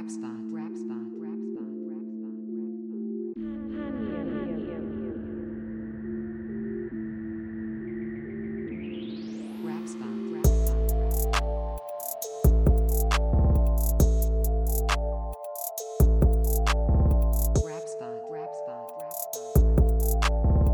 Rap spot, rap spot, rap spot, rap spot, rap spot. Rap spot, rap spot. Rap spot, rap spot, rap spot.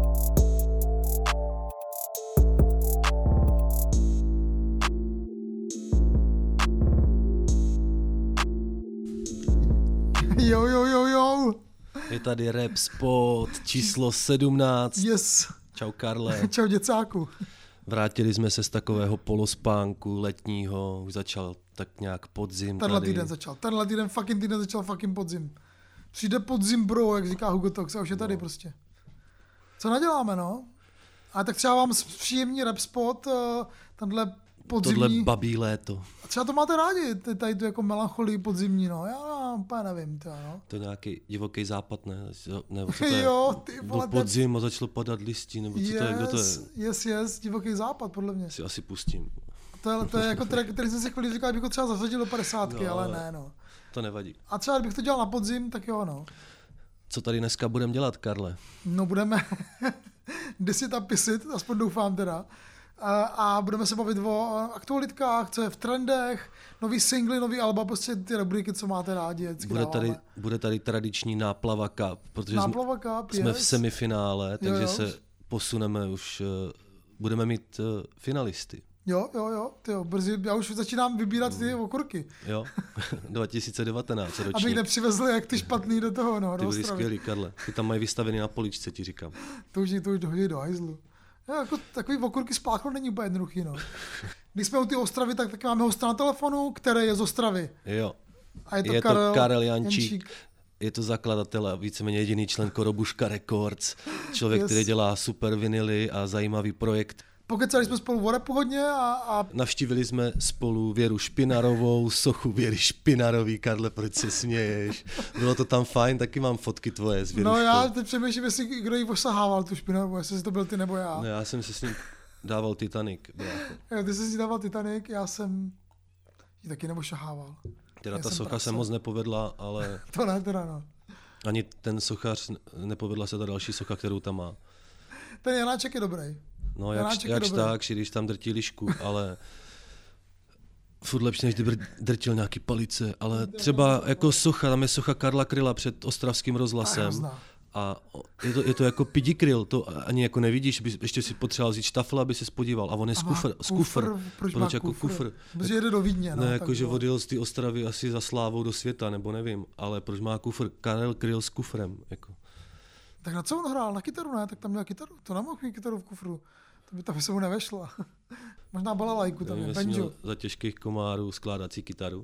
Jo. Je tady Rap Spot číslo 17. Yes. Čau Karle. Čau děcáku. Vrátili jsme se z takového polospánku letního, už začal tak nějak podzim Tenhle tady. týden začal fucking podzim. Přijde podzim, bro, jak říká Hugo Tox, a už je tady prostě. Co naděláme, no? A tak třeba vám příjemný Rap Spot, tenhle podzimní. Tohle babí léto. A třeba to máte rádi, tady tu jako melancholii podzimní, no. Já úplně nevím, no. To je nějaký divoký západ, ne? Nebo co to je? Jo, ty vole. Byl podzim a začalo padat listí, nebo co to je? Kdo to je? Yes, divoký západ, podle mě. Si asi pustím. To je jako track, který jsem si chvíli říkal, bych ho třeba zařadil do 50, No, ale ne, no. To nevadí. A třeba kdybych to dělal na podzim, tak jo, no. Co tady dneska budeme dělat, Karle? No budeme desit a pisit, aspoň doufám teda. A budeme se bavit o aktualitkách, co je v trendech, nový singly, nový alba, prostě ty rubriky, co máte rádi. Bude tady tradiční náplava cup, protože jsme v semifinále, takže se posuneme už, budeme mít finalisty. Jo, brzy, já už začínám vybírat ty okurky. Jo, 2019 ročník. Abych nepřivezl jak ty špatný do toho, no. Ty byli skvělý, Karle. Ty tam mají vystavený na poličce, ti říkám. To už dohodí do hajzlu. Jako takový okurky spláchnout není úplně jednoduchý, no. Když jsme u ty Ostravy, tak máme hosta na telefonu, který je z Ostravy. Jo. A je to Karel Jančík. Je to zakladatel a víceméně jediný člen Korobuška Records. Člověk, který dělá super vinily a zajímavý projekt. Pokecali jsme spolu o rapu hodně a... Navštívili jsme spolu Věru Špinarovou, sochu Věry Špinarový. Karle, proč se směješ? Bylo to tam fajn, taky mám fotky tvoje s Věruškou. No já teď přemýšlím, jestli kdo jí osahával tu Špinarovou, jestli jsi to byl ty nebo já. No já jsem si s ním dával Titanic. Jo, ty jsi si dával Titanic, já jsem ji taky neošahával. Teda ta socha se moc nepovedla, ale... To ne, teda no. Ani ten sochař, nepovedla se ta další socha, kterou tam má. Ten Janáček je dobrý. No jakž tak, když tam drtí lišku, ale furt lepší, než kdyby drtil nějaký palice, ale třeba jako socha, tam je socha Karla Kryla před ostravským rozhlasem a je to jako pidi kryl, to ani jako nevidíš, ještě si potřeboval vzít štafl, aby se podíval a on je z kufr. Proč jako kufr? Protože jede do Vídně. Ne, jako že odjel z té Ostravy asi za slávou do světa, nebo nevím, ale proč má kufr? Karel Kryl s kufrem, jako. Tak na co on hrál? Na kytaru, ne? Tak tam měl kytaru. To nemohl mít kytaru v kufru. To by se mu nevešlo. Možná balalajku tam je, banjo. Za těžkých komárů skládací kytaru.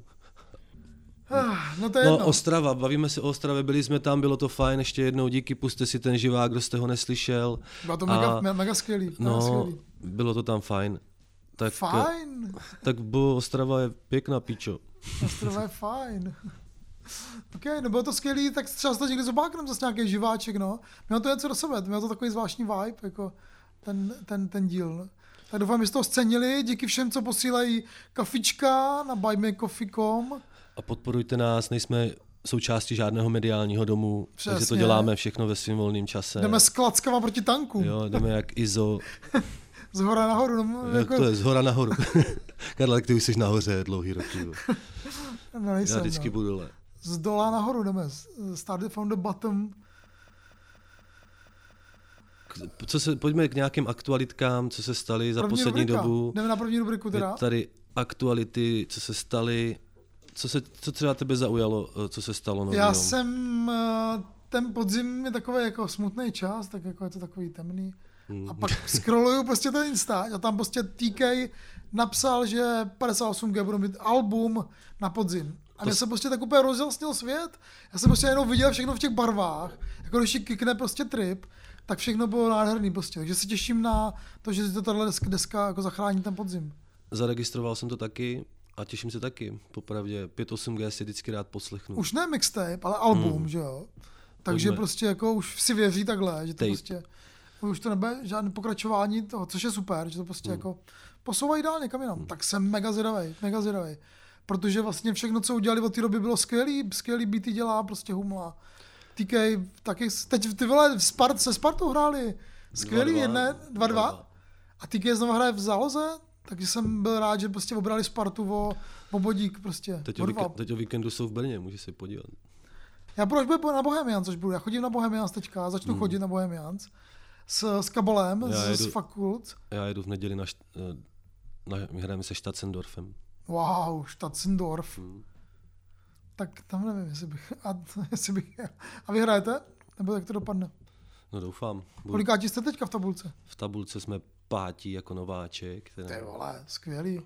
No to je jedno. Ostrava, bavíme se o Ostravě, byli jsme tam, bylo to fajn, ještě jednou díky, puste si ten živák, kdo jste ho neslyšel. Bylo to mega skvělý. Bylo to tam fajn. Tak, fajn? Tak Ostrava je pěkná, pičo. Ostrava je fajn. OK, no bylo to skvělý, tak třeba se to někdy zobáknem zase nějaký živáček, no. Mělo to něco do sebe, mělo to takový zvláštní vibe, jako ten díl. Tak doufám, že jste to scenili, díky všem, co posílají kafička na buymeacoffee.com. A podporujte nás, nejsme součástí žádného mediálního domu, takže to děláme všechno ve svým volným čase. Jdeme s klackama proti tanku. Jo, jdeme jak Izo. Z hora nahoru. No, jako... To je z hora nahoru. Karla, ty už jsi nahoře dlouhý roky. No, nejsem, já vždycky budu dole. Z dola nahoru jdeme. Started from the bottom. Pojďme k nějakým aktualitkám, co se staly za poslední dobu. Jdeme na první rubriku teda. Je tady aktuality, co se staly. Co třeba tebe zaujalo, co se stalo nového? Já jsem, ten podzim je takový jako smutný čas, tak jako je to takový temný. A pak scrolluju prostě ten Insta a tam prostě TK napsal, že 58G budou mít album na podzim. A mě se prostě tak úplně rozjasnil svět. Já jsem prostě jenom viděl všechno v těch barvách. Jako když kikne prostě trip, tak všechno bylo nádherný prostě. Takže se těším na to, že si to tahle deska jako zachrání ten podzim. Zaregistroval jsem to taky a těším se taky. Popravdě 58G si vždycky rád poslechnu. Už ne mixtape, ale album, že jo. Takže prostě jako už si věří takhle, že to prostě už to nebude žádné pokračování toho, což je super, že to prostě jako posouvají dál někam jinam. Tak jsem mega zvědavej. protože vlastně všechno, co udělali od té doby, bylo skvělý beaty dělá prostě Humla. TK taky, teď ty vole se Spartou hráli skvělý, 2-2. A TK znovu hraje v záloze, takže jsem byl rád, že prostě obrali Spartu o bodík prostě. Teď o víkendu jsou v Brně, můžeš se podívat. Já proč budu na Bohemians, já chodím na Bohemians teďka, začnu chodit na Bohemians s Kabolem, z fakult. Já jedu v neděli my hrajeme se Statzendorfem. Wow, Statzendorf. Tak tam nevím, jestli bych jel. A vy hrajete? Nebo jak to dopadne? No doufám. Kolikáti jste teďka v tabulce? V tabulce jsme 5. jako nováček. Ty vole, skvělý.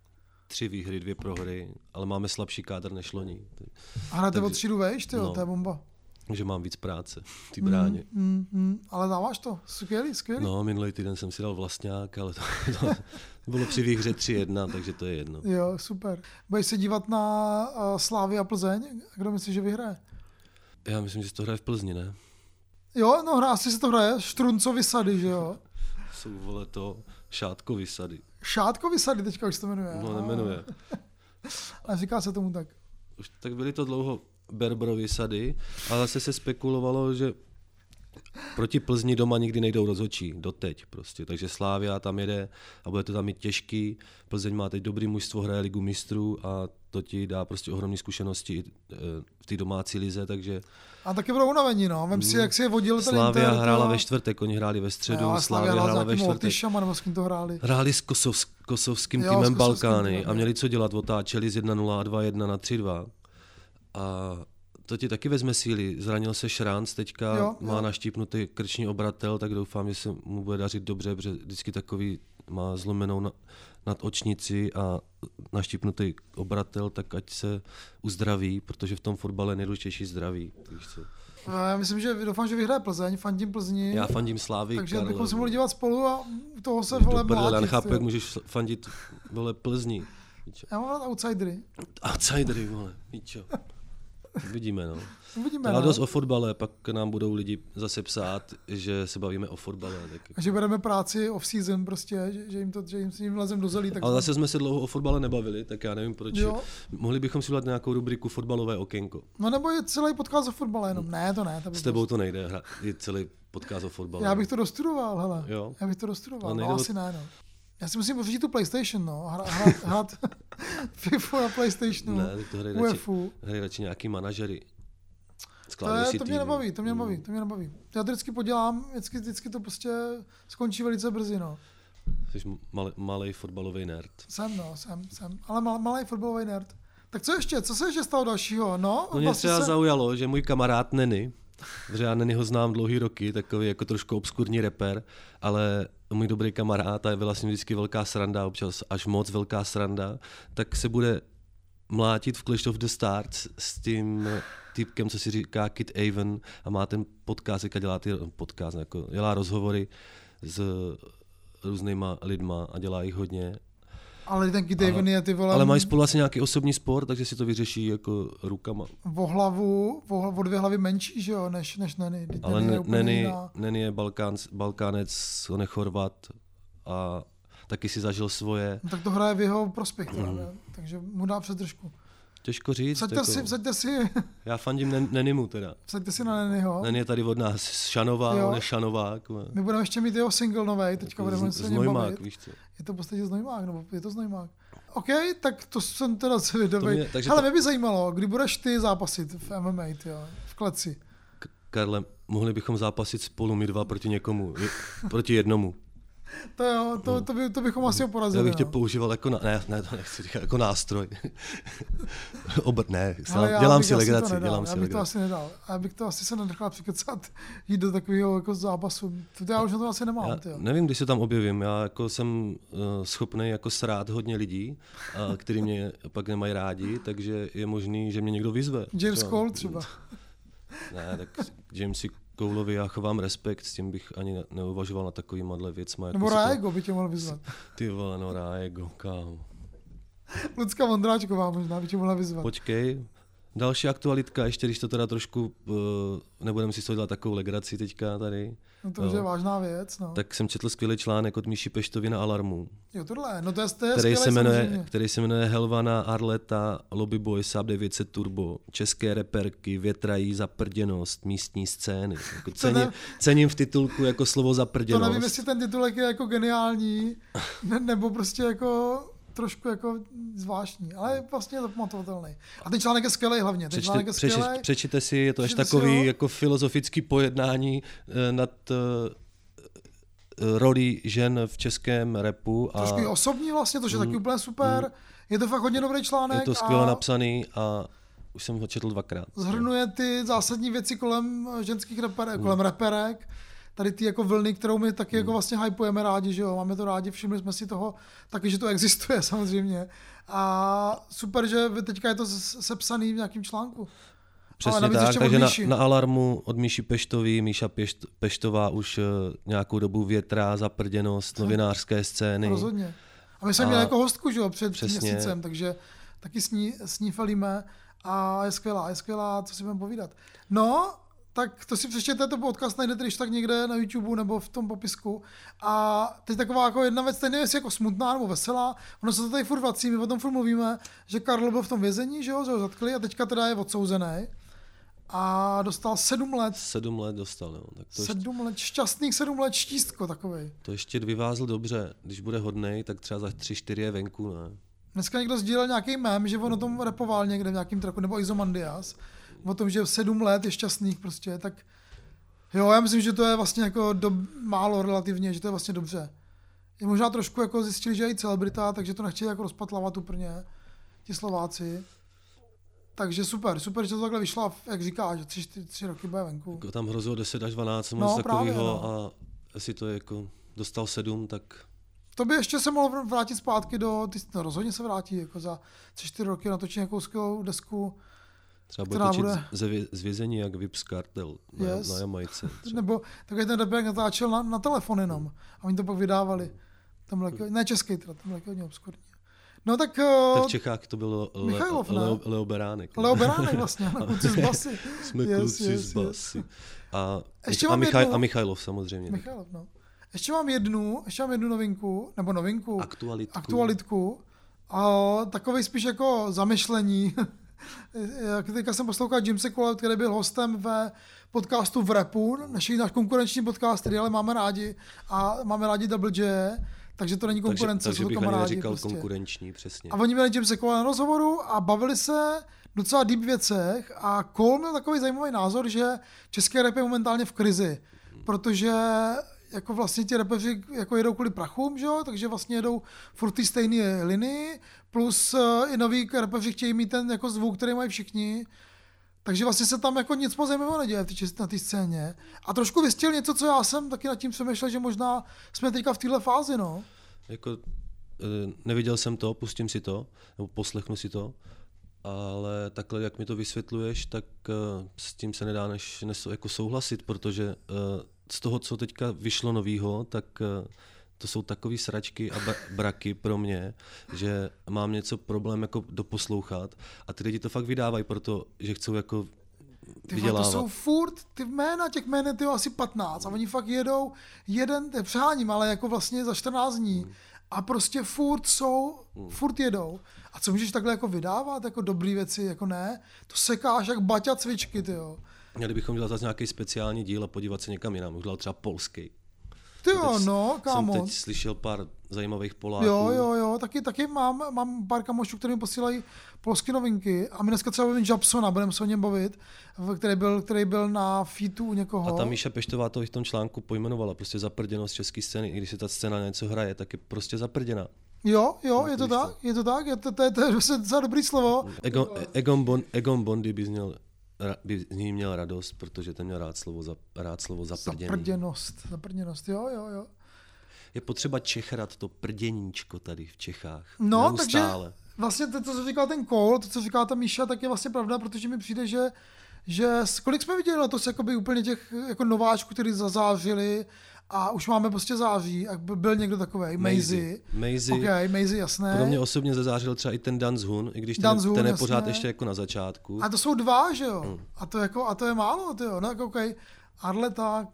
3 výhry, 2 prohry, ale máme slabší kádr než loni. A hrajete o třídu vejš, tyjo, to je bomba. Takže mám víc práce v té bráně. Ale dáváš to, skvělý. No, minulý týden jsem si dal vlastňák, ale to bylo při výhře 3-1, takže to je jedno. Jo, super. Budeš se dívat na Slávy a Plzeň? Kdo myslíš, že vyhraje? Já myslím, že se to hraje v Plzni, ne? Jo, no asi se to hraje. Štruncovi sady, že jo? Jsou, vole, to Šátkovy sady. Šátkovy sady teďka už se to jmenuje. No, nemenuje. Ale říká se tomu tak. Už tak byly to dlouho Berberovy sady, ale zase se spekulovalo, že proti Plzni doma nikdy nejdou rozhodčí, doteď prostě, takže Slavia tam jede a bude to tam mít těžký. Plzeň má teď dobrý mužstvo, hraje ligu mistrů a to ti dá prostě ohromné zkušenosti i v té domácí lize, takže... A taky budou unavení, no. Vem si, jak si je vodil ten Inter. Slavia hrála ve čtvrtek, oni hráli ve středu, Slavia hrála ve čtvrtek. Nebo s kým to hráli? Hráli s kosovským týmem Balkány a měli co dělat, otáčeli z 1-0 a 2-1 na 3-2. A to ti taky vezme síly. Zranil se Šranc, teďka má naštípnutý krční obratel, tak doufám, že se mu bude dařit dobře, protože vždycky takový má zlomenou nad očnici a naštípnutý obratel, tak ať se uzdraví, protože v tom fotbale je nejdůležitější zdraví. Já myslím, že doufám, že vyhraje Plzeň, fandím Plzni. Já fandím Slávy. Takže bychom se mohli dívat spolu a toho se vole mlátit. Já nechápu, jak můžeš fandit vole Plzni. Já mám rád outsidery. Outsidery, vole, víčo. Uvidíme, no. Uvidíme, ale dost o fotbale, pak nám budou lidi zase psát, že se bavíme o fotbale. Tak... A že bereme práci off-season prostě, že jim vlezem do zelí. Ale zase jsme se dlouho o fotbale nebavili, tak já nevím proč. Jo. Mohli bychom si udělat nějakou rubriku fotbalové okénko. No nebo je celý podcast o fotbale jenom. Ne, to ne. S tebou to nejde, je celý podcast o fotbale. Já bych to dostudoval, hele. Jo? Já bych to dostudoval, no asi ne, no. Já si musím pořídit tu PlayStation, no. Hrát FIFA na PlayStationu. Ne, tak to hrají radši nějaký manažery. To mě nebaví. Já to vždycky podělám, vždycky to prostě skončí velice brzy, no. Jsi malej fotbalový nerd. Jsem, ale malej fotbalový nerd. Tak co se ještě stalo dalšího? No mě třeba zaujalo, že můj kamarád Neny, protože já Nenyho znám dlouhý roky, takový jako trošku obskurní rapper, ale můj dobrý kamarád, a je vlastně vždycky velká sranda, občas až moc velká sranda, tak se bude mlátit v Clash of the Stars s tím týpkem, co si říká Kid Avon a má ten podcast, dělá rozhovory s různýma lidma a dělá jich hodně. Ale ten Kid Avon je ty vole... Ale mají spolu asi nějaký osobní spor, takže si to vyřeší jako rukama. O 2 hlavy menší, že jo, než Neny. Ale Neny je Balkánec, on je Chorvat a taky si zažil svoje. No, tak to hraje v jeho prospěch, takže mu dá přetržku. Těžko říct. Vsaďte si. Já fandím Nenimu teda. Vsaďte si na Nenyho. Neny je tady od nás z Šanova, on je Šanovák. My budeme ještě mít jeho single novej, teďka budeme se Znojmák, víš co. Je to v podstatě Znojmák, nebo je to Znojmák. OK, tak to jsem teda zvědavý. Hele, mě by zajímalo, kdy budeš ty zápasit v MMA, v kleci. Karle, mohli bychom zápasit spolu my dva proti někomu, proti jednomu. To bychom asi porazili. Já bych tě používal jako ne, to nechci říkat, jako nástroj. Dělám si legraci. Já bych to asi nedal. Já bych to asi se nenechal přikecat jít do takového jako zápasu. Já už na to asi nemám. Nevím, když se tam objevím. Já jako jsem schopný jako srát hodně lidí, kteří mě pak nemají rádi, takže je možný, že mě někdo vyzve. James Cole třeba. Ne, tak Jamesi Coulovi já chovám respekt, s tím bych ani neuvažoval na takovýmhle věcma. Nebo Rájego by tě mohl vyzvat. Ty vole, no Rájego, kámo. Lucka Vondráčková možná by tě mohla vyzvat. Počkej, Další aktualitka, ještě když to teda trošku, nebudeme si z toho dělat takovou legraci teďka tady. No to už je vážná věc, no. Tak jsem četl skvělý článek od Míši Peštovy na Alarmu. Jo, tohle, no to je který se jmenuje Helvana, Arleta, Lobby Boy, Saab 900 Turbo, české reperky, větrají zaprděnost, místní scény. Jako cením v titulku jako slovo zaprděnost. To nevím, jestli ten titulek je jako geniální, nebo prostě jako trošku jako zvláštní, ale vlastně je to pamatovatelný. A ten článek je skvělej hlavně. Přečtěte si, je to až takový jako filozofický pojednání nad roli žen v českém rapu. A trošku i osobní vlastně, to je taky úplně super. Je to fakt hodně dobrý článek. Je to skvěle napsaný a už jsem ho četl 2krát. Zhrnuje ty zásadní věci kolem ženských reperek, kolem reperek. Tady ty jako vlny, kterou my taky jako vlastně hypujeme rádi, že jo, máme to rádi, všimli jsme si toho taky, že to existuje samozřejmě. A super, že teďka je to sepsaný v nějakém článku. Přesně tak, takže na Alarmu od Míši Peštový, Míša Peštová už nějakou dobu větrá zaprděnost novinářské scény. Rozhodně. A my jsme měli jako hostku, že jo, před měsícem, takže taky s ní falíme a je skvělá, co si budeme povídat. No, tak to si přečtěte, to podcast najdete když tak někde na YouTube nebo v tom popisku. A teď taková jako jedna věc, nevím, jestli jako smutná nebo veselá, ono se to tady furt vrací, my o tom furt mluvíme, že Karlo byl v tom vězení, že ho zatkli a teďka teda je odsouzený. A dostal 7 let. 7 let dostal, jo. Tak to 7 let, šťastných 7 let štístko takovej. To ještě vyvázl dobře, když bude hodnej, tak třeba za 3-4 je venku, ne? Dneska někdo sdílel nějaký mem, že on o tom rapoval někde v nějakým tracku, nebo Izomandias, o tom, že 7 let je šťastných prostě, tak jo, já myslím, že to je vlastně jako málo relativně, že to je vlastně dobře. Je možná trošku jako zjistili, že je i celebrita, takže to nechtějí jako rozpatlavat úplně, ti Slováci. Takže super, že to takhle vyšlo, jak říkáš, že 3 roky bude venku. Jako tam hrozilo 10 až 12, moc takového a jestli to je jako dostal 7, tak... To by ještě se mohlo vrátit zpátky rozhodně se vrátí, jako za 3-4 roky natočí nějakou skvělou desku. Třeba bude točit z vězení jak Vips Kartel na Jamajce. Nebo takový ten rapper natáčel na telefon jenom a oni to pak vydávali. Ne český teda, tam je hodně obskurní. No tak v Čechách to bylo Leo Beránek. Leo Beránek vlastně, kluci z basy. Jsme kluci z basy. A Michailov samozřejmě. Michailov, no. Ještě mám jednu novinku, aktualitku. A takovej spíš jako zamyšlení. Teďka jsem poslouchal Jimse Cole, který byl hostem ve podcastu v rapu, náš konkurenční podcast, který ale máme rádi a máme rádi Double J, takže to není konkurence, takže jsou to kamarádi. Takže bych neříkal konkurenční, přesně. A oni měli Jimse Cole na rozhovoru a bavili se docela deep věcech a Cole měl takový zajímavý názor, že české rap je momentálně v krizi, protože jako vlastně ti rapeři jako jedou kvůli prachům, že jo? Takže vlastně jedou furt ty stejné linii, plus i noví rapeři chtějí mít ten jako zvuk, který mají všichni. Takže vlastně se tam jako nic moc zajímavého neděje na té scéně. A trošku vystil něco, co já jsem taky nad tím přemýšlel, že možná jsme teďka v téhle fázi, no. Jako neviděl jsem to, pustím si to, nebo poslechnu si to, ale takhle, jak mi to vysvětluješ, tak s tím se nedá než jako souhlasit, protože z toho, co teďka vyšlo novýho, tak to jsou takový sračky a braky pro mě, že mám něco problém jako doposlouchat a ty lidi to fakt vydávají, protože chcou jako vydělávat. To jsou furt, ty jména, těch jmén je asi 15 a oni fakt jedou přeháním, ale jako vlastně za 14 dní a prostě furt jedou. A co můžeš takhle jako vydávat, jako dobrý věci, jako ne? To sekáš jak baťa cvičky, tyjo. Měli bychom dělat zase nějaký speciální díl a podívat se někam jinam, udělat třeba polský. Tyjo, no, kámo. Jsem teď slyšel pár zajímavých Poláků. Jo, taky mám pár kamošů, který mi posílají polské novinky a my dneska třeba bavíme Japsona, budeme se o něm bavit, který byl na featu u někoho. A ta Míša Peštová to v tom článku pojmenovala, prostě zaprděnost české scény, i když se ta scéna něco hraje, tak je prostě zaprděná. Jo, je to tak, to je docela dobrý slovo. Egon Bondy by z ní měl radost, protože ten měl rád slovo zaprdění. Zaprděnost, jo. Je potřeba čechrat to prděníčko tady v Čechách. No, neustále. Takže vlastně to, co říkal ten Cole, to, co říká ta Míša, tak je vlastně pravda, protože mi přijde, že kolik jsme viděli letos jakoby úplně těch jako nováčků, kteří zazářili a už máme prostě září a byl někdo takovej, Maisie. Okay, Maisie, jasné. Pro mě osobně zazářil třeba i ten Dan Zhun, i když ten je pořád ještě jako na začátku. A to jsou 2, že jo? A to je málo, ty jo. No tak okej. Arleta.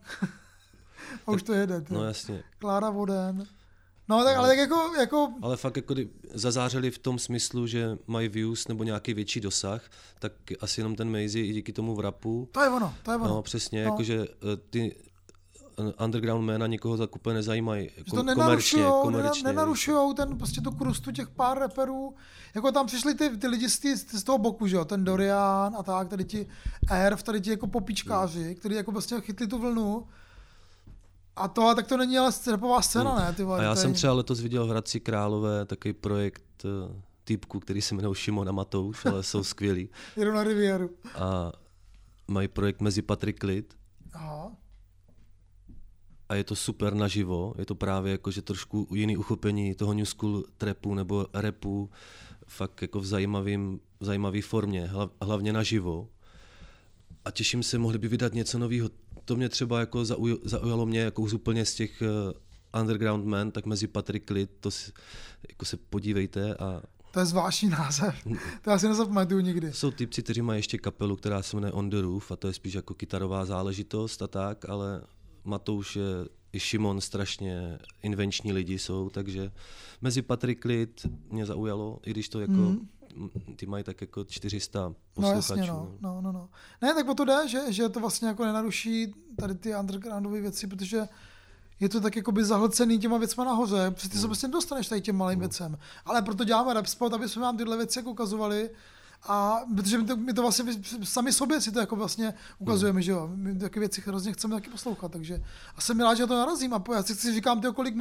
A už to jede, ty. No jasně. Klára Voden. No tak, ale tak jako... Ale fakt jako zazářili v tom smyslu, že mají views nebo nějaký větší dosah, tak asi jenom ten Maisie i díky tomu vrapu. To je ono. No přesně, jakože ty underground jména nikoho zakupé nezajímají. Že to nenarušujou ten, prostě tu krustu těch pár reperů. Jako tam přišli ty lidi z toho boku, že jo, ten Dorian a tak, tady ti Erv, tady ti jako popičkáři, kteří jako vlastně chytli tu vlnu. A tak to není ale rapová scéna, ne? Ty vole, a já jsem třeba letos viděl v Hradci Králové takový projekt týpků, který se jmenuje Šimon a Matouš, ale jsou skvělí. Jedou na Rivieru. A mají projekt Mezi Patrik Lid. Aha. A je to super naživo, je to právě jako, že trošku jiný uchopení toho new school trapu nebo rapu, fakt jako v zajímavý formě, hlavně naživo. A těším se, mohli by vydat něco nového. To mě třeba jako zaujalo mě jako úplně z těch underground men, tak Mezi Patrik Lid, to jako se podívejte a... To je zvláštní název, to já si nezapamatuju nikdy. Jsou typci, kteří mají ještě kapelu, která se jmenuje On The Roof a to je spíš jako kytarová záležitost a tak, ale Matouš i Šimon strašně invenční lidi jsou, takže Mezi Patrik Lid mě zaujalo, i když to jako... Ty mají tak jako 400 posluchačů. No jasně, no. Ne, tak o to jde, že to vlastně jako nenaruší tady ty undergroundové věci, protože je to tak jakoby zahlcený těma věcma nahoře, protože ty se prostě dostaneš tady těm malým věcem. Ale proto děláme Rap Spot, aby jsme vám tyhle věci jako ukazovali, a protože my to vlastně sami sobě si to jako vlastně ukazujeme, že jo. My takové věci hrozně chceme taky poslouchat, takže a jsem rád, že to narazím a já si říkám, kolik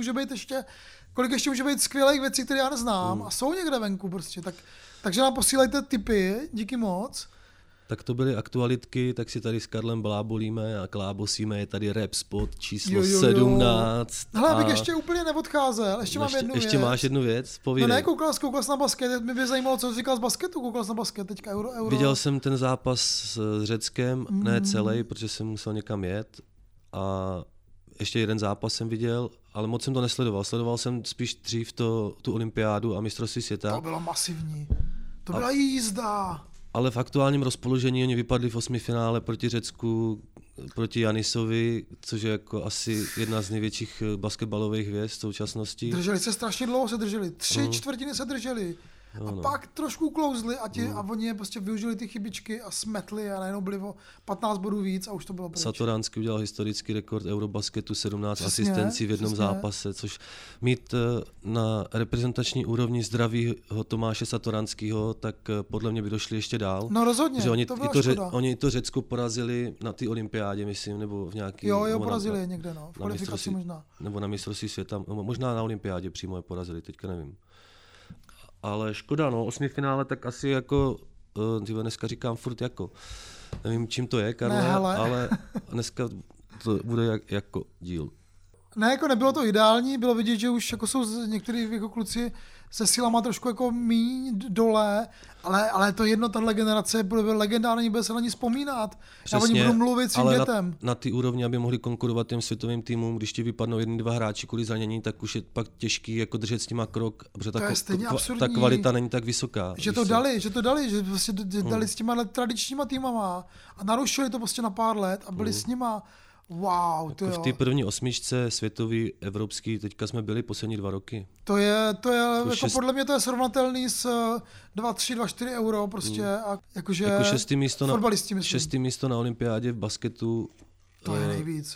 ještě může být skvělých věcí, které já neznám a jsou někde venku prostě, takže nám posílejte tipy, díky moc. Tak to byly aktualitky, tak si tady s Karlem blábolíme a klábosíme, je tady Rap Spot číslo 17. Hele, abych ještě úplně neodcházel, mám jednu věc. Ještě máš jednu věc, povídej. No ne, koukal jsi na basket, mě by zajímalo, co jsi říkal z basketu, koukal jsi na basket, teďka Euro. Viděl jsem ten zápas s Řeckem, ne celý, protože jsem musel někam jet a ještě jeden zápas jsem viděl, ale moc jsem to nesledoval. Sledoval jsem spíš dřív tu olympiádu a mistrovství světa. To bylo masivní. To byla jízda. Ale v aktuálním rozpoložení oni vypadli v 8. finále proti Řecku, proti Janisovi, což je jako asi jedna z největších basketbalových hvězd v současnosti. Drželi se strašně dlouho, 3/4 se drželi. A pak trošku uklouzli a oni je prostě využili ty chybičky a smetli a najednou byli o 15 bodů víc a už to bylo pryč. Satoranský udělal historický rekord Eurobasketu, 17 asistencí v jednom zápase, což mít na reprezentační úrovni zdravýho Tomáše Satoranského, tak podle mě by došli ještě dál. No rozhodně, že oni to Řecko porazili na té olympiádě, myslím, nebo v nějaký... Jo, porazili někde, v kvalifikaci možná. Nebo na mistrovství světa, možná na olympiádě přímo je porazili, teďka nevím. Ale škoda, 8. finále, tak asi jako, dneska říkám furt jako, nevím, čím to je, Karle, ale dneska to bude jako díl. Ne, jako nebylo to ideální, bylo vidět, že už jako jsou některý jako kluci se silama trošku jako míň dole, ale to jedno, tahle generace bude legendární, bude se na ní vzpomínat. Já o ní budu mluvit svým dětem. Na ty úrovni, aby mohli konkurovat těm světovým týmům, když ti vypadnou 1-2 hráči kvůli zranění, tak už je pak těžký jako držet s nima krok, protože ta kvalita není tak vysoká. Že to dali, že prostě dali s těma tradičníma týmama a narušili to prostě na pár let a byli s nima. Wow, to jako v té první 8 světový, evropský, teďka jsme byli poslední 2 roky. To je jako podle mě to je srovnatelný s 2-3-2-4 euro prostě a jakože jako 6. místo na olympiádě v basketu. To je nejvíc.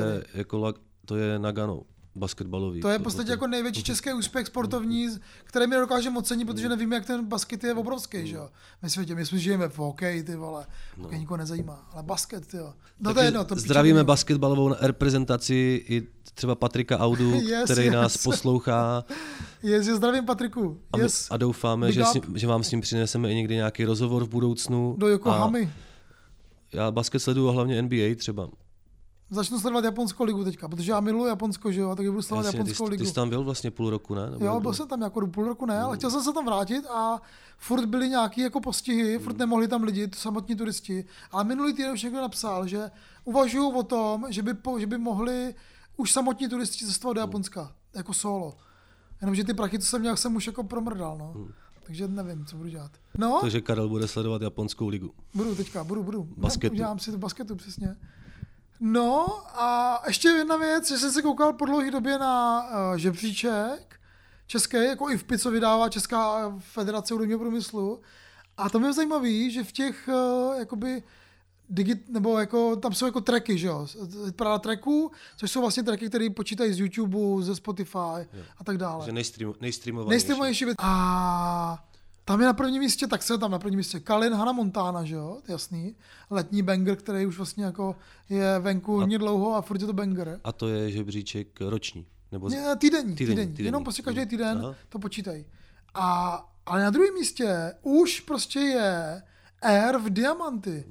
To je Nagano basketbalový. To je v podstatě jako největší český úspěch sportovní, který mi nedokážeme ocenit, protože nevíme, jak ten basket je obrovský, že jo. Ve světě, my žijeme v hokeji, ty vole, hokej nikoho nezajímá, ale basket, ty jo. No to je jedno, to zdravíme basketbalovou reprezentaci i třeba Patrika Audu, který nás poslouchá. Zdravím Patriku. A doufáme, že vám s ním přineseme i někdy nějaký rozhovor v budoucnu. Do Yokohamy. Já basket sleduju hlavně NBA třeba. Začnu sledovat japonskou ligu teďka, protože já miluji Japonsko, že jo, tak budu sledovat japonskou ligu. Ty jsi tam byl vlastně půl roku, ne? Jo, byl jsem tam jako půl roku, ne, ale chtěl jsem se tam vrátit a furt byly nějaký jako postihy, furt nemohli tam lidi, samotní turisti, ale minulý týden už někdo napsal, že uvažují o tom, že by mohli už samotní turisti cestovali do Japonska, jako solo. Jenomže ty prachy, co jsem měl, jsem už jako promrdal, no. Takže nevím, co budu dělat. No, Takže Karel bude sledovat japonskou ligu. Budu. Basketu. Udělám si to basketu, přesně. No a ještě jedna věc, že jsem se koukal po dlouhé době na žebříček český, jako i v co vydává Česká federace hudebního průmyslu. A tam je zajímavý, že v těch jakoby nebo jako, tam jsou jako tracky, že jo, právě tracků, což jsou vlastně tracky, které počítají z YouTube, ze Spotify a tak dále. Že nejstreamovanější věc. A tam je na prvním místě, tak se tam na prvním místě Kalin, Hannah Montana, že jo, jasný, letní banger, který už vlastně jako je venku hodně dlouho a furt je to banger. A to je žebříček roční? Nebo týdenní. Jenom prostě každý týden to počítají. Ale na druhém místě už prostě je Air v Diamanty.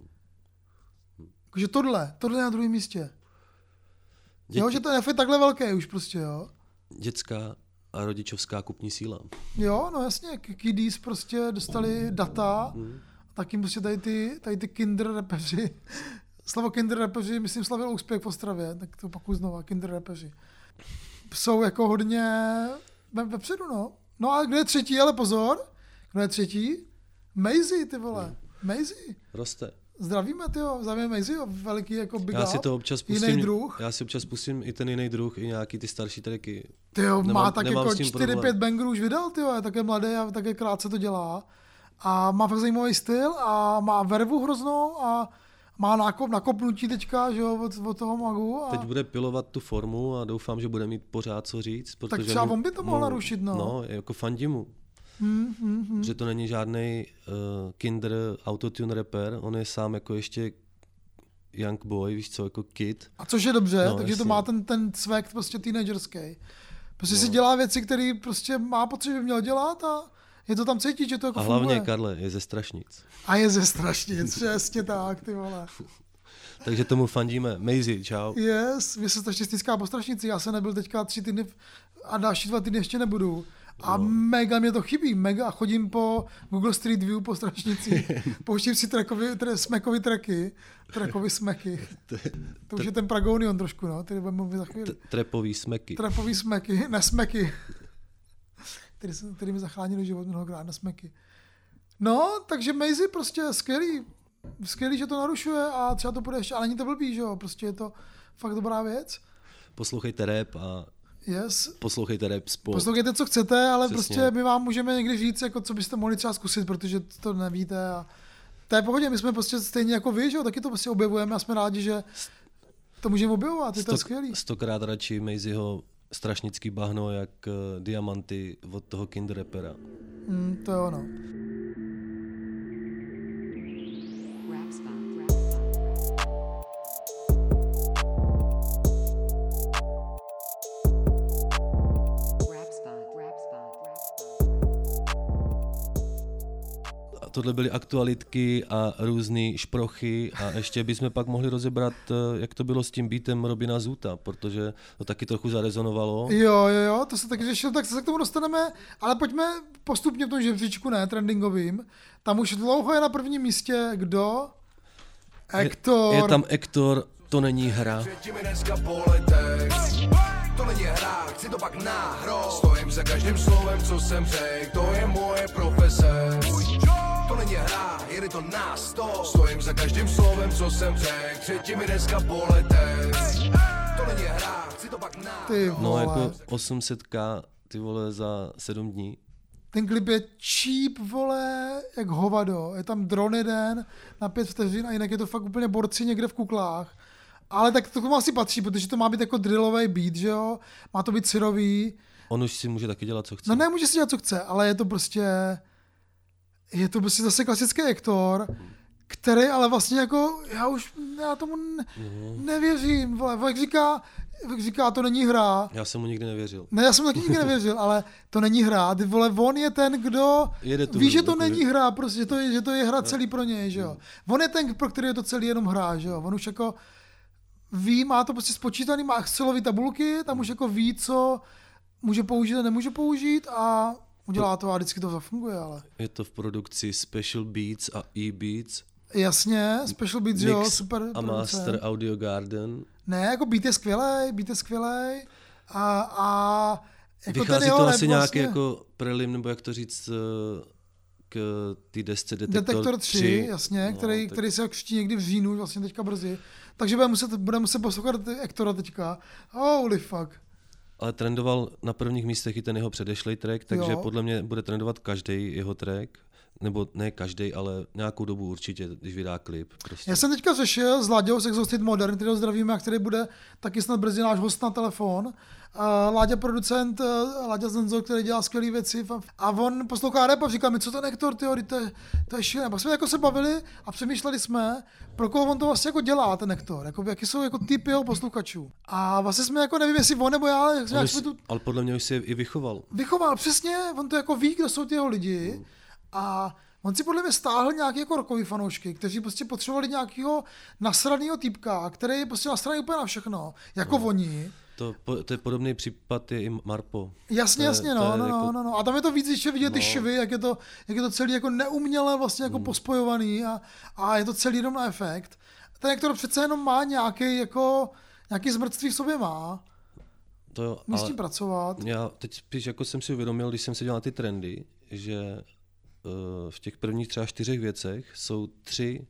Takže tohle je na druhém místě. Jo, že to je takhle velké už prostě, jo. Dětská a rodičovská kupní síla. Jo, no jasně, kiddies prostě dostali data, tak jim prostě tady ty kinder rapeři, slovo kinder rapeři, myslím, slavil úspěch v Ostravě, tak to opakuju znova, kinder rapeři. Jsou jako hodně vepředu, no. No a kdo je třetí, ale pozor, kdo je třetí? Maisie, ty vole, Maisie. Roste. Zdravíme, zdravíme Maisie, veliký jako big up, já si to občas pustím, jiný druh. Já si občas pustím i ten jiný druh, i nějaký ty starší tracky. Tyjo, má tak jako 4-5 bangerů už vydal, tyjo, je také mladý a také krátce to dělá. A má fakt zajímavý styl a má vervu hroznou a má nakopnutí teďka, že jo, od toho magu. Teď bude pilovat tu formu a doufám, že bude mít pořád co říct. Protože tak třeba on by to mohl narušit, no. No, jako fandím mu. Že to není žádnej kinder autotune rapper, on je sám jako ještě young boy, víš co, jako kid. A což je dobře, no, takže jasně. to má ten cvek prostě teenagerský. Prostě si dělá věci, které prostě má pocit, že by měl dělat a je to tam cítit, že to jako funguje. A hlavně, funguje. Karle, je ze Strašnic. A je ze Strašnic, přesně tak, ty vole. Takže tomu fandíme. Maisie, čau. Yes, vy jste štěstická po Strašnici, já jsem nebyl teďka 3 týdny a další 2 týdny ještě nebudu. A mega mě to chybí, mega. Chodím po Google Street View po Strašnici, pouštím si smekový tracky, trackový smeky. To už je ten Pragonion trošku, no, který budeme mluvit za chvíli. Trepový smeky. Trepový smeky, nesmeky. Který mi zachránili život mnohokrát, nesmeky. No, takže Maisie prostě skvělý, že to narušuje a třeba to bude ještě, ale není to blbý, že jo, prostě je to fakt dobrá věc. Poslouchejte rap a yes. Poslouchejte rap spolu. Poslouchejte, co chcete, ale přesně. Prostě my vám můžeme někdy říct, jako co byste mohli třeba zkusit, protože to nevíte a to je pohodě, my jsme prostě stejně jako vy, že jo, taky to prostě objevujeme a jsme rádi, že to můžeme objevovat, je to skvělý. 100krát radši Maisieho Strašnický bahno, jak Diamanty od toho kinder rapera. To je ono. Tohle byly aktualitky a různý šprochy a ještě bychom pak mohli rozebrat, jak to bylo s tím beatem Robina Zoota, protože to taky trochu zarezonovalo. Jo, to se taky řešilo, tak se k tomu dostaneme, ale pojďme postupně v tom žebříčku, ne, trendingovým. Tam už dlouho je na prvním místě, kdo? Ektor. Je tam Ektor, to není hra. To není hra, chci to pak náhrou. Stojím za každým slovem, co jsem řekl, to je moje profese. To není hra, jede to na 100. Stojím za každým slovem, co jsem řekl, třetí mi dneska polete. To není hra, chci to pak náhrou. No jako 800k, ty vole, za 7 dní. Ten klip je cheap, vole, jak hovado. Je tam dron jeden na 5 vteřin a jinak je to fakt úplně borci někde v kuklách. Ale tak to tomu asi patří, protože to má být jako drillový beat, že jo? Má to být syrový. On už si může taky dělat, co chce. No nemůže si dělat, co chce, ale je to prostě zase klasický Ektor, který ale vlastně jako, já tomu nevěřím, vole. Jak říká, to není hra. Já jsem mu nikdy nevěřil. Ne, já jsem taky nikdy nevěřil, ale to není hra. Ty vole, on je ten, kdo ví, že to není hra, prostě, že to je hra celý pro něj, že jo. On je ten, pro který je to celý jenom hra, že jo. On už jako ví, má to prostě spočítaný, má Excelové tabulky, tam už jako ví, co může použít a nemůže použít a udělá to a vždycky to zafunguje, ale. Je to v produkci Special Beats a E-Beats. Jasně, Special Beats, jo, super. A Master Audio Garden. Ne, jako beat je skvělej a jako vychází ten to rap asi nějaký vlastně, jako prelim, nebo jak to říct, k té desce Detektor 3, jasně, no, který se křtí někdy v říjnu, vlastně teďka brzy. Takže bude muset poslouchat Ektora teďka. Holy fuck. Ale trendoval na prvních místech i ten jeho předešlej track, takže Jo. podle mě bude trendovat každý jeho track. Nebo ne každý, ale nějakou dobu určitě, když vydá klip. Prostě. Já jsem teďka řešil s Láďou z Exhausted Modern, kterého zdravíme a který bude taky snad brzy náš host na telefon. Láďa producent, Láďa Zenzo, který dělá skvělé věci a on poslouchá rap a říká mi, co ten Ektor, tyjo, to je šílené. Pak jsme jako se bavili a přemýšleli jsme, pro koho on to vlastně jako dělá, ten Ektor, jako, jaký jsou jako typy jeho posluchačů. A vlastně jsme jako, nevím, jestli on nebo já, ale jak jsme tu... Ale podle mě už si je i vychoval. Vychoval, přesně, on to jako ví, kdo jsou ty jeho lidi. A on si podle mě stáhl nějaký jako rockový fanoušky, kteří prostě potřebovali nějakého nasranýho týpka, který je prostě nasraný úplně na všechno, jako oni. To je podobný případ je i Marpo. Jasně, no. A tam je to víc ještě vidět ty švy, jak je to celý jako neuměle vlastně jako pospojovaný a je to celý jenom na efekt. Ten Ektor přece jenom má nějaký zmrtství v sobě má. To jo, s tím pracovat. Já teď spíš jako jsem si uvědomil, když jsem se dělal na ty trendy, že v těch prvních třeba 4 věcech jsou 3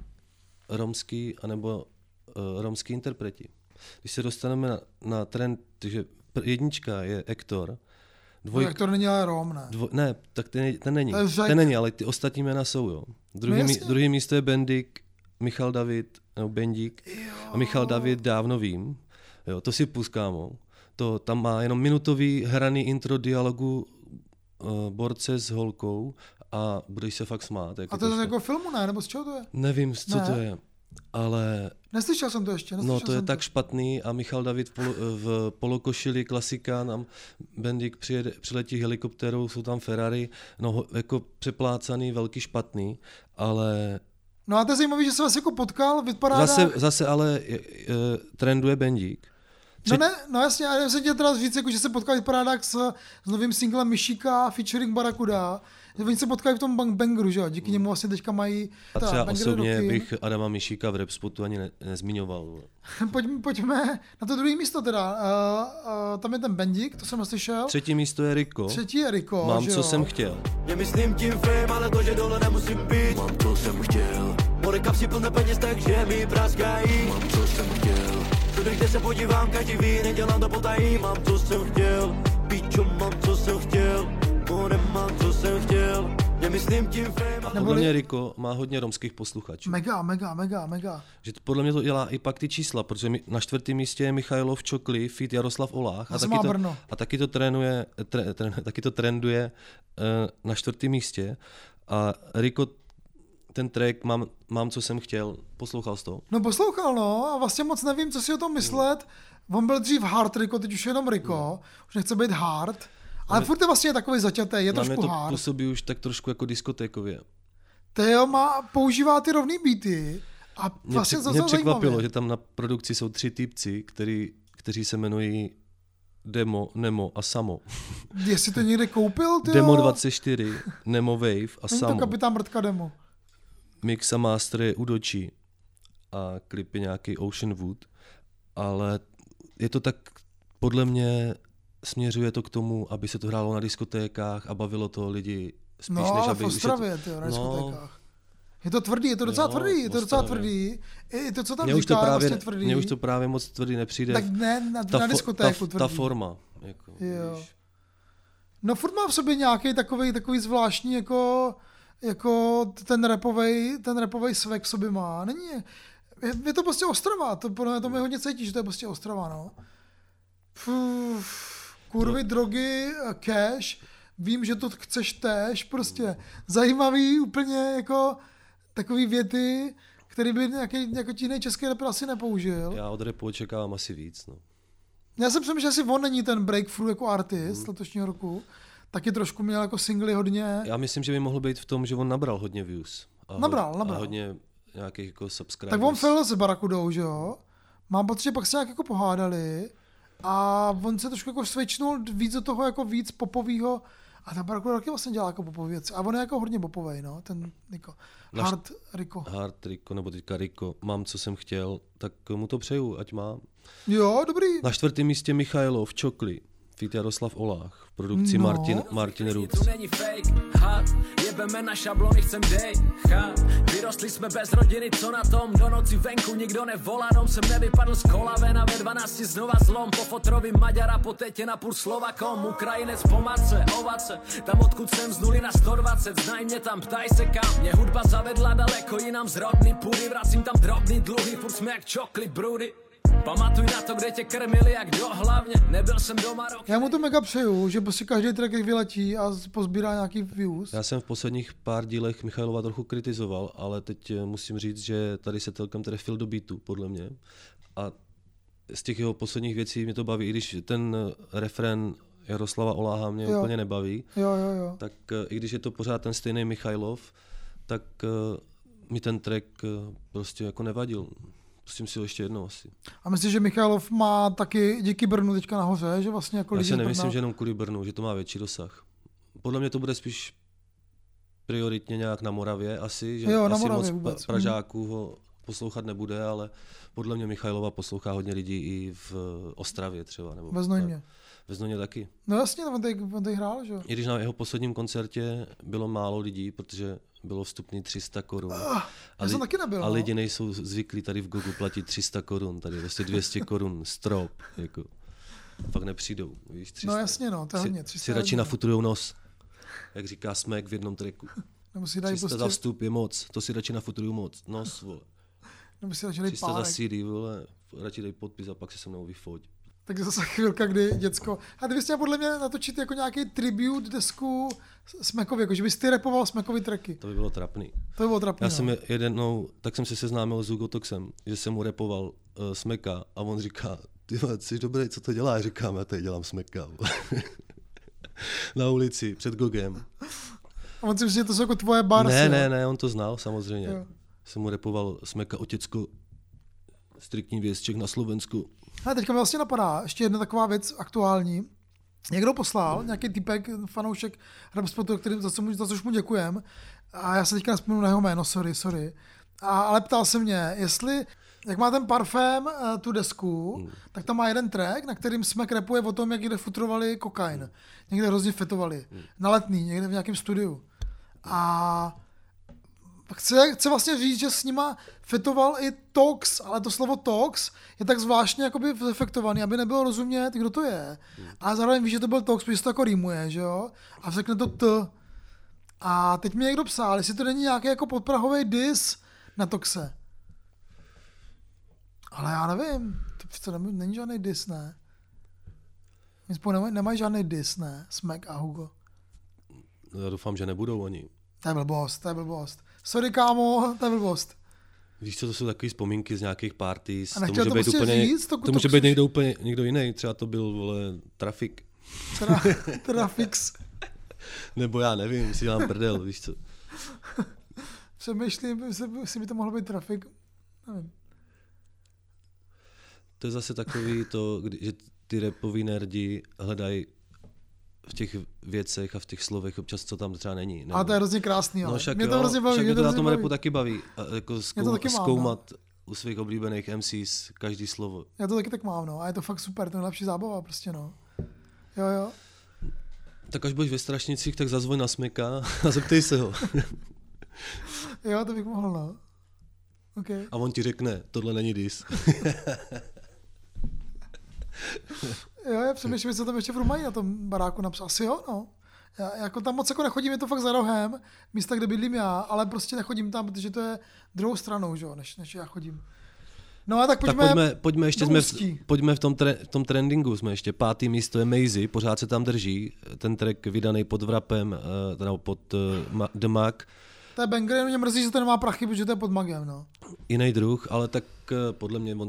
romský anebo romský interpreti. Když se dostaneme na trend, že jednička je Ektor, Ektor není ale Rom, ne? Ne, tak ten není, ale ty ostatní jména jsou, jo. Druhý místo je Bendik, Michal David, nebo Bendík, a Michal David dávno vím, jo, to si puskámo. To tam má jenom minutový hraný intro dialogu borce s holkou a budeš se fakt smát. A to je jako filmu, ne? Nebo z čeho to je? Nevím, co to je, ale... Neslyšel jsem to ještě. No to je tak špatný a Michal David v polokošili, klasika, nám Bendik přiletí helikoptérou, jsou tam Ferrari, no jako přeplácaný, velký špatný, ale... No a to je zajímavé, že se vás jako potkal, vypadá... Zase ale trenduje Bendik. No jasně, a já jsem chtěl teda říct, jako, že se potkali v parádách s novým singlem Myšíka featuring Barakuda. Oni se potkali v tom Bangeru, že jo? Díky němu vlastně teďka mají... A třeba osobně bych Adama Myšíka v rap spotu ani nezmiňoval. Pojďme na to druhé místo teda. Tam je ten Bendik, to jsem neslyšel. 3. místo je Riko. 3. je Riko, Mám, že co jo? jsem chtěl. Nemyslím tím fame, ale to, že dole nemusím být. Mám, co jsem chtěl. Moje kapsy plné peněz, takže mi praskají. Mám, co jsem chtěl. Všude, kde se podívám, každý ví, nedělám to potají. Mám, co jsem chtěl. Píčo, mám, co jsem chtěl. Nemám, co jsem chtěl. Nemyslím tím fame. Podle mě Riko má hodně romských posluchačů. Mega. Že podle mě to dělá i pak ty čísla, protože na 4. místě je Michailov Čokli, feat Jaroslav Olách a taky to trenduje na 4. místě. A Riko, ten track mám, co jsem chtěl, poslouchal jsi to? No poslouchal, no, a vlastně moc nevím, co si o tom myslet. On byl dřív hard Riko, teď už jenom Riko, už nechce být hard. Ale furt je vlastně takový zaťatý, je trošku hard. To působí už tak trošku jako diskotékově. Teo používá ty rovný beaty a vlastně mě překvapilo, že tam na produkci jsou 3 týpci, kteří se jmenují Demo, Nemo a Samo. Jestli to někde koupil, tyjo? Demo 24, Nemo Wave a Není Samo. to Kapitán Mrtka Demo. Mix a master je Udochi a klip je nějaký Ocean Wood, ale je to tak, podle mě směřuje to k tomu, aby se to hrálo na diskotékách a bavilo to lidi spíš, no, než ale aby... v Ostravě, na diskotékách. Je to tvrdý, je to docela tvrdý. I to, co tam říká, je vlastně tvrdý. Mně už to právě moc tvrdý nepřijde. Tak ne, na diskotéku tvrdý. Ta forma. Jako, jo. No furt má v sobě nějaký takový zvláštní, jako ten rapovej svek v sobě má. Je to prostě Ostrava, to mi hodně cítí, že to je prostě Ostrava, no. Kurvy, drogy, cash, vím, že to chceš též, prostě zajímavý úplně jako takový věty, který by jako jiný český rapper asi nepoužil. Já od rapu očekávám asi víc, no. Já jsem přemýšlel, že on není ten breakthrough jako artist letošního roku, taky trošku měl jako singly hodně. Já myslím, že by mohl být v tom, že on nabral hodně views. Nabral. A hodně nějakých jako subscribers. Tak on fell s Barakudou, že jo? Mám pocit, že pak se nějak jako pohádali a on se trošku jako switchnul víc do toho jako víc popovýho a ta Barakuda taky vlastně dělá jako popový věci. A on je jako hodně popovej, no, ten Riko. Hard Riko. Hard Riko, nebo teďka Riko. Mám, co jsem chtěl, tak mu to přeju, ať má. Jo, dobrý. Na 4. místě Michailov, Čokli, feat Jaroslav Olách, v produkci No. Martin Roots. To není fake, ha, jebeme na šablony, chcem ha. Vyrostli jsme bez rodiny, co na tom, do noci venku nikdo nevolá, dom jsem nevypadl z kola, vena ve 12 znova zlom, po fotrovi Maďara, po tetě na půl Slovakom, Ukrajinec po matce, ovace, tam odkud jsem z 0 na 120, znaj mě tam, ptaj se kam, mě hudba zavedla daleko jinam z rodný půdy, vracím tam drobný dluhy, furt jsme jak Čokli brudy. Pamatuj na to, kde tě krmili, jak kdo hlavně, nebyl jsem doma rok. Já mu to mega přeju, že prostě každý track jak vyletí a pozbírá nějaký views. Já jsem v posledních pár dílech Michailova trochu kritizoval, ale teď musím říct, že tady se celkem trefil do beatu, podle mě. A z těch jeho posledních věcí mě to baví, i když ten refrén Jaroslava Oláha mě úplně nebaví, Jo. tak i když je to pořád ten stejný Michailov, tak mi ten track prostě jako nevadil. Pustím si ho ještě jednou asi. A myslíš, že Michailov má taky díky Brnu teďka nahoře, že vlastně jako Já lidi si z Brna... nemyslím, že jenom kvůli Brnu, že to má větší dosah. Podle mě to bude spíš prioritně nějak na Moravě asi, že Jo, na asi Moravě moc vůbec. Pražáků ho poslouchat nebude, ale podle mě Michailova poslouchá hodně lidí i v Ostravě třeba. Nebo Ve Znojmě. Ve Znojmě taky. No jasně, on tady hrál, že jo. I když na jeho posledním koncertě bylo málo lidí, protože bylo vstupný 300 korun. Já jsem taky nebyl, a no. lidi nejsou zvyklí tady v Gogu platit 300 korun, tady prostě 200 korun strop. Jako. Fakt nepřijdou, víš, 300. No jasně, no, to je hodně. 300 Si radši hodně. nafutujou nos, jak říká Smek v jednom tracku. Nebo si dají 300 prostě, za vstup je moc, to si radši nafutujou moc, nos, vole. nebo si radši dají 300 za párek. CD, vole, radši dej podpis a pak se se mnou vyfoť. Tak zase chvilka, kdy děcko... A ty bys měl podle mě natočit jako nějaký tribute desku Smekovi, jako že bys ty rapoval Smekovi tracky. To by bylo trapný. To by bylo trapný, Já no. jsem jednou, tak jsem se seznámil s Hugo Toxem, že jsem mu rapoval Smeka a on říká, ty vole, jsi dobrý, co to děláš? Říkám, já tady dělám Smeka. Na ulici, před Gogem. A on si myslí, že to jsou jako tvoje bars. Ne, on to znal, samozřejmě. Jo. Jsem mu rapoval Smeka, Otěcko, striktní vězček na Slovensku. A teďka mi vlastně napadá ještě jedna taková věc aktuální. Někdo poslal, nějaký typek, fanoušek Rapsportu, za což mu děkujem. A já se teďka nespomenu na jeho jméno, sorry. Ale ptal se mě, jestli, jak má ten Parfém tu desku, tak tam má jeden track, na kterým Smek rapuje o tom, jak jde futrovali kokain. Někde hrozně fetovali. Na Letný, někde v nějakém studiu. A chce vlastně říct, že s nima fetoval i Tox, ale to slovo Tox je tak zvláštně jakoby zefektovaný, aby nebylo rozumět, kdo to je. A zároveň víš, že to byl Tox, protože se to jako rýmuje, že jo? A řekne to T. A teď mi někdo psal, jestli to není nějaký jako podprahový diss na Toxe. Ale já nevím, to přece není žádný diss, ne? Oni spolu nemají žádný diss, ne? Smek a Hugo. Já doufám, že nebudou oni. To je blbost. Sorry, kámo, to je blbost. Víš co, to jsou takové vzpomínky z nějakých parties. A nechtěl to být prostě úplně, říct, to může být někdo jiný, třeba to byl, vole, Trafik. Trafix. Nebo já nevím, si dělám prdel, víš co. Přemýšlím, jestli by to mohlo být Trafik. Nevím. To je zase takový to, že ty rapoví nerdi hledají v těch věcech a v těch slovech občas, co tam třeba není. Ale to je hrozně krásný, ale. No však Mě to hrozně baví. Mě to na tom rapu taky baví. A jako to taky mám, zkoumat u svých oblíbených MCs každý slovo. Já to taky tak mám, no. A je to fakt super, to je nejlepší zábava prostě, no. Jo. Tak až budeš ve Strašnicích, tak zazvoň na Smeka a zeptej se ho. Jo, to bych mohl, no. Okay. A on ti řekne, tohle není dis. Jo, já přemýšlím, co tam ještě furt mají na tom baráku napsat. Asi jo, no. Já jako tam moc jako nechodím, je to fakt za rohem, místa, kde bydlím já, ale prostě nechodím tam, protože to je druhou stranou, že jo, než já chodím. No a tak pojďme ještě, pojďme v tom trendingu, jsme ještě 5. místo je Mazy, pořád se tam drží, ten track vydaný pod Vrapem, teda pod The Mag. To je banger, jenom mě mrzí, že to nemá prachy, protože to je pod Magem, no. Jiný druh, ale tak podle mě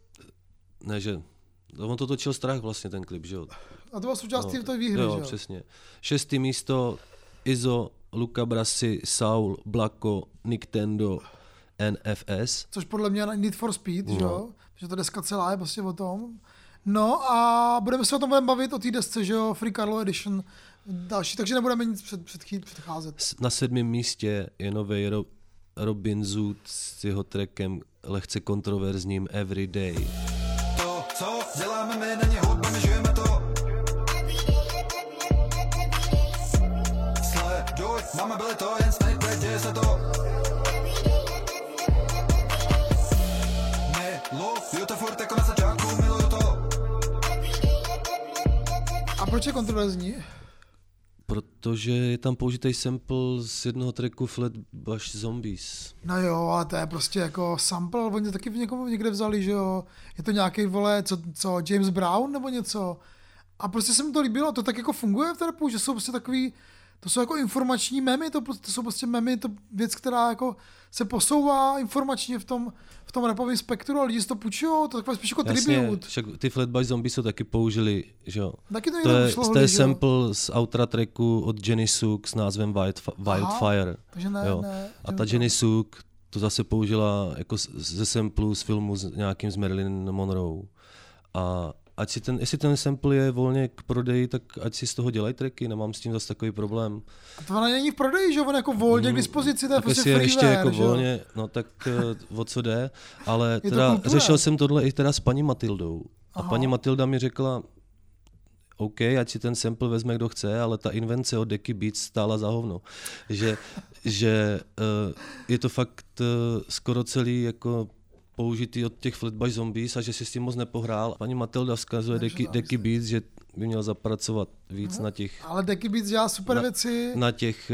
on to točil Strach vlastně ten klip, že jo. A to bylo součástí té výhry, jo, že jo? Přesně. 6. místo Izo, Luca Brasi, Saul, Blako, Nintendo, NFS. Což podle mě Need for Speed, že jo? Protože ta deska celá je prostě o tom. No a budeme se o tom bavit, o té desce, že jo? Free Carlo Edition další, takže nebudeme nic předcházet. Na 7. místě je nový Robin Zoot s jeho trackem lehce kontroverzním Everyday. Co děláme my, není hudba, my žijeme to. Sleduj, máme byli to, jen snejte, děje se to. Miluju to furt jako na začátku, miluju to. A proč je kontroverzní? Protože je tam použitý sample z jednoho tracku Flatbush Zombies. No jo, ale to je prostě jako sample, oni to taky v někomu někde vzali, že jo. Je to nějaký, vole, co James Brown nebo něco. A prostě se mi to líbilo, to tak jako funguje v té rapu, že jsou prostě takový, to jsou jako informační memy, to jsou prostě memy, to věc, která jako se posouvá informačně v tom rapovém spektru a lidi si to půjčujou, to je spíš jako tribute. Však ty Flatbush Zombies to taky použili, že jo. Taky To je sample z outra tracku od Jenny Suk s názvem Wildfire. Takže ne, jo. A ta Jenny Suk to zase použila jako ze samplu z filmu s nějakým z Marilyn Monroe. A jestli ten sample je volně k prodeji, tak ať si z toho dělají tracky, nemám s tím zase takový problém. A to ona není v prodeji, že on jako volně k dispozici, to je prostě freeware, ještě jako že? volně, no tak o co jde, ale teda řešil jsem tohle i teda s paní Matildou. A paní Matilda mi řekla, OK, ať si ten sample vezme kdo chce, ale ta invence od Decky Beats stála za hovno. Že je to fakt skoro celý jako použitý od těch Flatbush Zombies a že si s tím moc nepohrál. Paní Matilda vzkazuje Decky Beats, že by měl zapracovat víc na těch... Ale Decky Beats dělá super věci. Na těch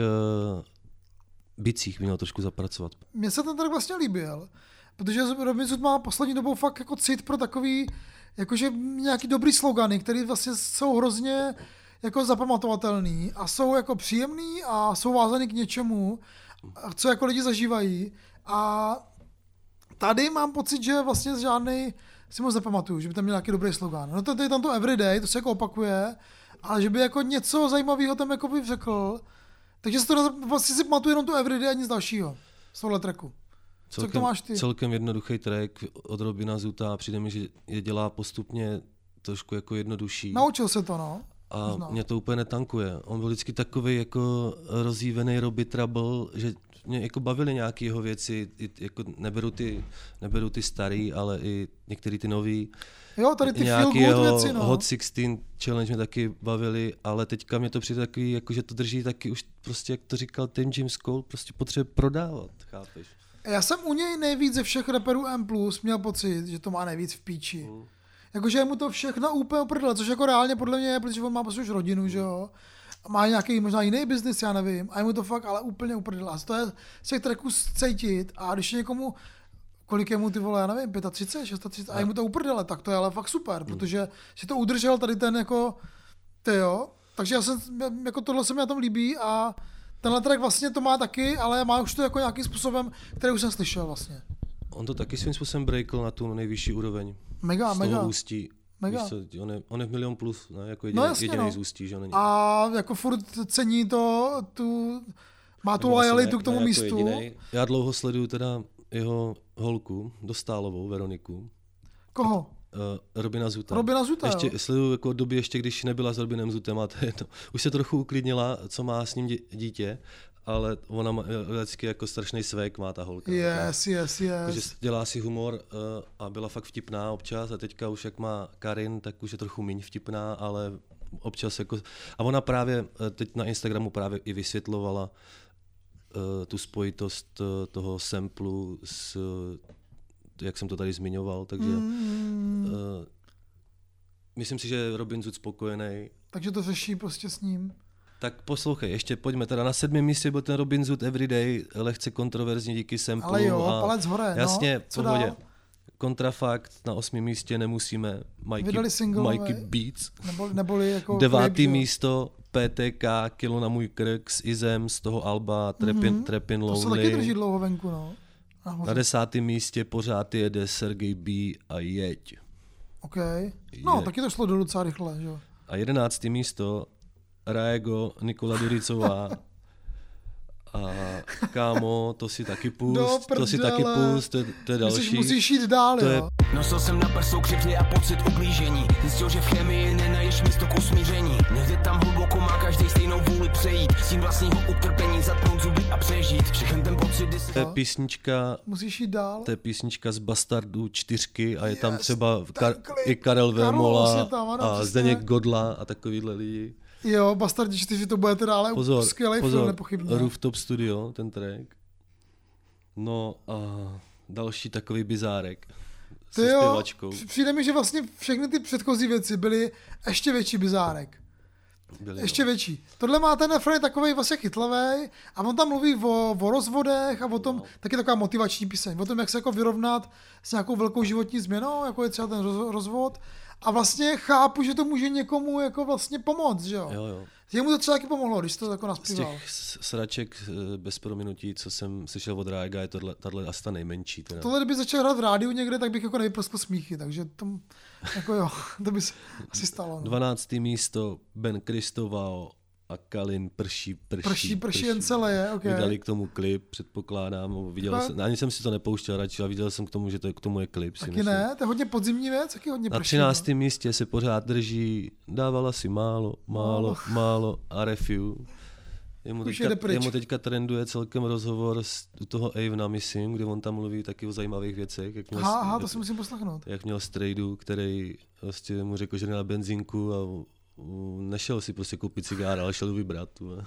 bicích by měl trošku zapracovat. Mně se ten track vlastně líbil, protože Robin Hood má poslední dobou fakt jako cit pro takový, jakože nějaký dobrý slogany, které vlastně jsou hrozně jako zapamatovatelný a jsou jako příjemný a jsou vázaný k něčemu, co jako lidi zažívají. A tady mám pocit, že vlastně žádnej si moc nepamatuju, že by tam měl nějaký dobrý slogan. No to je tam to Everyday, to se jako opakuje, ale že by jako něco zajímavého tam jako by řekl, takže si to vlastně si pamatuju jenom tu Everyday a nic dalšího z tohle tracku. Co to máš ty? Celkem jednoduchý track od Robina Zuta, přijde mi, že je dělá postupně trošku jako jednodušší. Naučil se to, no. A mě to úplně netankuje. On byl vždycky takový jako rozjívený Robbie Trouble, že mě jako bavily nějaké jeho věci, jako neberu ty starý, ale i některé ty nový. Jo, tady ty nějaký feel good věci, no. Hot 16 Challenge mě taky bavili, ale teďka mě to přijde takový, jako že to drží taky už prostě, jak to říkal ten James Cole, prostě potřebuje prodávat, chápeš? Já jsem u něj nejvíc ze všech rapperů M+, měl pocit, že to má nejvíc v píči. Jakože je mu to všechno úplně oprdele, což jako reálně podle mě je, protože on má prostě už rodinu, že jo. A má nějaký možná jiný biznis, já nevím. A je mu to fakt ale úplně uprdele. A to je z těch tracků cítit. A když je někomu, kolik je mu ty vole, já nevím, 35, 36, a je mu to uprdele, tak to je ale fakt super, protože si to udržel tady ten jako, tyjo. Takže já jsem, jako tohle se mi na tom líbí a tenhle track vlastně to má taky, ale má už to jako nějakým způsobem, který už jsem slyšel vlastně. On to taky svým způsobem breakl na tu nejvyšší úroveň. Mega. Ústí. Mega. Co, on je v milion plus, ne? Jako jediný z Ústí, že on není. A jako furt cení má tu lojalitu k tomu místu. Jedinej. Já dlouho sleduju teda jeho holku, Dostálovou, Veroniku. Koho? Robina Zuta. Ještě sleduju jako od doby ještě, když nebyla s Robinem Zutem a to. Už se trochu uklidnila, co má s ním dítě, ale ona má vždycky jako strašný svek, má ta holka. Yes. Takže dělá si humor a byla fakt vtipná občas a teďka už jak má Karin, tak už je trochu méně vtipná, ale občas jako... A ona právě teď na Instagramu právě i vysvětlovala tu spojitost toho samplu s, jak jsem to tady zmiňoval, takže myslím si, že je Robin Hood spokojený. Takže to řeší prostě s ním. Tak poslouchej, ještě pojďme, teda na 7. místě byl ten Robin Hood Everyday, lehce kontroverzní díky samplu. Ale jo, palec hore, jasně, no, pohodě. Kontrafakt na 8. místě nemusíme, Mikey Beats. Neboli jako 9. místo PTK, Kilo na můj krk s Izem z toho alba Trappin' Lonely. To se taky drží dlouho venku, no. Na 10. místě pořád jede Sergej B a Jeď. OK. No, taky to šlo dolů docela rychle, že jo. A 11. místo Raego, Nikola Duricová. A kámo, to si taky pust, to je další. Musíš jít dál, jo. Nosil jsem na prsou křivně a pocit ublížení. Zjistil, že v chemii nenaješ místo k usmíření. Někde tam hluboko má každý stejnou vůli přejít. S tím vlastního utrpení zatnout zuby a přežít. Všechen ten pocit si To je písnička, Musíš jít dál. to je písnička z Bastardů 4 a je tam Yes, třeba ten klip. i Karel Carlos Vémola je tam, ano, a přesně. Zdeněk Godla a takovýhle lidi. Jo, Bastardi 4, to bude teda ale Pozor, skvělý film, pozor, nepochybně. Rooftop Studio, ten track. No a další takový bizárek Ty se jo, zpěvačkou. přijde mi, že vlastně všechny ty předchozí věci byly ještě větší bizárek. Byli, Ještě no. větší. Tohle má ten refrén takový vlastně chytlavý a on tam mluví o rozvodech a o tom, taky taková motivační píseň, o tom, jak se jako vyrovnat s nějakou velkou životní změnou, jako je třeba ten rozvod. A vlastně chápu, že to může někomu jako vlastně pomoct, že jo? Jo. Jemu to třeba taky pomohlo, když to jako Z naspíval. těch sraček bez prominutí, co jsem slyšel od Rága, je tahle asi ta nejmenší. Teda. Tohle, kdyby začal hrát v rádiu někde, tak bych jako nevyprskl smíchy, takže to, jako jo, to by se asi stalo. No. 12. místo Ben Kristovao a Kalin Prší Jen celé je, ok. Vydali k tomu klip, předpokládám. Ani jsem si to nepouštěl radši, ale viděl jsem k tomu, že k tomu je klip. Si Taky myslím. ne, to je hodně podzimní věc, taky hodně Na prší. 13. místě se pořád drží Dávala si málo a Refiu. Už jede pryč. Jemu teďka trenduje celkem rozhovor u toho Avena, myslím, kde on tam mluví taky o zajímavých věcech. Jak měl, Aha, to si musím poslechnout. jak měl strejdu, který vlastně mu řekl, že jde na benzínku a nešel si prostě koupit cigára, ale šel ho vybrat.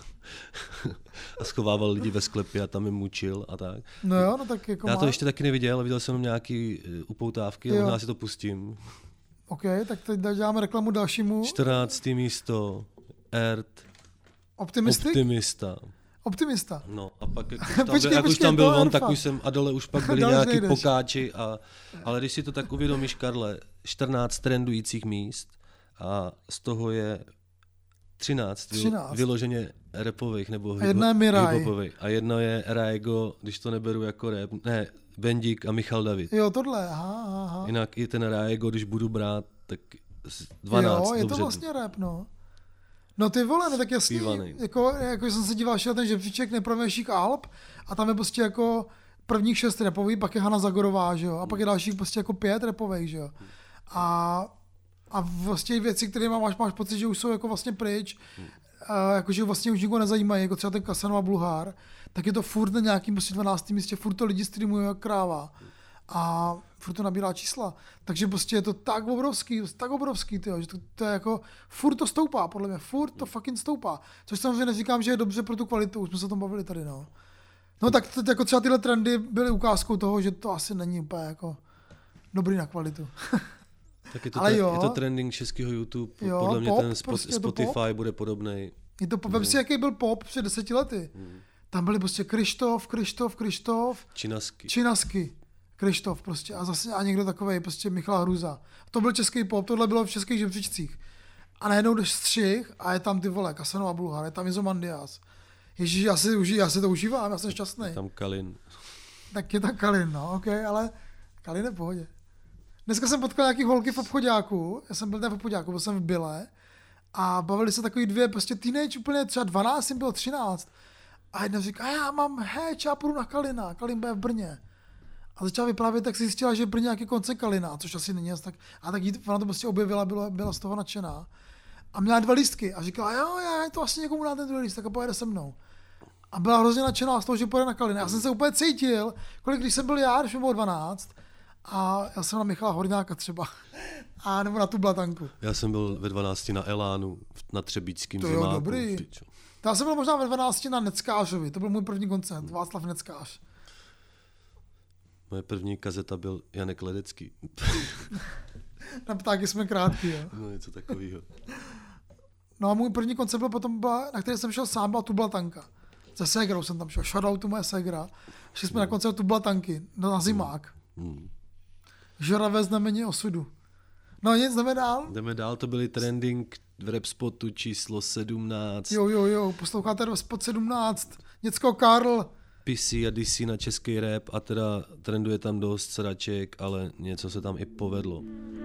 A schovával lidi ve sklepě a tam je mučil a tak. No jo, no tak jako Já to má. ještě taky neviděl, ale viděl jsem nějaký upoutávky a Jo. možná si to pustím. OK, tak teď děláme reklamu dalšímu. 14. místo Ert Optimista. No a pak jak Počkej, už tam to byl je on, Erfa. tak už jsem a dole už pak byli Dál už nějaký nejdeš. pokáči. Ale když si to tak uvědomíš, Karle, 14 trendujících míst a z toho je 13 vyloženě rapových nebo A jedna je Mirai. hiphopových. A jedno je Raigo, když to neberu jako rap, ne, Bendík a Michal David. Jo, tohle, aha. Jinak i ten Raigo, když budu brát, tak 12, Jo, je to dobře. vlastně rap, no. No ty vole, no tak jasný, Zpívaný. jako jsem se díval na ten žebříček nejprvějších alb a tam je prostě jako prvních 6 rapových, pak je Hana Zagorová, že jo, a pak je dalších prostě jako 5 rapových, že jo. A vlastně věci, které máš pocit, že už jsou jako vlastně pryč, jakože vlastně už nikoho nezajímají, jako třeba ten Casanova Bluhár, tak je to furt na nějakým prostě 12. místě, furt to lidi streamují jak kráva. A furt to nabírá čísla. Takže prostě je to tak obrovský, tyjo, že to je jako, furt to stoupá, podle mě, furt to fucking stoupá. Což samozřejmě neříkám, že je dobře pro tu kvalitu, už jsme se o tom bavili tady, no. No tak jako třeba tyhle trendy byly ukázkou toho, že to asi není úplně jako dobrý na kvalitu. Tak je to, Ale jo. je to trending českého YouTube. Jo, Podle mě pop, ten prostě je to Spotify pop. bude podobný. Je to, vem si, jaký byl pop před 10 lety. Tam byli prostě Krištof, Činasky. Krištof prostě a zase a někdo takovej, prostě Michal Hruza. To byl český pop, tohle bylo v českých žebříčcích. A najednou jdeš střih a je tam ty vole, Casanova Bulhar, je tam Izomandias. Ježíš, já si to užívám, já jsem šťastný. Tam Kalin. Tak je tam Kalin, no, ok, ale Kalin je v pohodě. Dneska jsem potkal nějaký holky v obchoďáku, já jsem byl v obchoďáku, byl jsem v Bile a bavili se takový dvě, prostě teenage úplně, třeba 12, jsem byl 13. A jedna říká, já mám já půjdu na Kalina, Kalin bude v Brně. A začala vyprávět, tak si zjistila, že v Brně nějaký koncert Kalina, což asi není tak. A tak ona to prostě objevila, byla z toho nadšená. A měla 2 lístky a říkala, jo, já to asi někomu dám ten 2 lístek a pojede se mnou. A byla hrozně nadšená z toho, že pojede na Kalina. Já jsem se úplně cítil, když jsem byl já, když mi bylo 12, a já jsem na Michala Horňáka třeba, a nebo na tu Blatanku. Já jsem byl ve 12 na Elánu, na Třebíčském To zimáku. jo, dobrý. Já jsem byl možná ve 12 na Neckářovi, to byl můj první koncert, Václav Neckář. Moje první kazeta byl Janek Ledecký. Na Ptáky jsme krátký, jo. No něco takového. No a můj první koncert byl potom, na který jsem šel sám, byla tu Blatanka. Se ségrou jsem tam šel, shoutoutu moje ségra. Šli jsme na koncert tu Blatanky, na zimák. Žravé znamení osudu. No nic, jdeme dál. To byly trending v rap spotu číslo 17. Jo, posloucháte rap spot 17. Něcko Karl. PC a DC na český rap a teda trenduje tam dost sraček, ale něco se tam i povedlo.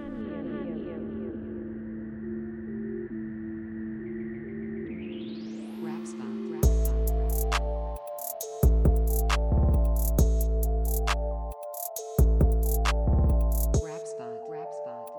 Rap spot. Rap spot.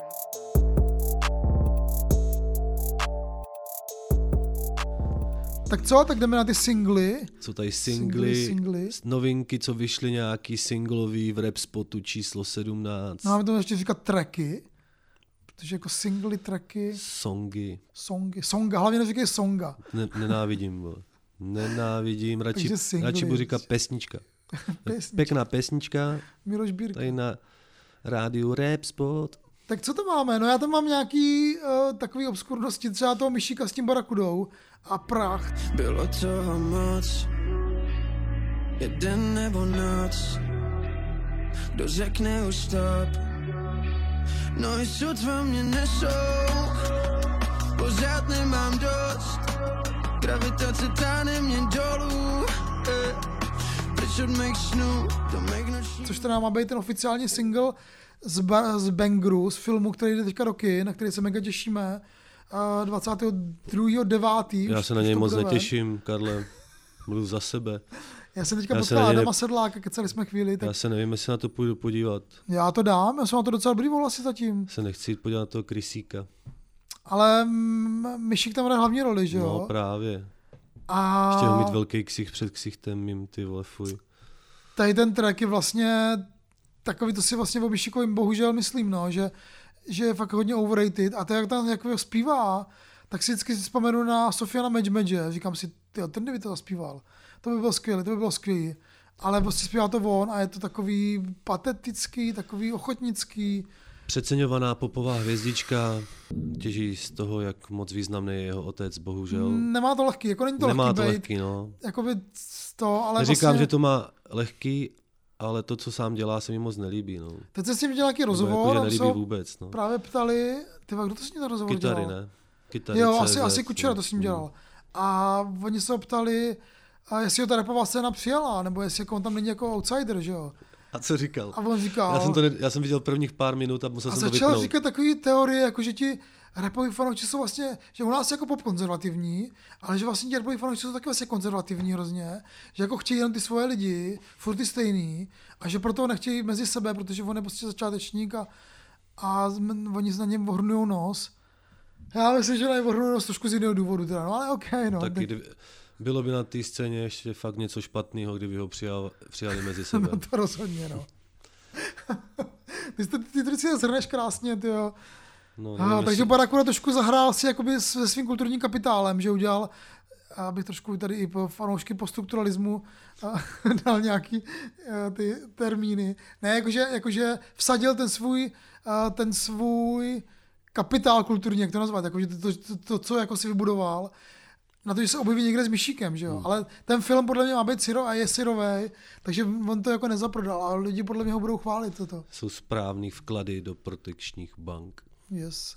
Tak co? Tak jdeme na ty singly. Co tady Singly. singly, novinky, co vyšly nějaký singlový v rap spotu číslo 17. No, máme to ještě říkat tracky, protože jako singly, tracky, Songy. songa, hlavně neříkej songa. Nenávidím, vole. Nenávidím, radši budu říkat pesnička. Pěkná pesnička, Miloš Bírka. tady na rádiu Rap Spot. Tak co to máme? No já tam mám nějaký takový obskurnosti, třeba toho Myšíka s tím Barakudou a Prach. Bylo toho moc, jeden nebo noc, kdo řekne už stop. No i sotva mě nesou, pořád nemám dost, gravitace táhne mě dolů, pryč od mých snů, do mých noční. Což teda má být ten oficiální single z Bangeru, z filmu, který jde teďka do kin, na který se mega těšíme. 22.9. Já se na něj moc netěším, Karle. Mluv za sebe. Já jsem teďka potkal Adama Sedláka, kecali jsme chvíli. Tak... Já se nevím, jestli na to půjdu podívat. Já to dám, já jsem na to docela dobrý vlasy zatím. Se nechci jít podívat na toho Krysíka. Ale Myšík tam hraje hlavní roli, že jo? No právě. A... Ještě ho mít velký ksich před ksichtem mým, ty vole, fuj. Tady ten track je vlastně takový, to si vlastně o Myšíkovým bohužel myslím, no, že je fakt hodně overrated a to, jak tam jako zpívá, tak si vždycky vzpomenu na Sofiana Medžmedže. Říkám si, tyjo, ten by to zaspíval. To by bylo skvělý. Ale prostě zpívá to on a je to takový patetický, takový ochotnický. Přeceňovaná popová hvězdička, těží z toho, jak moc významný je jeho otec, bohužel. Nemá to lehký, jako není to Nemá lehký to bejt. lehký, no. Jakoby to, ale Neříkám, vlastně... že to má lehký, ale to, co sám dělá, se mi moc nelíbí, no. Teď se s ním dělal nějaký rozhovor. Jako, že nelíbí vůbec, no. Právě ptali, kdo to s ním ten rozhovor dělal? Kytary, ne? Kytary, jo, CZ, asi Kučera to s ním dělal. A oni se ho ptali, jestli ho ta rapová scéna přijala, nebo jestli on tam není jako outsider, že jo. A co říkal? A on říkal... Já jsem viděl prvních pár minut a musel jsem to vypnout. A začal říkat takové teorie, jako že ti rapoví fanoušci jsou vlastně, že u nás je jako pop konzervativní, ale že vlastně ti rapoví fanoušci jsou taky vlastně konzervativní hrozně, že jako chtějí jenom ty svoje lidi, furt ty stejný, a že proto nechtějí mezi sebe, protože on je prostě začátečník a oni na něm ohrnujou nos. Já myslím, že neohrnujou nos trošku z jiného důvodu, teda, no ale okej, no. Taky bylo by na té scéně ještě fakt něco špatného, kdyby ho přijali mezi sebe. No to rozhodně, no. Ty to vždycky zhrneš krásně, tyjo. No, takže Barakuda trošku zahrál si jakoby se svým kulturním kapitálem, že udělal, abych trošku tady i po fanoušky poststrukturalismu dal nějaký ty termíny. Ne, jakože vsadil ten svůj kapitál kulturní, jak to nazvat, jakože to co jako si vybudoval, na to, že se objeví někde s Myšíkem, že jo. Ale ten film podle mě má být a je syrovej, takže on to jako nezaprodal, ale lidi podle mě ho budou chválit toto. Jsou správný vklady do protekčních bank. Yes.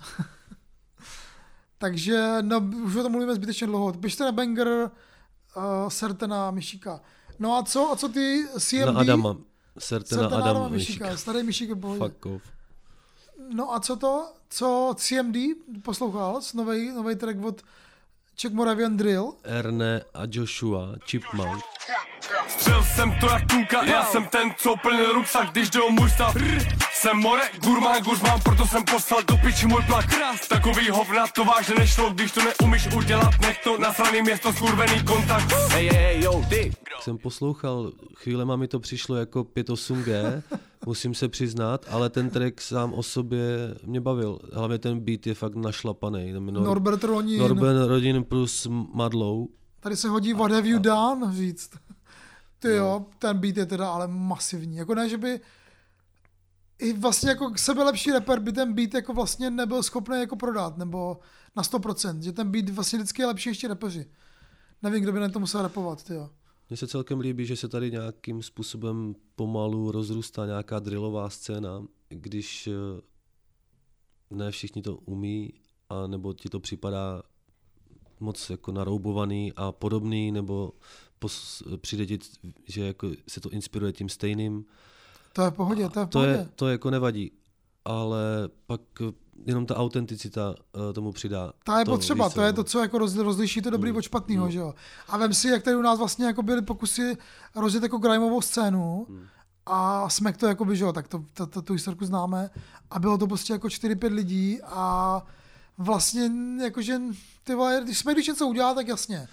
Takže, no, už o tom mluvíme zbytečně dlouho. Běžte na Banger, serte na Myšíka. No a co ty CMD? Na Adama. Serte na Adama Myšíka. Starý Myšík je pohodě. Fuck off. No a co CMD poslouchal? Novej track od Czech Moravian Drill. Erne a Joshua, Chipmunk. Střel jsem to jak kůka, já jsem ten, co plnil ruksak, když jde o můj stav. Jsem more, gurmán, proto jsem poslal do piči můj plak. Takový hovna, to vážně nešlo, když to neumíš udělat, nech to nasraný město, skurvený kontakt. Hey, yo, ty. Jsem poslouchal, chvílema mi to přišlo jako 5.8G, musím se přiznat, ale ten track sám o sobě mě bavil. Hlavně ten beat je fakt našlapaný. Norbert Rodin plus Madlow. Tady se hodí What Have You Done říct. Ty jo, ten beat je teda ale masivní. Jako ne, že by i vlastně jako sebelepší rapper by ten beat jako vlastně nebyl schopný jako prodat, nebo na 100%, že ten beat vlastně vždycky je lepší ještě rapeři. Nevím, kdo by na to musel rapovat, ty jo. Mně se celkem líbí, že se tady nějakým způsobem pomalu rozrůstá nějaká drillová scéna, když ne všichni to umí, a nebo ti to připadá moc jako naroubovaný a podobný, nebo přijde ti, že jako se to inspiruje tím stejným. To je v pohodě, to je v pohodě. To jako nevadí, ale pak jenom ta autenticita tomu přidá. Ta je potřeba, to je to, co jako rozliší to dobrý od špatného, že jo. A vem si, jak tady u nás vlastně jako byly pokusy rozjet jako grimeovou scénu a Smek to jakoby, že jo, tak tu historku známe a bylo to prostě jako 4-5 lidí a vlastně jakože, ty vole, když Smek když něco udělá, tak jasně.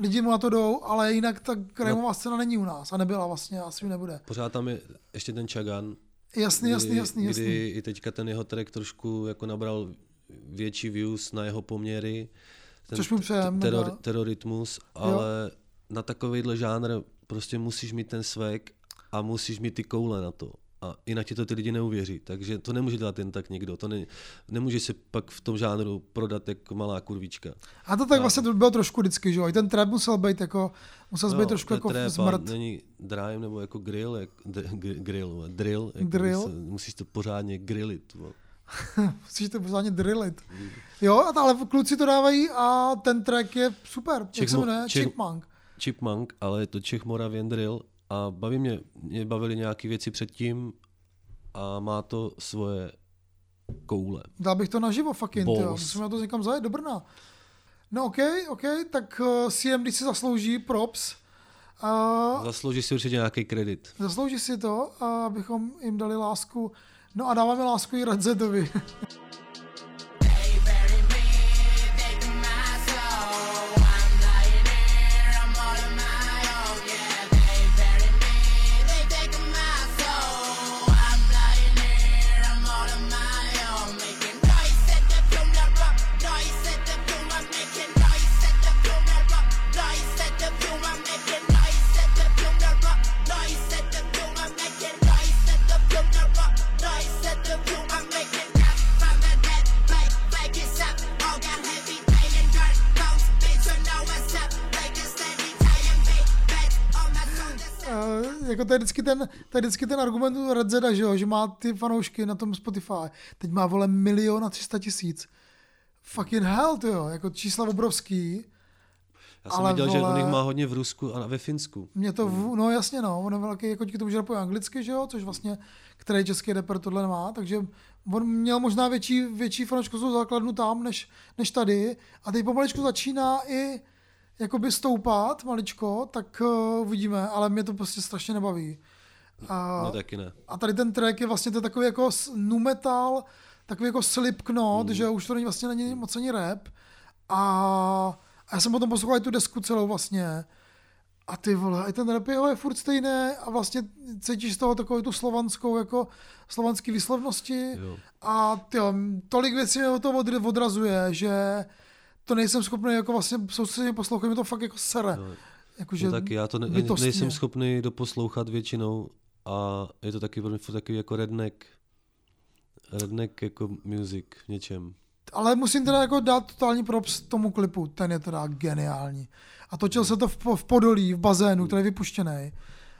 lidi mu na to jdou, ale jinak ta graimová scéna není u nás a nebyla vlastně, asi nebude. Pořád tam je ještě ten Chagan. Jasný. Kdy i teďka ten jeho track trošku jako nabral větší views na jeho poměry. Ten Což mu přejem. Terorytmus, ale na takovýhle žánr prostě musíš mít ten swag a musíš mít ty koule na to. A jinak ti to ty lidi neuvěří, takže to nemůže dělat jen tak někdo. To nemůže se pak v tom žánru prodat jako malá kurvíčka. A to tak vlastně to bylo trošku vždycky, že jo? I ten trap musel být trošku jako zmrt. Není drive nebo jako drill. Musíš to pořádně grillit. Musíš to pořádně drillit. Jo, ale kluci to dávají a ten track je super. Jak se jmenuje? Chipmunk. Chipmunk, ale je to Czech Moravian drill. A mě bavily nějaké věci předtím a má to svoje koule. Dal bych to naživo fucking, jo. Musíme na to někam zajet do Brna. No OK, tak CMD si zaslouží props. Zaslouží si určitě nějaký kredit. Zaslouží si to, abychom jim dali lásku. No a dáváme lásku i Redzetovi. Jako to je vždycky ten argument u Redzeda, že má ty fanoušky na tom Spotify. Teď má 1 300 000. Fucking hell, tyjo, jako čísla obrovský. Já jsem viděl, že on jich má hodně v Rusku a ve Finsku. Mě to, no jasně no, on je velký, jako díky tomu, že rapuje anglicky, že jo, což vlastně, který český rapper tohle nemá, takže on měl možná větší fanouškovskou základnu tam, než tady. A teď pomaličku začíná i jakoby stoupat maličko, tak uvidíme, ale mě to prostě strašně nebaví. No taky ne. A tady ten track je vlastně to takový jako nu metal, takový jako Slipknot, že už to není moc ani rap. A já jsem potom poslouchal tu desku celou vlastně. A ty vole, i ten rap je furt stejný a vlastně cítíš z toho takovou tu slovanskou, jako slovanský výslovnosti. Jo. A tyjo, tolik věcí mě to odrazuje, že to nejsem schopný jako vlastně soustředně poslouchat, mě to fakt jako sere. No, jakože no taky, já to nejsem schopný doposlouchat většinou a je to taky jako redneck jako music v něčem. Ale musím teda jako dát totální props tomu klipu, ten je teda geniální. A točil se to v Podolí, v bazénu, který je vypuštěný.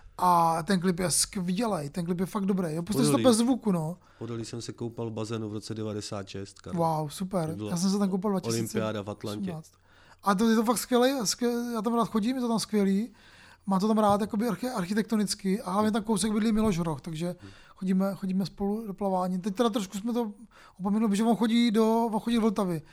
A ten klip je skvělej, ten klip je fakt dobrý. Jo, prostě to bez zvuku, no. Podolí jsem se koupal v bazénu v roce 96. Wow, super. Já jsem se tam koupal 2018. Olympiáda v Atlantě. A to je to fakt skvělý, já tam rád chodím, je to tam skvělý. Má to tam rád jakoby architektonicky a hlavně tam kousek bydlí Miloš Roch, takže chodíme spolu do plavání. Teď teda trošku jsme to opomenuli, že on chodí do Vltavy.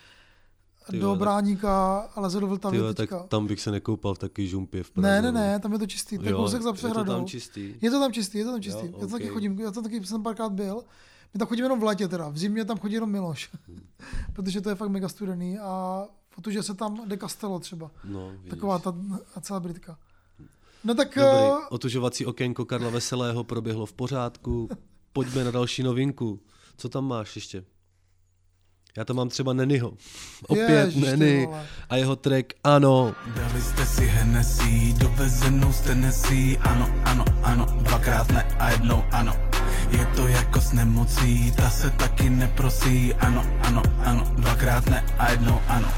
Do Bráníka a leze do Vltavy teďka. Tak tam bych se nekoupal v takový žumpě v Praze. Ne, tam je to čistý. Ten kousek za přehradou. Je to tam čistý? Je to tam čistý. Jo, já tam taky okay. chodím, já tam taky jsem párkrát byl. My tam chodíme jenom v létě teda, v zimě tam chodí jenom Miloš. Protože to je fakt mega studený a protože se tam de Castello třeba. No, taková ta celebritka. No tak... Dobrý, otužovací okénko Karla Veselého proběhlo v pořádku. Pojďme na další novinku. Co tam máš ještě? Já tam mám třeba Nennyho. Opět Nenny a jeho track Ano. Dali jste si Hennessy, dovezenou z Tennessee. Ano, dvakrát ne a jednou ano. Je to jako s nemocí, ta se taky neprosí. Ano, dvakrát ne a jednou ano.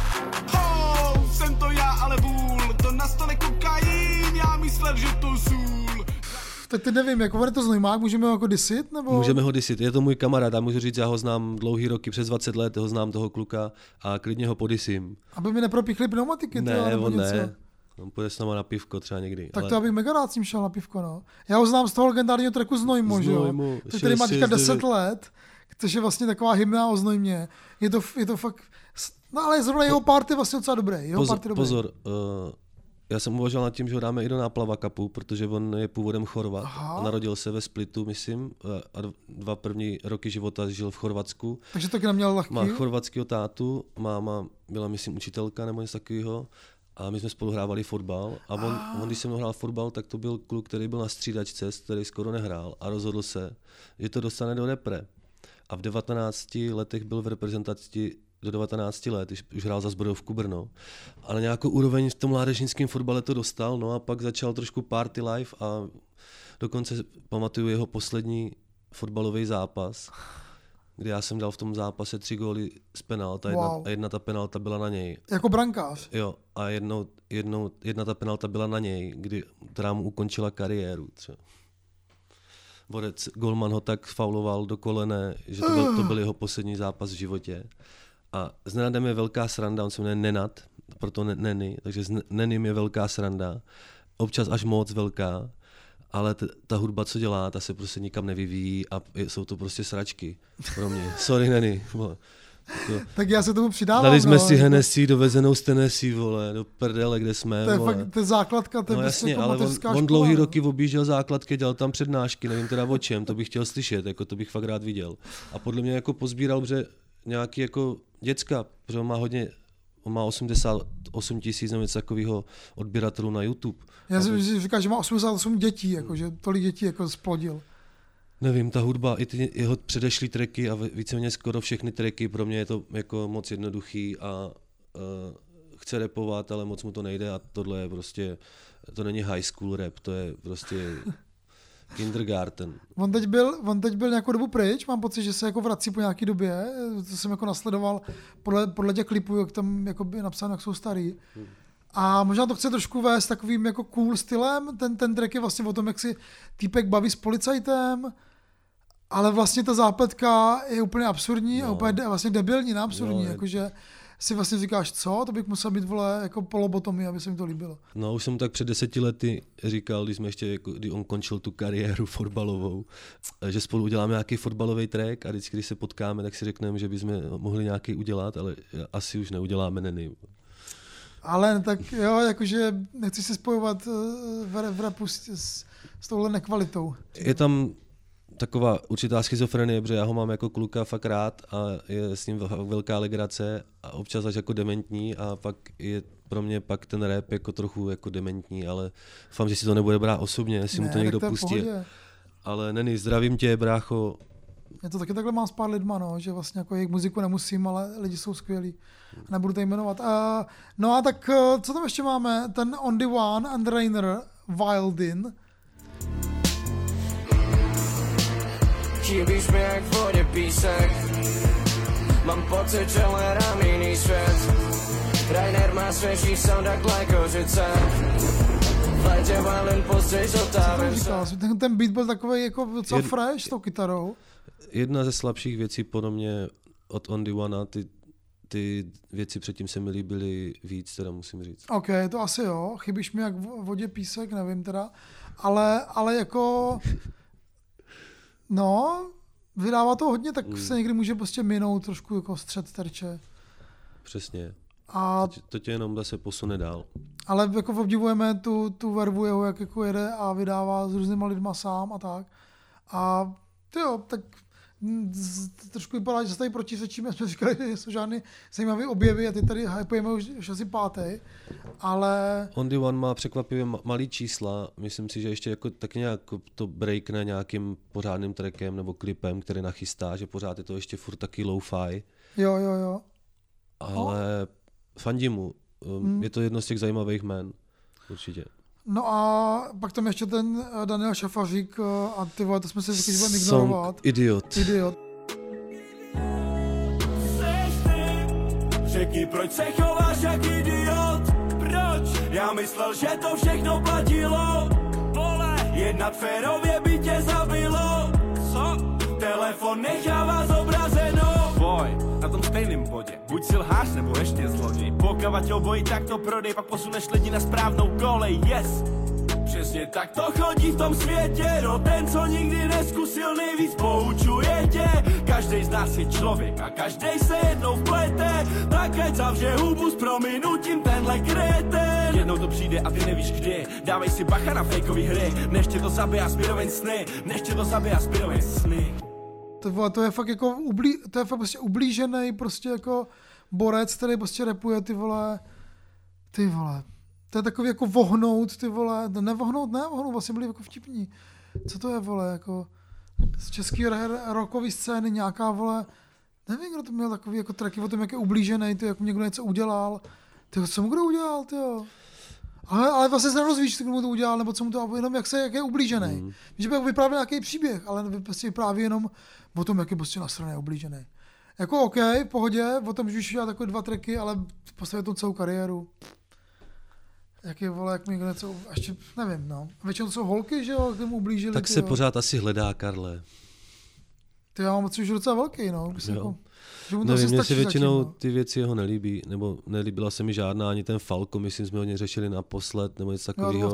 Jsem to já, ale vůl, to na stole kokain, já myslel, že to sůl. Tak teď nevím, jako on je to znojmák, můžeme ho jako disit? Nebo? Můžeme ho disit, je to můj kamarád, já můžu říct, já ho znám dlouhý roky, přes 20 let, ho znám toho kluka a klidně ho podisím. Aby mi nepropíchli pneumatiky? Ne, on ne. On půjde s náma na pivko třeba někdy. Tak ale... to já bych mega rád s ním šel na pivko, no. Já ho znám z toho legendárního tracku Znojmo, že jo? To který má teďka 10 let, což je vlastně taková hymna o Znojmě. Je to fakt... No ale zrovna jeho party vlastně docela dobrý. Pozor, já jsem uvažoval nad tím, že ho dáme i do Náplava Cupu, protože on je původem Chorvat. A narodil se ve Splitu, myslím, a 2 první roky života žil v Chorvatsku. Takže taky neměl lehký. Má chorvatského tátu, máma byla, myslím, učitelka nebo něco takového. a my jsme spolu hrávali fotbal a on když se mnou hrál fotbal, tak to byl kluk, který byl na střídačce, který skoro nehrál a rozhodl se, že to dostane do repre. A v 19 letech byl v reprezentaci do 19 let, už hrál za Zbrojovku Brno, ale nějakou úroveň v tom mládežnickém fotbale to dostal, no a pak začal trošku party life a dokonce pamatuju jeho poslední fotbalový zápas, kdy já jsem dal v tom zápase 3 góly z penalt a jedna ta penalta byla na něj. Jako brankář? Jo, a jedna ta penalta byla na něj, která mu ukončila kariéru. Třeba. Borec golman ho tak fauloval do kolene, že to byl jeho poslední zápas v životě. A s Nenadem je velká sranda, on se jmenuje Nenad, proto Neny, takže s Neným je velká sranda, občas až moc velká, ale ta hudba, co dělá, ta se prostě nikam nevyvíjí a jsou to prostě sračky pro mě. Sorry, Neny. Tak já se tomu přidávám. Dali jsme si Hennessy dovezenou z Tennessee, vole, do prdele, kde jsme. To je fakt, to je základka, to je jasně, jako ale mateřská on dlouhý roky objížděl základky, dělal tam přednášky, nevím teda o čem, to bych chtěl slyšet, jako to bych fakt rád viděl. A podle mě jako pozbíral, že nějaký jako děcka, protože on má 88 000 nebo něco takového odběratelů na YouTube. Já si říkám, že má 88 dětí, jako, že tolik dětí jako splodil. Nevím, ta hudba, i ty jeho předešlý tracky a víceméně skoro všechny tracky, pro mě je to jako moc jednoduchý a chce rapovat, ale moc mu to nejde a tohle je prostě, to není high school rap, to je prostě kindergarten. On teď byl nějakou dobu pryč, mám pocit, že se jako vrací po nějaký době, to jsem jako nasledoval podle těch klipů, jak tam jako je napsáno, jak jsou starý. A možná to chce trošku vést takovým jako cool stylem, ten track je vlastně o tom, jak si týpek baví s policajtem, ale vlastně ta zápletka je úplně absurdní a úplně vlastně debilní, absurdní, jakože si vlastně říkáš, co? To bych musel být, vole, jako polobotomii, aby se mi to líbilo. No, už jsem tak před 10 lety říkal, když on končil tu kariéru fotbalovou, že spolu uděláme nějaký fotbalový track a vždycky, když se potkáme, tak si řekneme, že bychom mohli nějaký udělat, ale asi už neuděláme Neny. Ale tak jo, jakože nechci se spojovat v rapu s touhle nekvalitou. Je tam taková určitá schizofrenie, protože já ho mám jako kluka fakt rád a je s ním velká legrace a občas až jako dementní a pak je pro mě pak ten rap jako trochu jako dementní, ale doufám, že si to nebude brát osobně, jestli mu to někdo pustí. Ale Neny, zdravím tě, brácho. Já to taky takhle mám s pár lidma, no, že vlastně jako jejich muziku nemusím, ale lidi jsou skvělí. Nebudu to jmenovat. No a tak co tam ještě máme? Ten On The One and Rainer Wildin. Chybíš mi jak v vodě písek, mám pocit, že hledám jiný svět. Rainer má svěží sound jak Lékořice, v létě Wildin postřeš otávím se. Ten beat byl takový jako docela fresh s tou kytarou. Jedna ze slabších věcí podle mě od On The One, ty věci předtím se mi líbily víc, teda musím říct. OK, to asi jo, chybíš mi jak v vodě písek, nevím teda, ale jako... No, vydává to hodně, tak se někdy může prostě minout trošku jako střed terče. Přesně. A to tě jenom zase posune dál. Ale jako obdivujeme tu vervu jeho, jak jako jede a vydává s různýma lidma sám a tak. A jo, tak trošku vypadá, že se tady protisečíme, jsme říkali, že jsou žádný zajímavý objevy a ty tady hypujeme už asi 5. Ale... On The One má překvapivě malý čísla, myslím si, že ještě jako tak nějak to breakne nějakým pořádným trackem nebo klipem, který nachystá, že pořád je to ještě furt taky lo-fi. Jo. Ale fandím mu, je to jedno z těch zajímavých jmen, určitě. No a pak tam ještě ten Daniel Šafařík a ty vole, to jsme si řekli, že budeme ignorovat. Idiot. Řekni, proč se chováš jak idiot? Proč? Já myslel, že to všechno platilo. Vole, jednat férově by tě zabilo. Co? Telefon nechává zobrazenou. Boj, na tom stejném bodě. Buď si lhář, nebo ještě zloděj. Pokud tě obojí, tak to prodej, pak posuneš lidi na správnou kolej. Yes! Přesně tak to chodí v tom světě. No ten, co nikdy neskusil, nejvíc poučuje tě. Každej z nás je člověk a každej se jednou vplete. Tak ať zavře hubu s prominutím tenhle kréten. Jednou to přijde a ty nevíš kdy. Dávej si bacha na fejkový hry. Než tě to zabije sny. To je fakt jako to je fakt prostě ublížený prostě jako borec, který prostě rapuje ty vole Ty vole, to je takový jako vohnout, ty vole, nevohnout, vlastně byli jako vtipní. Co to je, vole, jako z český rockový scény nějaká, vole, nevím, kdo to měl takový jako tracky o tom, jak je ublížený, ty, jak mu někdo něco udělal. Ty, co mu kdo udělal, ty jo? Ale vlastně se nerozvíš, kdo mu to udělal, nebo co mu to, jenom jak je ublížený. Že by vyprávěl nějaký příběh, ale prostě vypráví jenom o tom, jak je prostě nasraný ublížený. Jako OK, v pohodě, o tom můžu dělat takové 2 tracky, ale postavit tu celou kariéru. Jak je, vole, jak mi něco, ještě nevím, no. Většinou to jsou holky, že jo, k tomu ublížili. Tak se pořád asi hledá, Karle. Ty já mám pocit, že docela velký, no. Jako, nevím, mně se většinou ty věci jeho nelíbí, nebo nelíbila se mi žádná, ani ten Falco, myslím, jsme hodně řešili naposled, nebo něco takového.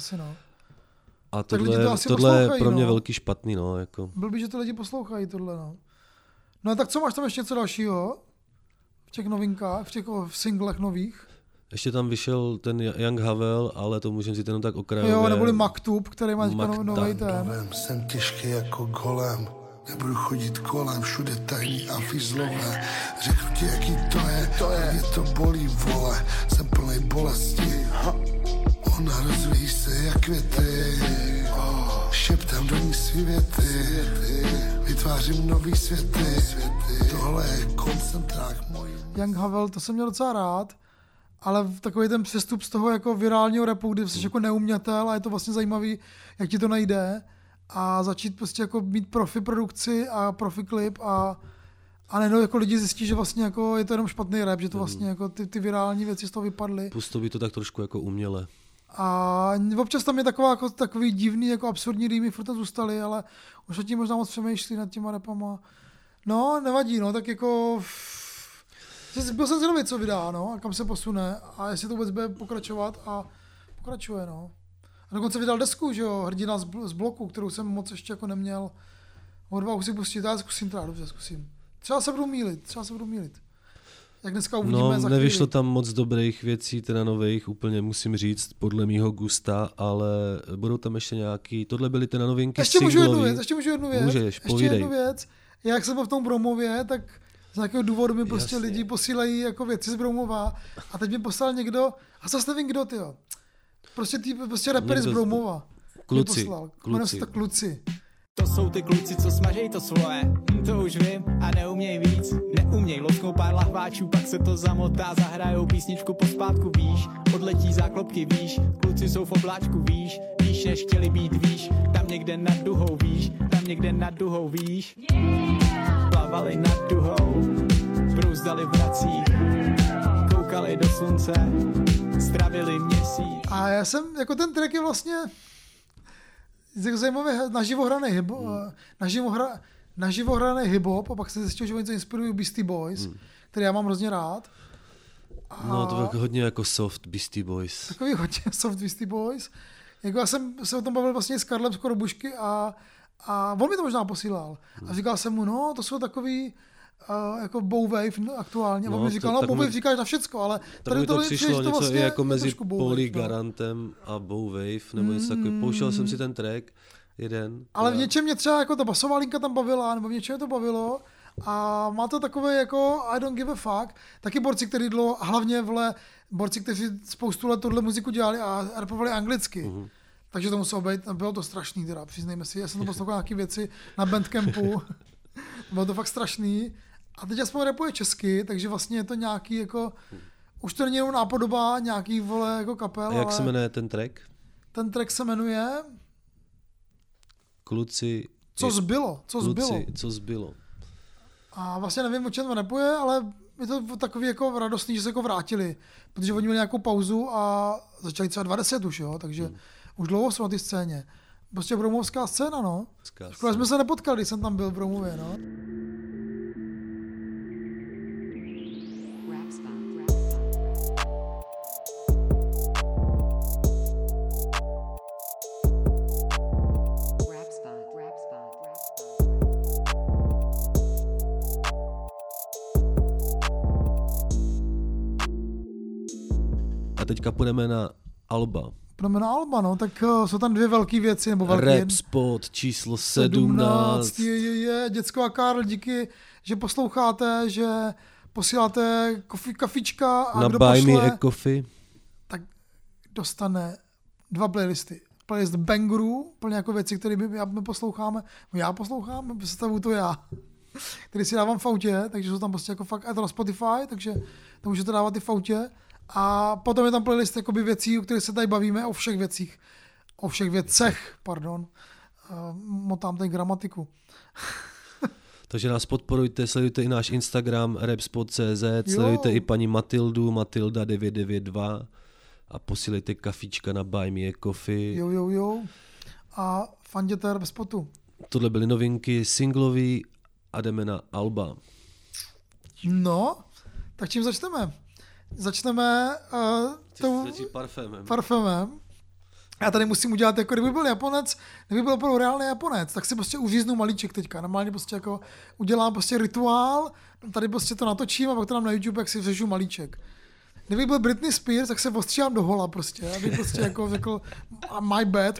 A tohle je pro mě velký špatný, no. Jako. Blbý, že to lidi poslouchají, tohle, no. No tak co, máš tam ještě něco dalšího? V těch novinkách, v těch singlech nových? Ještě tam vyšel ten Young Havel, ale to můžeme si jenom tak okrajově. Jo, neboli Maktub, který má nový ten. Jsem těžký jako golem, nebudu chodit kolem, všude tajný a fizlové. Řeknu ti, jaký to je, mě to bolí, vole, jsem plnej bolesti. Ona rozvíjí se jak květy, šeptám do ní svý věty, vytvářím nový světy. Tohle je koncentrák můj. Young Havel, to jsem měl docela rád. Ale takový ten přestup z toho jako virálního rapu, kdy jsi jako neumětel a je to vlastně zajímavý, jak ti to najde a začít prostě jako mít profi produkci a profi klip a nejenom jako lidi zjistí, že vlastně jako je to jenom špatný rap, že to vlastně jako ty virální věci z toho vypadly. Působí to tak trošku jako uměle. A občas tam je takový divný, jako absurdní rýmy, furt tam zůstaly, ale už o tím možná moc přemýšlí nad těma rapama. No, nevadí, no, tak jako... Byl jsem zvědavý, co vydá, no, a kam se posune a jestli to vůbec bude pokračovat a pokračuje, no. A dokonce vydal desku, že jo, Hrdina z bloku, kterou jsem moc ještě jako neměl odvahu si pustit, já zkusím. Třeba se budu mýlit. Jak dneska uvidíme za chvíli. Nevyšlo tam moc dobrých věcí, teda nových, úplně musím říct, podle mýho gusta, ale budou tam ještě nějaký, tohle byly ty novinky singlový. Ještě můžu jednu věc. Můžeš, povídej. Ještě jednu věc. Jak jsem byl v tom Bromově, tak z nějakého důvodu mi prostě lidi posílají jako věci z Broumova a teď mi poslal někdo, a zase nevím kdo, tyjo. Prostě rappery z Broumova. Kluci. To jsou ty kluci, co smažej to svoje, to už vím a neuměj víc. Neuměj, losknou pár lahváčů, pak se to zamotá, zahrajou písničku pospátku, víš. Odletí záklopky, víš, kluci jsou v obláčku, víš než chtěli být, víš. Tam někde nad duhou, víš. Plavali nad duhou, brouzdali v vracích, koukali do slunce, stravili měsíc. A já jsem, jako ten track je vlastně zajímavý naživo hraný hip-hop a pak se zjistil, že oni se inspirují Beastie Boys, který já mám hrozně rád. No to je hodně jako soft Beastie Boys. Takový hodně soft Beastie Boys. Jako já jsem se o tom bavil vlastně s Karlem z Korobušky a on mi to možná posílal. A říkal jsem mu, no to jsou takový jako Bowwave aktuálně. A on mi říkal, no Bowwave říkáš na všecko, ale tady to přišlo něco vlastně jako mezi Polygarantem a Bowwave, nebo něco takového. Pouštěl jsem si ten track, jeden. Ale v něčem mě třeba jako ta basová linka tam bavila, nebo v něčem to bavilo. A má to takové jako I don't give a fuck. Taky borci, kteří hlavně borci, kteří spoustu let tohle muziku dělali a rapovali anglicky. Takže to muselo být, bylo to strašný teda, přiznejme si. Já jsem to poslouchal nějaké věci na Bandcampu. Bylo to fakt strašný. A teď aspoň rapuje česky, takže vlastně je to nějaký jako, už to není jenom nápodoba nějaký jako kapel. A jak se jmenuje ten track? Ten track se jmenuje Kluci. Co zbylo. A vlastně nevím, o čem to rapuje, ale je to takový jako radostný, že se jako vrátili, protože oni měli nějakou pauzu a začali třeba 20 už, jo, takže už dlouho jsou na té scéně. Prostě broumovská scéna, no. Škoda, jsme se nepotkali, když jsem tam byl v Broumově, no. A teďka půjdeme na Alba. No, tak jsou tam dvě velké věci, nebo velký. Rap Spot číslo 17. Děcko a Karl, díky, že posloucháte, že posíláte kafička a na kdo Buy pošle... Me a Coffee. dostane 2 playlisty. Playlist Bangerů, plně jako věci, které my posloucháme, já poslouchám, představuju to já, který si dávám v autě, takže jsou tam prostě jako fakt, je to na Spotify, takže to můžete dávat i v autě. A potom je tam playlist jakoby věcí, o kterých se tady bavíme, o všech věcech, pardon. Motám tady gramatiku. Takže nás podporujte, sledujte i náš Instagram rapspot.cz, sledujte i paní Matildu, Matilda992 a posílejte kafička na Buy Me a Coffee. Jo. A fanděte Rapspotu. Tohle byly novinky singlový a jdeme na alba. No, tak čím začneme? Začneme parfémem. Já tady musím udělat, jako kdyby byl Japonec, kdyby byl opravdu reálný Japonec, tak si prostě uříznu malíček teďka. Normálně prostě jako udělám prostě rituál, tady prostě to natočím a pak to dám na YouTube, jak si řežu malíček. Kdyby byl Britney Spears, tak se ostříhám do hola prostě, abych prostě jako řekl my bad.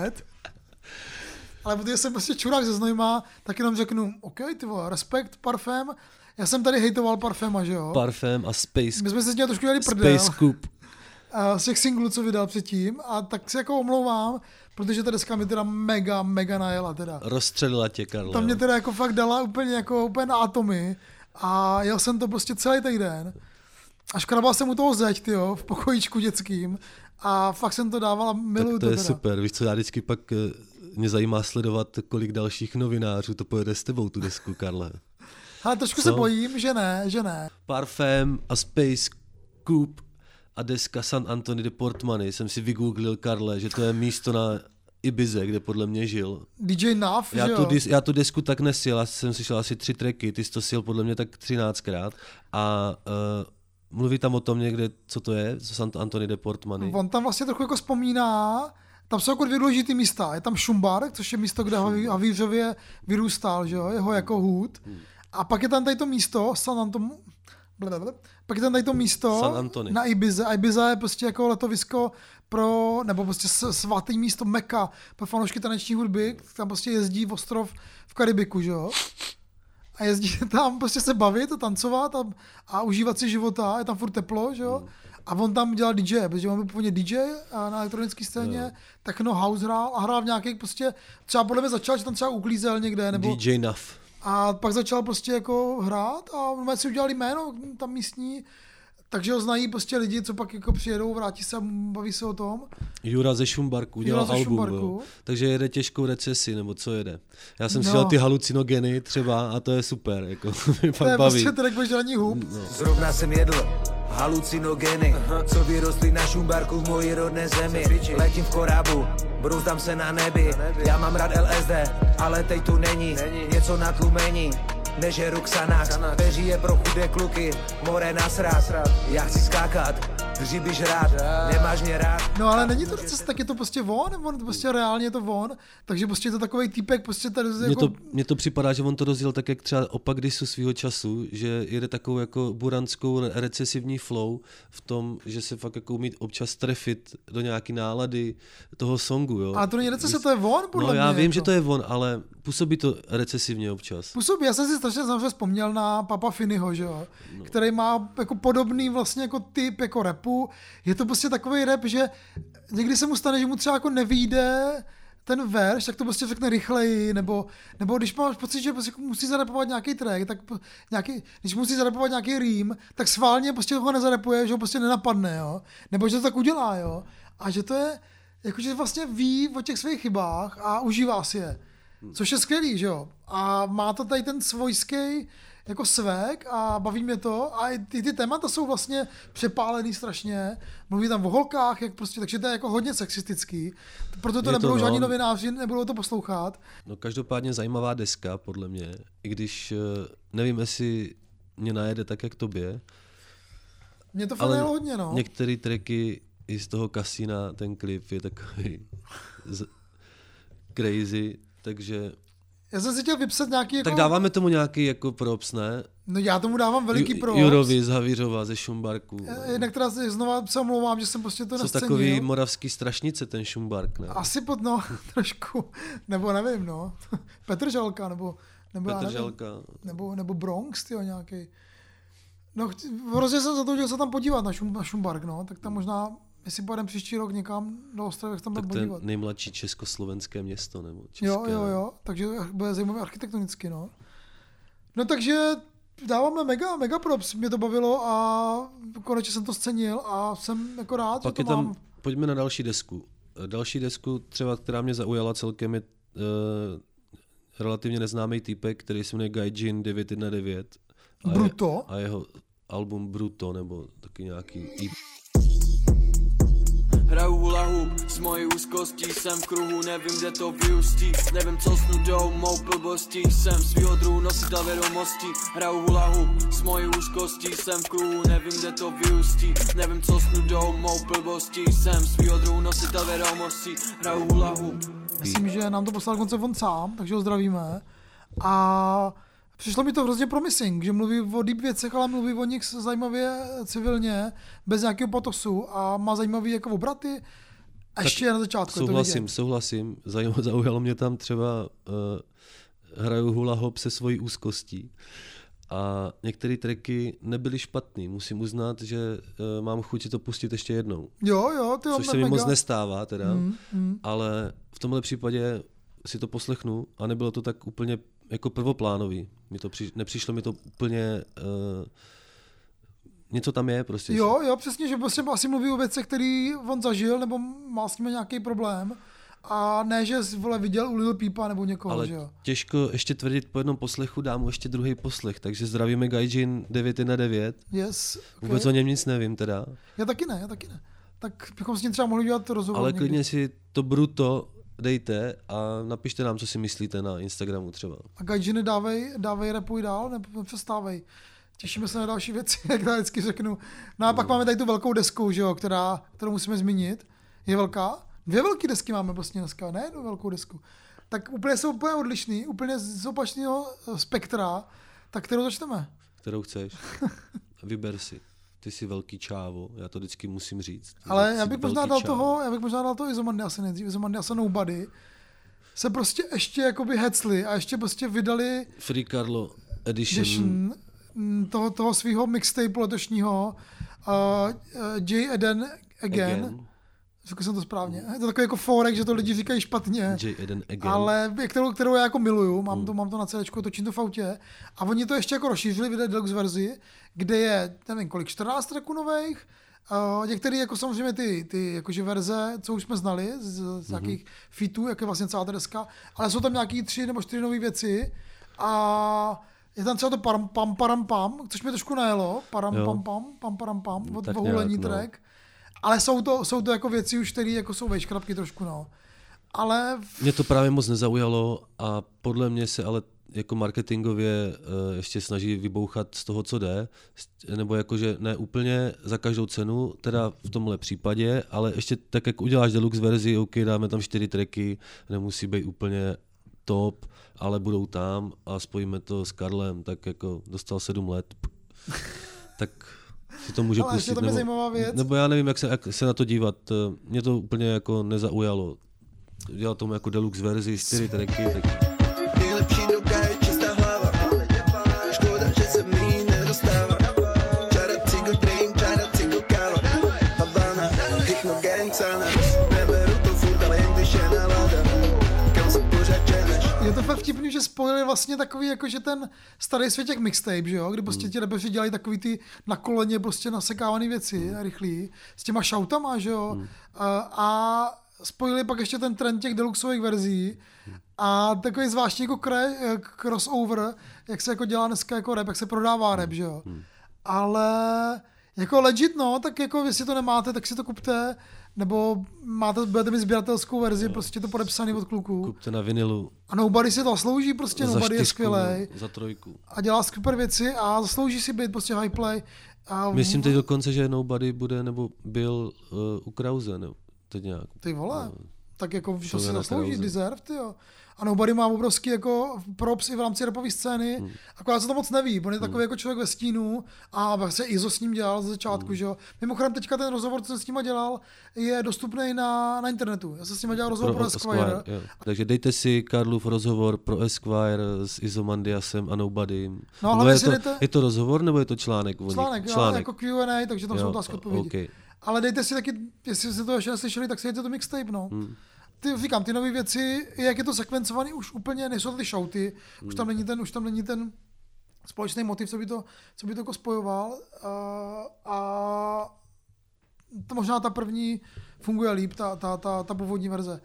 Ale protože jsem prostě čurák ze Znojma, tak jenom řeknu, OK, ty vole, respekt, parfém. Já jsem tady hejtoval parféma, že jo? Parfém a Space. My jsme se s něj trošku dělali prdel. Space Coop. Z těch singlů, co vydal předtím, a tak si jako omlouvám, protože ta deska mi teda mega najela teda. Rozstřelila tě, Karle. Ta mě teda jako fakt dala úplně na atomy a jel jsem to prostě celý týden. A škrabal jsem u toho zeď, tyjo, v pokojíčku dětským a fakt jsem to dával a miluju to to je teda. super, víš co, já vždycky pak mě zajímá sledovat, kolik dalších novinářů to pojede s tebou, tu desku, Karle. Ale trošku se bojím, že ne. Parfém a Space Coop a deska San Antonio de Portmany jsem si vygooglil, Karle, že to je místo na Ibize, kde podle mě žil. DJ Nuff, že jo? Já tu desku tak nesjel, já jsem si šel asi 3 tracky, ty jsi to sjel podle mě tak 13krát a mluví tam o tom někde, co to je, San Antonio de Portmany. On tam vlastně trochu jako vzpomíná, tam jsou jako 2 důležitý místa, je tam Šumbark, což je místo, kde Havířově vyrůstal, že jo, jeho jako hůd. A pak je tam tady to místo, pak je tam tady to místo na Ibize. A Ibiza je prostě jako letovisko nebo prostě svatý místo Meka pro fanoušky taneční hudby, tam prostě jezdí v ostrov v Karibiku, že jo. A jezdí tam prostě se bavit a tancovat a užívat si života, je tam furt teplo, že jo. A on tam dělal DJ, protože on byl původně DJ na elektronické scéně, techno house hrál a hrál v nějakých prostě, třeba podle mě začal, že tam třeba uklízel někde, nebo DJ Nuff. A pak začal prostě jako hrát a my si udělali jméno tam místní, takže ho znají prostě lidi, co pak jako přijedou, vrátí se a baví se o tom. Jura ze Šumbarku dělal album, takže jede těžkou recesi, nebo co jede. Já jsem si dělal ty halucinogeny třeba a to je super, jako mě to je baví. prostě track boždělání hub. No. Zrovna jsem jedl halucinogeny, co vyrostly na Šumbarku v mojí rodné zemi. Letím v korábu, brouzdám se na nebi, já mám rád LSD, ale teď tu není něco na tlumení. Nežeru Xanax, peří je pro chudé kluky, more nasrát, já chci skákat, hřiby žrát, nemáš mě rád. No ale není to recese, tak je to prostě on, nebo prostě reálně je to on, takže prostě je to takovej týpek, prostě tady jako... Mně to připadá, že on to rozdělil tak, jak třeba opak Disu svýho času, že jede takovou jako burantskou recesivní flow v tom, že se fakt jako umí občas trefit do nějaký nálady toho songu, jo. Ale to není recese, to je on, podle mě. No já vím, jako. že to je on, ale působí to recesivně občas. Působí, já jsem si strašně samozřejmě vzpomněl na Papa Finneyho, že jo, který má jako podobný vlastně jako typ jako rapu. Je to prostě takový rap, že někdy se mu stane, že mu třeba jako nevyjde ten verš, tak to prostě řekne rychleji, nebo když máš pocit, že prostě musí zarapovat nějaký track, tak když musí zarapovat nějaký rým, tak sválně prostě ho nezarapuje, že ho prostě nenapadne, jo, nebo že to tak udělá, jo, a že to je, jakože vlastně ví o těch svých chybách a užívá si je. Což je skvělý, že jo? A má to tady ten svojský jako svek a baví mě to a i ty témata jsou vlastně přepálený strašně. Mluví tam o holkách, jak prostě, takže to je jako hodně sexistický. Proto to nebudou žádní novináři, nebudou to poslouchat. No každopádně zajímavá deska, podle mě, i když nevím, jestli mě najede tak, jak tobě. Mě to fakt nejelo hodně, no. Některé tracky i z toho kasína, ten klip je takový crazy. Takže... Já jsem si chtěl vypsat nějaký jako... Tak dáváme tomu nějaký jako props, ne? No já tomu dávám veliký props. Jurovi z Havířova, ze Šumbarku. Jednak teda znova se omlouvám, že jsem prostě to nescenil. Jsou takový moravský strašnice, ten Šumbark, ne? Asi trošku. Nebo nevím, no. Petržalka, nebo Petržalka. Nebo Bronx, tyjo, nějaký. No, hrozně jsem zatoužil se tam podívat na Šumbark, no. Tak tam možná jestli pojedeme příští rok někam do Ostravy, jak tam tak budeme podívat. Tak nejmladší československé město, nebo české. Jo, takže bude zajímavé architektonicky, no. No takže dáváme mega props, mě to bavilo a konečně jsem to scenil a jsem jako rád, pak že to mám. Pojďme na další desku. Další desku třeba, která mě zaujala celkem je relativně neznámý týpek, který se jmenuje Gaijin 919. Bruto? A jeho album Bruto, nebo taky nějaký EP. Hraju hula hoop, z mojí úzkostí jsem v kruhu, nevím, kde to vyústí, nevím, co s nudou, mou blbostí, jsem svýho druhu nositel vědomostí. Hraju hula hoop, z mojí úzkostí jsem v kruhu, nevím, kde to vyústí, nevím, co s nudou, mou blbostí, jsem svýho druhu nositel vědomostí. Hraju hula hoop. Myslím, že nám to poslal dokonce on sám, takže ho zdravíme. A přišlo mi to hrozně promising, že mluví o deep věcech, ale mluví o nich zajímavě, civilně, bez nějakého patosu a má zajímavý jako obraty. A ještě na začátku Souhlasím. Zaujalo mě tam třeba hraju hula hop se svojí úzkostí. A některé tracky nebyly špatný. Musím uznat, že mám chuť si to pustit ještě jednou. Jo, ty což se mi moc nestává teda, ale v tomhle případě si to poslechnu a nebylo to tak úplně jako prvoplánový. Nepřišlo mi to úplně... něco tam je prostě. Jo, přesně, že prostě asi mluví o věcech, který on zažil, nebo má s nimi nějaký problém. A ne, že viděl u Lil Peepa nebo někoho, ale že jo. Těžko ještě tvrdit po jednom poslechu, dám mu ještě druhý poslech, takže zdravíme Gaijin 919. Yes. Okay. Vůbec o něm nic nevím teda. Já taky ne. Tak bychom s ním třeba mohli dělat rozhovor. Ale někdy. klidně si to Bruto dejte a napište nám, co si myslíte na Instagramu třeba. A Gaijiny dávej, rapuj dál, nepřestávej. Těšíme se na další věci, jak já vždycky řeknu. No a pak máme tady tu velkou desku, že jo, kterou musíme zmínit. Je velká? 2 velké desky máme vlastně dneska, ne 1 velkou desku. Tak jsou úplně odlišný, úplně z opačného spektra. Tak kterou začneme? Kterou chceš. Vyber si. Ty jsi velký čávo, já to vždycky musím říct. Ale já bych možná dal toho Izomandiase nejdřív. Izomandiase Nobody se prostě ještě jakoby hecli a ještě prostě vydali Free Carlo Edition toho svého mixtape letošního J. Eden Again. Řekl jsem to správně. Je to takový jako forek, že to lidi říkají špatně. J. Eden Again. Ale kterou já jako miluju, mám to na CDčku, točím to v autě. A oni to ještě jako rozšířili, vydali deluxe verzi, kde je, nevím kolik, 14 tracků nových. Některé jako samozřejmě ty jakože verze, co už jsme znali, z nějakých featů, jak je vlastně celá ta deska, ale jsou tam nějaký 3 nebo 4 nové věci. A je tam třeba to pam, což mě trošku najelo. Pam, od Vohulení track. Ale jsou to jako věci už, které jako jsou vejškrapky trošku, no. Ale... Mě to právě moc nezaujalo a podle mě se ale jako marketingově ještě snaží vybouchat z toho, co jde, nebo jakože ne úplně za každou cenu, teda v tomhle případě, ale ještě tak, jak uděláš deluxe verzi, OK, dáme tam 4 tracky, nemusí být úplně top, ale budou tam a spojíme to s Karlem, tak jako dostal 7 let, tak si to může pustit. Ale to je zajímavá věc. Nebo já nevím, jak se na to dívat, mě to úplně jako nezaujalo. Dělal tomu jako deluxe verzi, 4 tracky, tak... Nejlepší doka je čistá hlava. Škoda, že se mi nedostává. Čára cigo drink, čára cigo káva. Havana, hypnogen, Xanax. Neberu to furt, ale jen když je nálada. Kam se pořád ženeš. Je to fakt vtipný, že spojili vlastně takový, jakože ten starý svět jak mixtape, že jo? Kdy prostě ti rapeři dělají takový ty na koleně prostě nasekávaný věci, rychlý, s těma shoutama, že jo? A spojili pak ještě ten trend těch deluxových verzí a takový zvláštní jako crossover, jak se jako dělá dneska jako rap, jak se prodává rap, že jo. Ale jako legit, no, tak jako jestli to nemáte, tak si to kupte, nebo budete mít sběratelskou verzi, prostě to podepsaný od kluků. Kupte na vinilu. A Nobody si to zaslouží, prostě Nobody je skvělej. Za 3. A dělá super věci a zaslouží si být prostě high play. Myslím teď dokonce, že Nobody bude, nebo byl u Krause, nebo teď nějak. Ty vole, tak jako to si zaslouží, deserve, tyjo. A Nobody má obrovský jako props i v rámci rapové scény, akorát se to moc neví, on je takový jako člověk ve stínu a vlastně Izo s ním dělal ze začátku, že jo. Mimochodem teďka ten rozhovor, co jsem s nima dělal, je dostupný na internetu. Já jsem s nima dělal rozhovor pro Esquire. Takže dejte si Karlův rozhovor pro Esquire s Izomandiasem a Nobodym. No, je to rozhovor nebo je to článek? Článek. Jako Q&A, takže tam jsou otázky odpovědi. Okay. ale dejte si taky, jestli jste to ještě neslyšeli, tak si dejte to mixtape, no. Říkám, ty nové věci, jak je to sekvencovaný, už úplně nejsou ty shouty, už tam není ten společný motiv, co by to jako spojoval a možná ta první funguje líp, ta původní verze.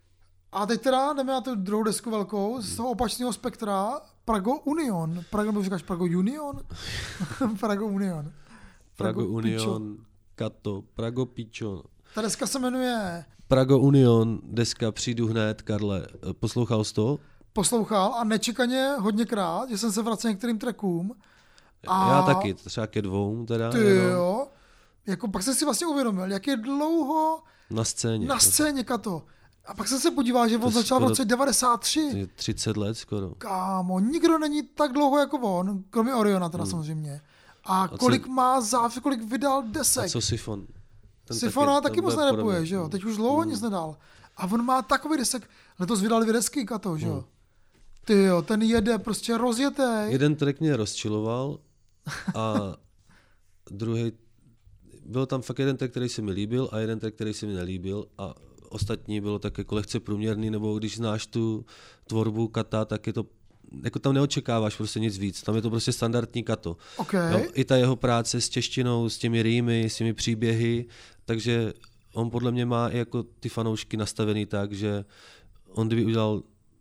A teď teda jdeme na tu druhou desku velkou, z toho opačného spektra, Prago Union. Nebo říkáš Prago Union? Prago Union. Prago Union, Kato, Prago Pičo. Ta deska se jmenuje... Prago Union, deska Přijdu hned, Karle. Poslouchal jsi to? Poslouchal a nečekaně hodněkrát, že jsem se vracel některým trackům. Já taky, třeba ke 2 teda. Ty jo. Jako pak jsem si vlastně uvědomil, jak je dlouho na scéně Kato. A pak jsem se podíval, že on začal v roce 93. 30 let skoro. Kámo, nikdo není tak dlouho jako on, kromě Oriona teda samozřejmě. A kolik má kolik vydal desek. A co Sifon? Sifona taky moc nerepuje, že jo? Teď už dlouho nic nedal. A on má takový desek. Letos vydal 2 desky Kato, že jo? Ty jo, ten jede prostě rozjetej. Jeden track mě rozčiloval a druhý, byl tam fakt jeden track, který se mi líbil a jeden track, který se mi nelíbil a ostatní bylo tak jako lehce průměrný, nebo když znáš tu tvorbu Kata, tak je to, jako tam neočekáváš prostě nic víc, tam je to prostě standardní Kato. Okay. No, i ta jeho práce s češtinou, s těmi rýmy, s těmi příběhy, takže on podle mě má i jako ty fanoušky nastavený tak, že on kdyby udělal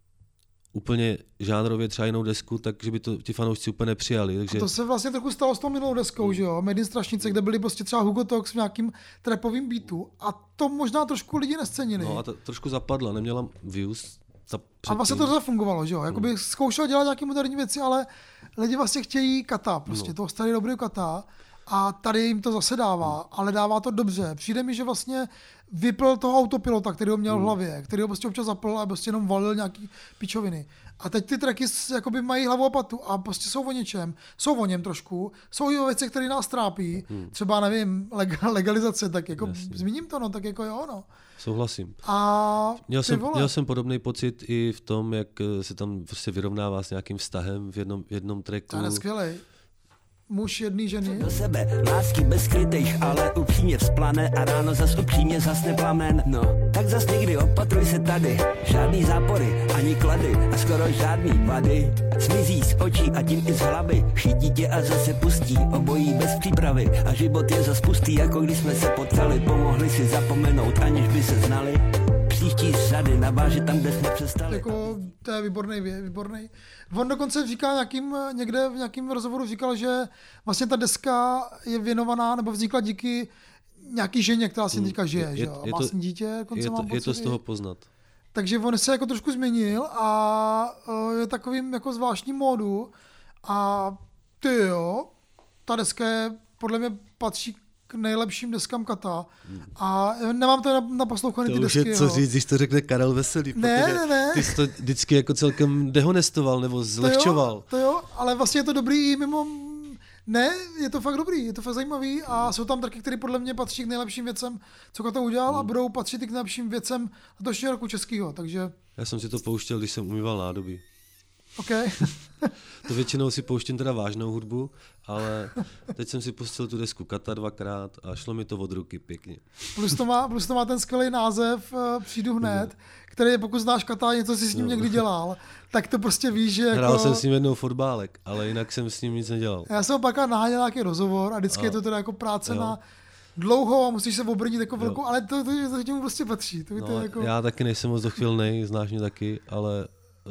úplně žánrově třeba jinou desku, takže by to ti fanoušci úplně nepřijali. Takže... A to se vlastně trochu stalo s tou minulou deskou, že jo? Made in Strašnice, kde byli prostě třeba Hugo Talks v nějakým trapovým beatu a to možná trošku lidi nescenili. No a trošku zapadla, neměla views. A vlastně to zafungovalo, že jo? Jakoby zkoušel dělat nějaké moderní věci, ale lidi vlastně chtějí Kata, prostě toho starý dobrý Kata a tady jim to zase dává, ale dává to dobře. Přijde mi, že vlastně vypl toho autopilota, který ho měl v hlavě, který ho prostě občas zapl a prostě jenom valil nějaký pičoviny. A teď ty tracky jakoby mají hlavu a patu a prostě jsou o něčem, jsou o něm trošku, jsou i o věci, které nás trápí, třeba nevím, legalizace, tak jako zmíním to, no, tak jako jo, no. Souhlasím. A měl jsem podobný pocit i v tom, jak se tam prostě vyrovnává s nějakým vztahem v jednom tracku. To je skvělej. Muž jedný ženy. Do sebe, lásky bez skrytejch, ale upřímně vzplane a ráno zas upřímně zasne plamen. No, tak zas někdy opatruj se tady, žádný zápory, ani klady a skoro žádný vady. Zmizí z očí a tím i z hlavy, chytí tě a zase pustí, obojí bez přípravy a život je zas pustý, jako když jsme se potkali, pomohli si zapomenout, aniž by se znali. Příští řady naváže tam, kde jsme přestali. Jako, to je výborný. On dokonce říká někde v nějakém rozhovoru říkal, že vlastně ta deska je věnovaná, nebo vznikla díky nějaký ženě, která si teďka žije, že jo? Má s ní dítě, je to z toho poznat. Takže on se jako trošku změnil a je takovým jako zvláštním módu a ty jo, ta deska je, podle mě patří k nejlepším deskám Kata a nemám to naposlouchaný ty desky. To už je co říct, když to řekne Karel Veselý, ne. Ty jsi to vždycky jako celkem dehonestoval nebo zlehčoval. To jo, ale vlastně je to dobrý i mimo... Ne, je to fakt dobrý, je to fakt zajímavý a jsou tam tracky, které podle mě patří k nejlepším věcem, co Kata udělal a budou patřit i k nejlepším věcem letošního roku českého, takže... Já jsem si to pouštěl, když jsem umýval nádobí. OK. To většinou si pouštím teda vážnou hudbu, ale teď jsem si pustil tu desku Kata 2krát a šlo mi to od ruky pěkně. Plus to má ten skvělý název Přijdu hned, který pokud znáš Kata, něco si s ním někdy dělal, tak to prostě víš, že Hrál jsem s ním jednou fotbálek, ale jinak jsem s ním nic nedělal. Já jsem pak naháněl nějaký rozhovor a vždycky je to teda jako práce na dlouho a musíš se obrnit jako velkou, ale to tím prostě patří. To jako... Já taky nejsem moc dochvilnej, znáš mě taky, ale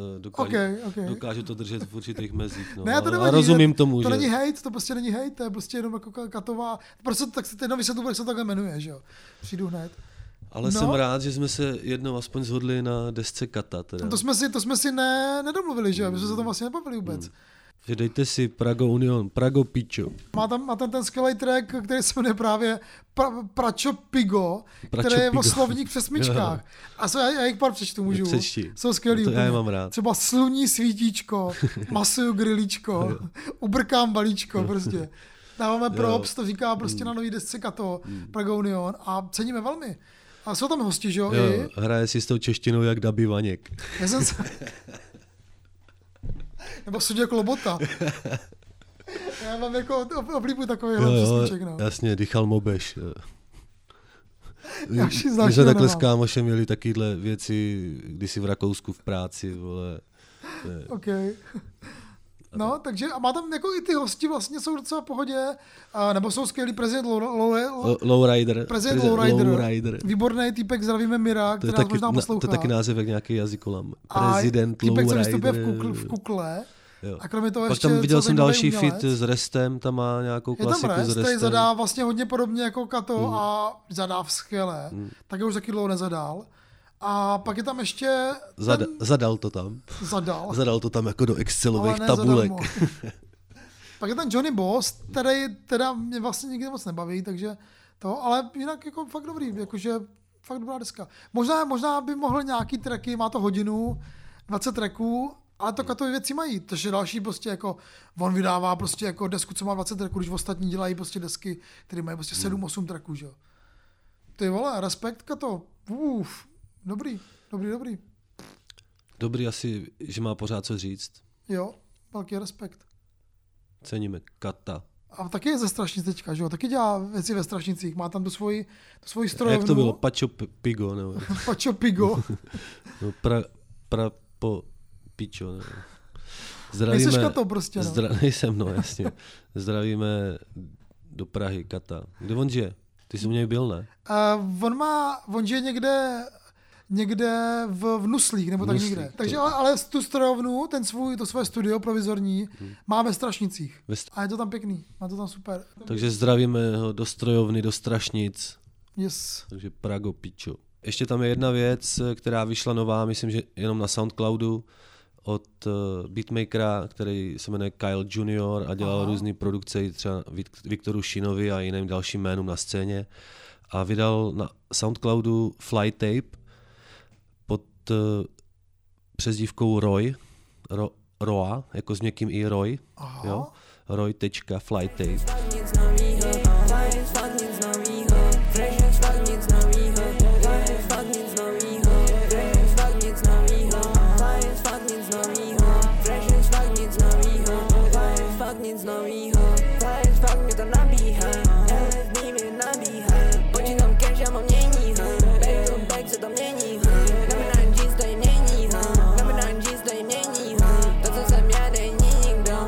dokážu to držet v určitých mezích. No. Ne, to nevadí, a rozumím tomu, to není hejt, to prostě není hejt, to je prostě jenom jako Katová, prostě tak se ten vysvětlu, jak se to takhle jmenuje, že jo, Přijdu hned. Ale jsem rád, že jsme se jednou aspoň shodli na desce Kata. Teda. To jsme si nedomluvili, že jo, my jsme se tam vlastně nebavili vůbec. Že dejte si Prago Union, Prago Pičo. Má tam ten skvělý track, který se jmenuje právě Pračo Pigo, který je o slovník v přesmičkách. A já jich pár přečtu, můžu. Přečti. Jsou skvělý. To já je mám rád. Třeba sluní svítíčko, masuju grilíčko, ubrkám balíčko, prostě. Dáváme props, to říká prostě na nový desce Kato, Prago Union a ceníme velmi. A jsou tam hosti, že jo? Hraje si s tou češtinou jak Dabý Vaněk. Já jsem se... Nebo Suděk Klobota. Já mám jako oblíbu takovýhle přesmiček, no. Jasně, Dychal Mobeš. My jsme takhle s kámošem měli takovéhle věci, kdysi v Rakousku v práci, vole. OK. No, takže a má tam jako i ty hosti vlastně jsou docela v pohodě, nebo jsou skvělý prezident Lowrider. Prezident Lowrider. Výborný týpek, zdravíme Mira, která nás možná poslouchá. To je taky název jak nějaký jazykolam. Prezident Lowrider. Týpek, co vystupuje v Kukle. Jo. A kromě toho pak ještě... tam viděl jsem další feat s Restem, tam má nějakou klasiku s Restem. Zadá vlastně hodně podobně jako Kato a zadá skvěle. Tak už taky dlouho nezadál. A pak je tam ještě... Zadal to tam. Zadal to tam jako do Excelových tabulek. Pak je tam Johnny Boss, který teda mě vlastně nikdy moc nebaví, takže to, ale jinak jako fakt dobrý, jakože fakt dobrá deska. Možná by mohl nějaký tracky, má to hodinu, 20 tracků, ale to Katovy věci mají, takže další prostě jako, on vydává prostě jako desku, co má 20 tracků, když ostatní dělají prostě desky, které mají prostě 7-8 tracků, že jo. Ty vole, respekt Kato, Dobrý. Dobrý asi, že má pořád co říct. Jo, velký respekt. Ceníme Kata. A taky je ze Strašnic teďka, že jo? Taky dělá věci ve Strašnicích, má tam tu svoji strojovnu. Jak to bylo? Pačo Pigo, nebo? Pačo Pigo. No, po pičo, nebo? Nejseš Kato prostě, no. Nejsem, no, jasně. Zdravíme do Prahy, Kata. Kde on žije? Ty jsi u něj byl, ne? On žije někde v Nuslích, nebo tak někde. Takže ale tu strojovnu, to svoje studio provizorní, má ve Strašnicích. A je to tam pěkný, má to tam super. Takže zdravíme ho do strojovny, do Strašnic. Yes. Takže Prago, pičo. Ještě tam je jedna věc, která vyšla nová, myslím, že jenom na Soundcloudu, od beatmakera, který se jmenuje Kyle Junior a dělal různý produkce, třeba Viktoru Shinovi a jiným dalším jménům na scéně. A vydal na Soundcloudu Fly Tape pod přezdívkou Roy, Roa, jako s někým i Roy, jo? Roy.flytape. Nic novýho, fakt mě to nabíhá, LSD mě nabíhá, počítám cash, já mám měního, back to back se to měního, znamená G's to jim měního, znamená G's to jim měního, to co jsem já není nikdo,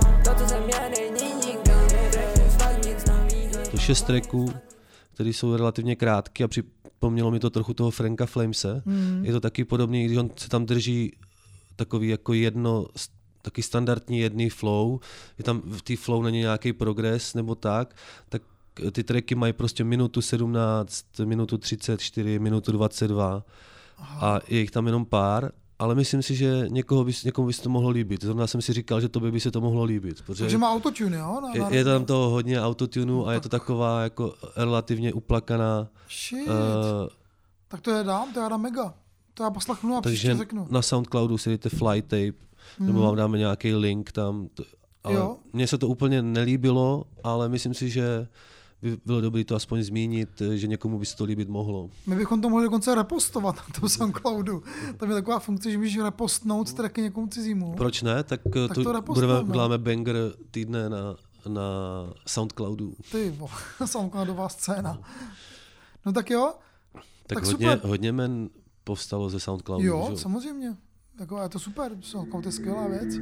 fakt nic novýho. To 6 tracků, které jsou relativně krátké a připomnělo mi to trochu toho Franka Flamese, je to taky podobný, když on se tam drží takový jako taky standardní jedný flow, je tam v té flow není nějaký progres nebo tak ty tracky mají prostě minutu 17, minutu 34, minutu 22 a je jich tam jenom pár, ale myslím si, že někomu by se to mohlo líbit. Zrovna jsem si říkal, že tobě by se to mohlo líbit. Takže má autotune, jo? Je tam toho hodně autotunu a je to taková jako relativně uplakaná. Shit. Tak to já dám mega. To já poslechnu a příště řeknu. Takže na Soundcloudu si dejte Fly Tape, nebo vám dáme nějaký link tam. Ale mně se to úplně nelíbilo, ale myslím si, že by bylo dobré to aspoň zmínit, že někomu by se to líbit mohlo. My bychom to mohli dokonce repostovat na tom Soundcloudu. Tam je taková funkce, že můžeš repostnout tracky někomu cizímu. Proč ne? Tak to uděláme banger týdne na Soundcloudu. Ty Soundcloudová scéna. No tak jo. Tak hodně men povstalo ze Soundcloudu. Jo, že? Samozřejmě. Jako, je to super, Soundcloud je skvělá věc.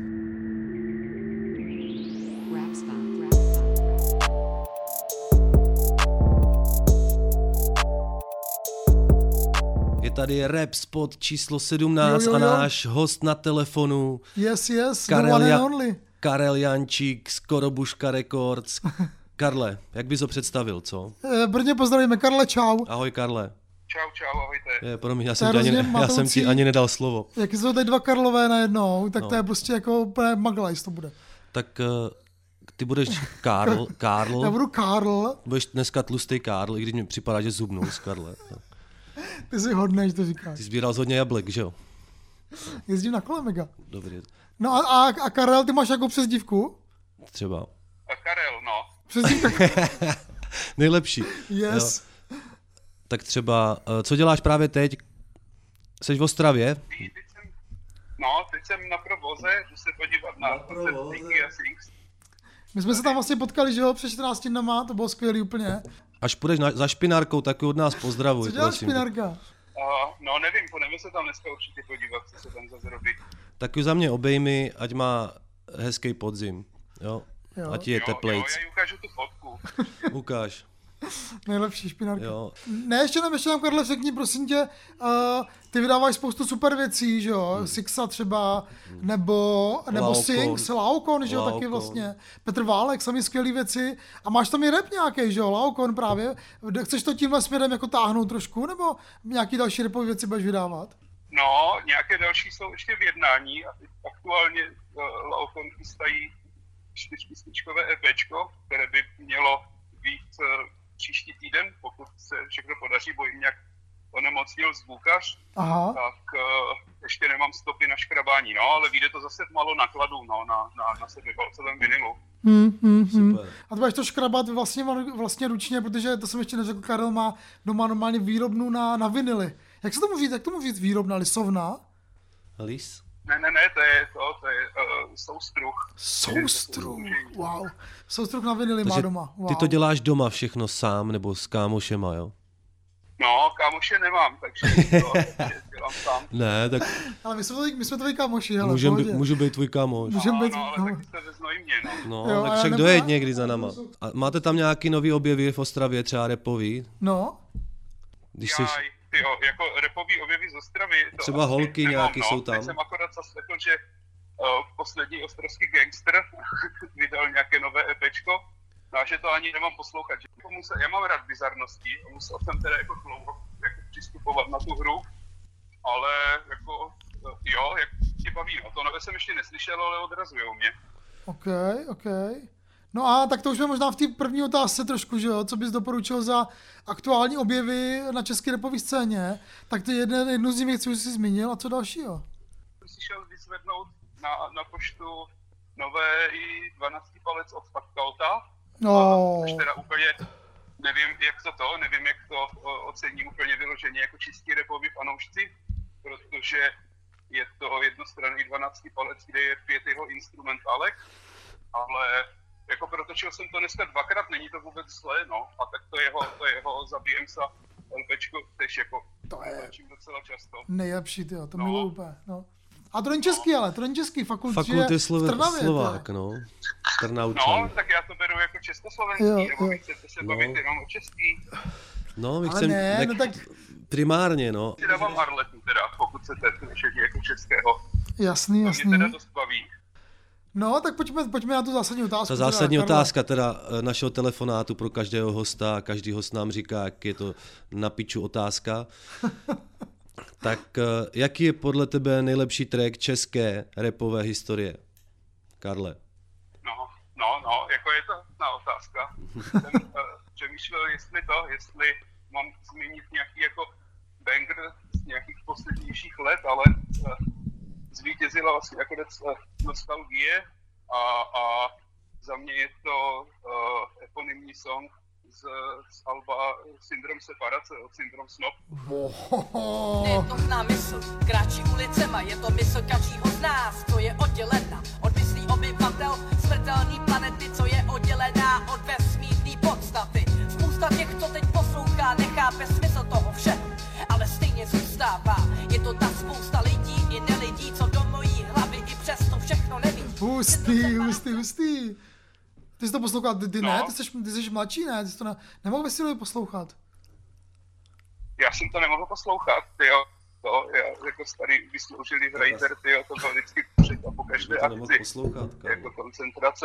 Je tady Rap Spot číslo 17 a náš host na telefonu. Yes, the one and only. Karel Jančík z Korobuška Records. Karle, jak bys ho představil, co? Brně pozdravíme, Karle, čau. Ahoj, Karle. Čau, ahojte. Promiň, já jsem ti ani nedal slovo. Jak jsou tady dva Karlové najednou, tak to je prostě jako úplně maglajs to bude. Tak ty budeš Karl. Já budu Karl. Budeš dneska tlustý Karl, i když mi připadá, že zubnou z Karle. Ty jsi hodnej, že to říkáš. Ty sbíral hodně jablek, že jo? Jezdím na kole mega. Dobrý. No a Karel, ty máš jakou přezdívku? Třeba. A Karel, no. Přezdívka. Nejlepší. Yes. Jo. Tak třeba, co děláš právě teď? Jsi v Ostravě? Teď jsem na provoze, jdu se podívat na koncert Dingy a Sings. My jsme se tam vlastně potkali, že jo, před 14 dnama, to bylo skvělý úplně. Až půjdeš za špinárkou, tak ji od nás pozdravuj. Co dělá prosím. špinárka? No nevím, půjdeme se tam dneska určitě podívat, co se tam zase robí. Tak ji za mě obejmi, ať má hezký podzim. Jo? Ať je teplejc. Jo, já jí ukážu tu fotku. Ukáž. Nejlepší špinárka. Jo. Ne, ještě nám, Karle, řekni, prosím tě, ty vydáváš spoustu super věcí, že jo? Sixa třeba, nebo Sings, Laokon, že jo, taky vlastně. Petr Válek, sami skvělý věci. A máš tam i rap nějaký, že jo, Laokon právě. Chceš to tímhle směrem jako táhnout trošku, nebo nějaký další rapové věci budeš vydávat? No, nějaké další jsou ještě v jednání a aktuálně Laokon chystají 4písničkové EPčko, které by mělo být příští týden, pokud se všechno podaří, bo jim nějak onemocnil zvukař, tak ještě nemám stopy na škrabání, no, ale vyjde to zase malo nakladů, no, na sedmibalcovém vinilu. A to budeš to škrabat vlastně ručně, protože to jsem ještě neřekl, Karel má doma normálně výrobnu na vinily. Jak se tomu říct výrobna, lisovna? Lis? Ne, to je soustruh. Soustruh, wow. Soustruh na vinily má doma. Wow. Ty to děláš doma všechno sám, nebo s kámošema, jo? No, kámoše nemám, takže to dělám sám. Ne, tak... Ale my jsme tvoji kámoši, hele, můžu být tvůj kámoš. Ale taky se veznou mě, no. No, tak však dojeď někdy za náma. A máte tam nějaký nový objevy v Ostravě, třeba rapový? No. Když jsi... Jo, jako rapový objevy z Ostravy. Třeba holky nějaký jsou tam. Teď jsem akorát zaslechl, že poslední ostravský gangster vydal nějaké nové EPčko, a že to ani nemám poslouchat. Já mám rád bizarnosti a musel jsem teda jako dlouho přistupovat na tu hru, ale jako jo, jak tě baví, no. To nové jsem ještě neslyšel, ale odrazujou mě. OK. No a tak to už jsme možná v té první otázce trošku, že jo, co bys doporučil za aktuální objevy na české rapové scéně, tak ty jednu z nich věcí už jsi zmínil, a co dalšího? Jsem si šel vyzvednout na poštu nové i 12 palec od Faktalta, což teda úplně nevím, jak to ocení úplně vyloženě jako čistí rapoví fanoušci, protože je to jednostranný 12 palec, kde je 5 jeho instrumentálek, ale jako protočil jsem to dneska dvakrát, není to vůbec zlé, no. A tak to jeho Zabijem se LPčko tež jako točím docela často. Nejlepší, tyjo, to miluji úplně, no. A to není český, fakulty Slovák, no. No, tak já to beru jako československý, nebo vy chcete se bavit jenom o český. No, my chceme primárně, no. Si dávám Arletu teda, pokud chcete slyšet jako českého. Jasný. To mě teda dost baví. No, tak pojďme na tu zásadní otázku. Ta zásadní otázka teda našeho telefonátu pro každého hosta, každý host nám říká, jak je to na piču otázka. Tak jaký je podle tebe nejlepší track české rapové historie? Karle. No, jako je to na otázka. Jsem přemýšlel, jestli mám zmínit nějaký jako banger z nějakých poslednějších let, ale zvítězila vlastně nakonec Nostalgie a za mě je to eponymní song z alba Syndrom separace od Syndrom Snob. Je to zná mysl, kráčí ulicema, je to mysl každýho z nás, co je oddělena od myslí obyvatel smrtelný planety, co je oddělená od vesmírný podstaty. Spousta těch, co teď poslouchá, nechápe smysl toho všeho, ale stejně zůstává. Je to ta spousta lidí i nelidí, co do mojí hlavy i přesto všechno nevidí. Hustý. Ty jsi to poslouchal, ty ne? Ty jsi mladší, ne? Ty jsi to nemohl Vesilovi poslouchat. Já jsem to nemohl poslouchat, tyjo. Já jako starý vysloužilý writer, tyjo, to bylo vždycky překvap po každé akci. Jako koncentrace.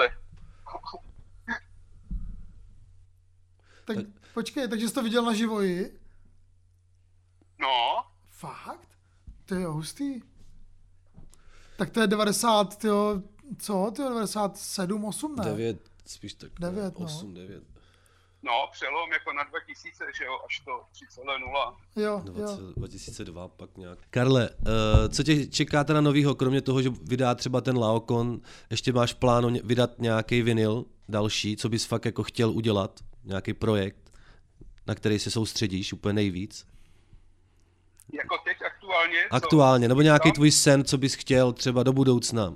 Tak počkej, takže jsi to viděl naživo i? No. Fakt? To je hustý. Tak to je 90, tyjo, co? Tyjo, 97, 8, ne? 9, spíš tak 9, 8, 9. No, přelom jako na 2000, že jo, až to 3,0. Jo. 2002 pak nějak. Karle, co tě čeká teda novýho, kromě toho, že vydá třeba ten Laokon, ještě máš plánu vydat nějaký vinyl další, co bys fakt jako chtěl udělat, nějaký projekt, na který se soustředíš úplně nejvíc? Jako teď aktuálně? Aktuálně, nebo nějaký tvůj sen, co bys chtěl třeba do budoucna?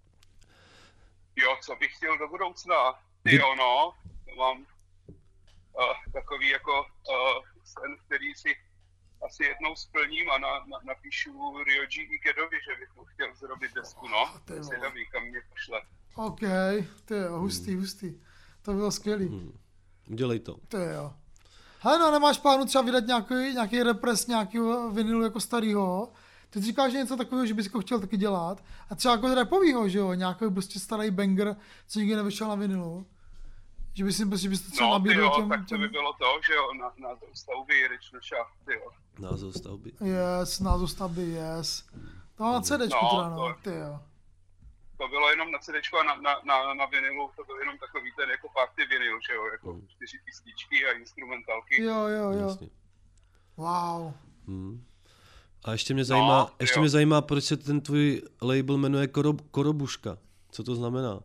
Jo, co bych chtěl do budoucna? Jo, no, mám takový jako sen, který si asi jednou splním a napíšu Ryoji Ikedovi, že bych mu chtěl zrobit desku, no. Zvědavý, kam mě pošle. OK, to je hustý. To bylo skvělý. Udělej to. To je jo. Hele, no, nemáš plánu třeba vydat nějaký repres nějakého vinilu jako starýho? Ty říkáš, že něco takového, že bys ho chtěl taky dělat. A třeba jako rapovýho, že jo? Nějaký prostě starý banger, co nikdy nevyšel na vinilu. Že bys to třeba nabídl těm... tak to by bylo to, že jo? Název stavby, Rich ty jo. Název stavby. Yes, název stavby, yes. To na CDčku teda, no, ty jo. To bylo jenom na CDčku a na vinilu, to byl jenom takový ten jako party vinil, že jo, jako 4 písničky a instrumentálky. Jo. Jasně. Wow. A ještě mě zajímá, proč se ten tvůj label jmenuje Korobuška. Co to znamená?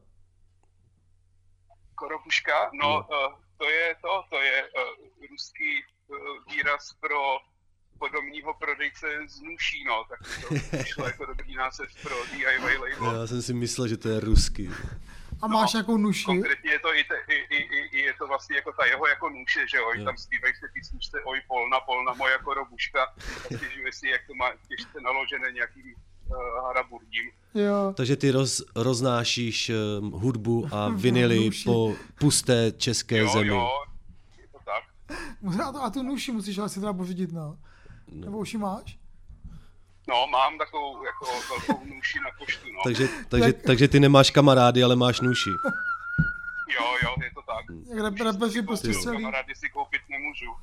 Korobuška? No, to je ruský výraz pro podomního prodejce z Nuší, no, tak to vyšlo jako dobrý název pro DIY label. Já jsem si myslel, že to je ruský. A máš nějakou Nuši? Konkrétně je to je to vlastně jako ta jeho jako Nuše, že jo, tam zpívají se písničce oj polna moja Korobuška a stěžuje si, jak to má těžce naložené nějakým haraburdím. Jo. Takže ty roznášíš hudbu a vinily po pusté české zemi. Jo, je to tak. A tu Nuši musíš asi teda pořídit, no. Nebo už ji máš? No, mám takovou jako velkou Nuši na poštu, no. Takže ty nemáš kamarády, ale máš Nuši. Jo, je to tak. Jak repeři prostě celý... Kamarády si koupit nemůžu.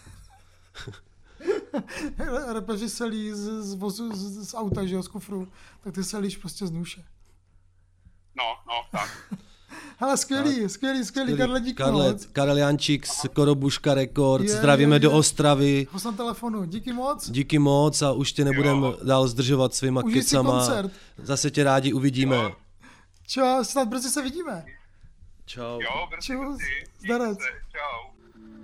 Repeři selí z vozu, z auta, že jo, z kufru, tak ty selíš prostě z Nuše. No, tak. Hele, skvělý, Karle, díky moc. Karel Jančík z Korobuška Records, zdravíme do Ostravy. Ho na telefonu, díky moc a už tě nebudem dál zdržovat svýma kecama. Zase tě rádi uvidíme. Jo. Čau, snad brzy se vidíme. Čau. Jo, brzy. Zdarec. Čau.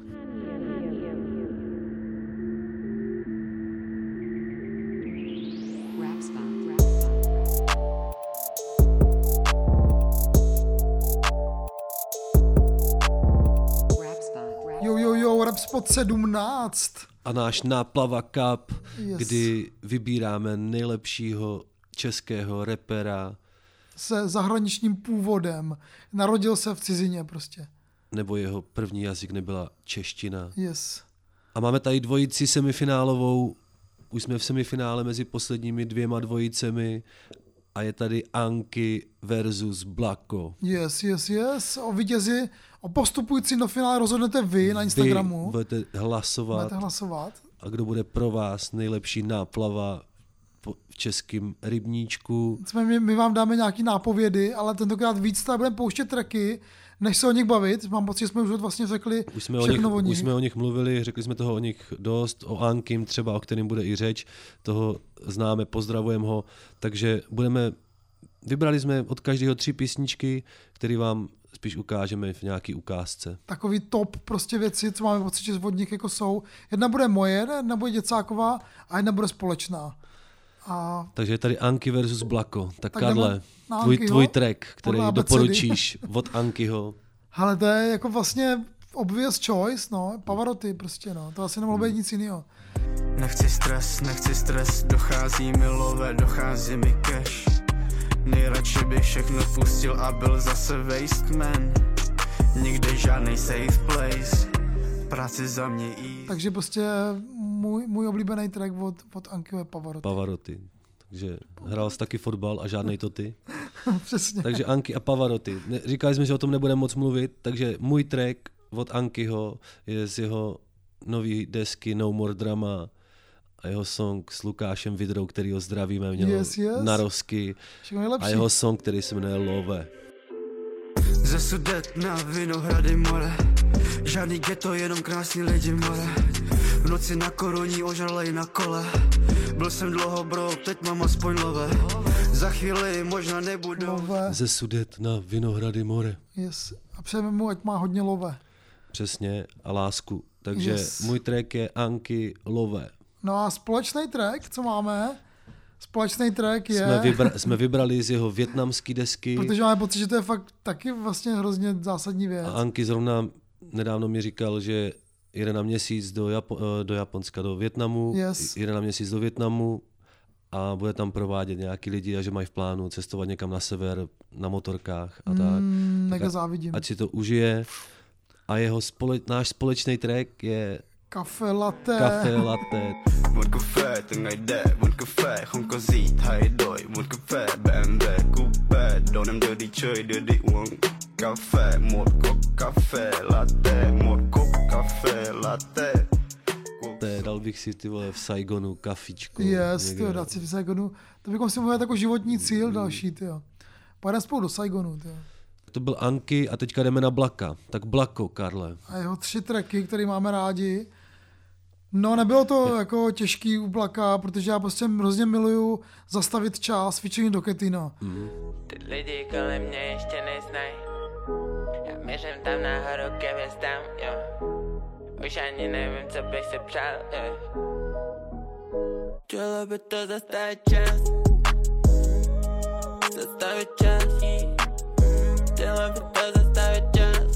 Jo, Rapspot 17. A náš Náplava Cup, kdy vybíráme nejlepšího českého rapera. Se zahraničním původem. Narodil se v cizině prostě. Nebo jeho první jazyk nebyla čeština. Yes. A máme tady dvojici semifinálovou. Už jsme v semifinále mezi posledními 2 dvojicemi. A je tady Anky versus Blako. Yes. O postupující do finále rozhodnete vy na Instagramu. Vy budete hlasovat. A kdo bude pro vás nejlepší náplava v českém rybníčku. My vám dáme nějaký nápovědy, ale tentokrát víc tady budeme pouštět tracky, než se o nich bavit. Mám pocit, že jsme už vlastně řekli všechno o nich. Už jsme o nich mluvili, řekli jsme toho o nich dost, o Ankim třeba, o kterým bude i řeč, toho známe, pozdravujeme ho, takže vybrali jsme od každého 3 písničky, které vám spíš ukážeme v nějaký ukázce. Takový top prostě věci, co máme pocit, že od nich jako jsou. Jedna bude moje, jedna bude Děcáková a jedna bude společná. Takže je tady Anky versus Blako. Tak Karle, tvůj track, který doporučíš od Ankyho. Ale to je jako vlastně obvious choice, no. Pavarotti prostě, no. To asi nemohlo být nic jiného. Nechci stres, dochází mi love, dochází mi cash. Nejradši bych všechno pustil a byl zase waste man. Nikde žádnej safe place, práci za mě easy. Takže prostě můj oblíbený track od Ankyho je Pavarotti. Takže hrál jsi taky fotbal a žádnej to ty. Přesně. Takže Anky a Pavarotti. Říkali jsme, že o tom nebudeme moc mluvit, takže můj track od Ankyho je z jeho nový desky No More Drama a jeho song s Lukášem Vidrou, který ho zdravíme, měl narozky a jeho song, který se jmenuje Love. Ze Sudet na Vinohrady more, žádný ghetto, jenom krásný lidi more. V noci na koruní ožralej na kole, byl jsem dlouho bro, teď mám aspoň love. Za chvíli možná nebudu. Ze Sudet na Vinohrady more. Yes. A přejeme mu, ať má hodně love. Přesně, a lásku. Takže můj track je Anky Love. No a společný track, co máme? Společný track je... Jsme vybrali z jeho vietnamský desky. Protože máme pocit, že to je fakt taky vlastně hrozně zásadní věc. A Anky zrovna nedávno mi říkal, že jede na měsíc do Japonska, do Vietnamu, jede na měsíc do Vietnamu a bude tam provádět nějaký lidi a že mají v plánu cestovat někam na sever na motorkách a tak. Mega závidím. Ať si to užije. A náš společný track je Café Latte. Café Latte. Một cà phê từ ngày đệ, một cà phê không có gì thay đổi. Một cà phê BMW coupe, đồ em đưa đi chơi, đưa đi uống cà phê. Một cốc cà phê latte, một cốc cà phê latte. Dal bych si ty vole v Saigonu kafičku. Tyjo, dát si v Saigonu. To bychom si mohli jako životní cíl další, tyjo. Pojedeme spolu do Saigonu, tyjo. To byl Anky a teďka jdeme na Blacka. Tak Blacko, Karle. A jeho 3 tracky, které máme rádi. No, nebylo to jako těžký u Blacka, protože já prostě hrozně miluju zastavit čas, featuring do Ketino. Ty lidi kolem mě ještě neznají. Já mířím tam nahoru ke hvězdám, jo. Už ani nevím, co bych si přál, jo. Chtěla by to zastavit čas. Zastavit čas. Chtěla by to zastavit čas.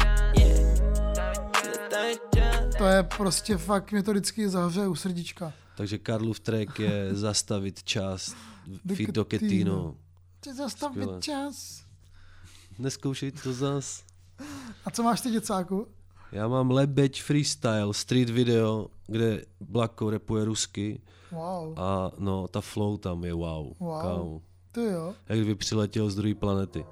Zastavit čas. To je prostě fakt, mě to vždycky zahřeje u srdíčka. Takže Karlův track je Zastavit čas, feat do Ketino. Zastavit čas. Neskoušej to zas. A co máš ty, děcáku? Já mám Lebeď freestyle, street video, kde Blacko rapuje rusky. Wow. A no, ta flow tam je wow. Wow. Ty jo. Jak kdyby přiletěl z druhé planety.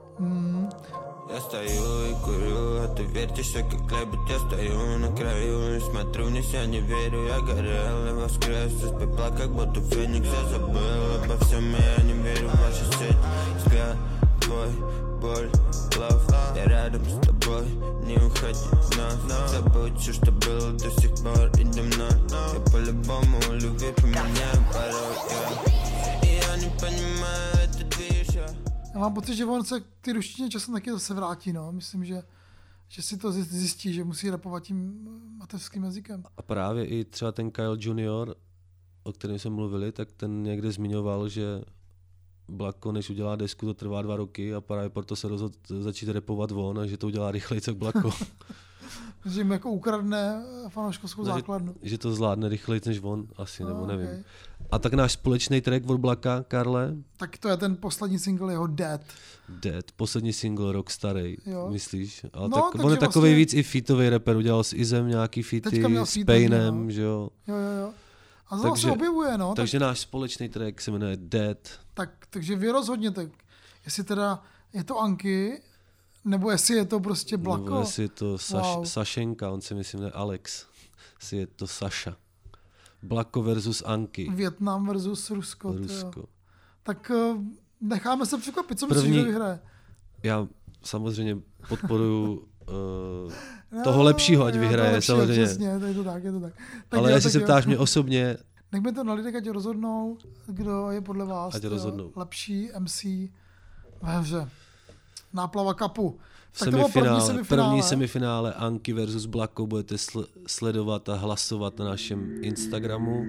Я стою и курю, а ты вертишься, как лебедь. Я стою на краю и смотрю, вниз, я не верю. Я горел и воскрес из пепла, как будто феникс. Я забыл обо всем, и я не верю в вашу сеть. Взгляд твой, боль, love. Я рядом с тобой, не уходи вновь. Забудь все, что было до сих пор, иди мной. Я по-любому любви поменяю порой, и я не понимаю этот движ. Já mám pocit, že on se k ty ruštině časem taky zase vrátí, no. Myslím, že si to zjistí, že musí rapovat tím mateřským jazykem. A právě i třeba ten Kyle Junior, o kterém jsme mluvili, tak ten někde zmiňoval, že Blacko, než udělá desku, to trvá 2 roky a právě proto se rozhodl začít rapovat on a že to udělá rychleji, jak Blacko. Že jim jako ukradne fanouškovskou základnu. Že to zvládne rychleji než on, asi, nebo nevím. Okay. A tak náš společný track od Blacka, Karle? Tak to je ten poslední single, jeho Dead. Dead, poslední single, rok starý, myslíš? Ale no, tak on je takový vlastně víc i featový rapper, udělal s Izem nějaký featy, s Painem, že jo? Jo. A zase se objevuje, no. Takže náš společný track se jmenuje Dead. Takže vy rozhodněte, jestli teda je to Anky, nebo jestli je to prostě Blacko. Nebo jestli je to Sašenka, on si myslím, ne Alex. Jestli je to Saša. Blacko versus Anky. Vietnam versus Rusko. Tak necháme se překvapit, co myslíš, že vyhraje? Já samozřejmě podporuju toho lepšího, ať vyhraje, samozřejmě. Přesně, je to tak. Ale jestli se ptáš mě osobně... Nechme to na lidech, ať rozhodnou, kdo je podle vás lepší MC ve hře. Náplava kapu. První semifinále Anky versus Blacko budete sledovat a hlasovat na našem Instagramu.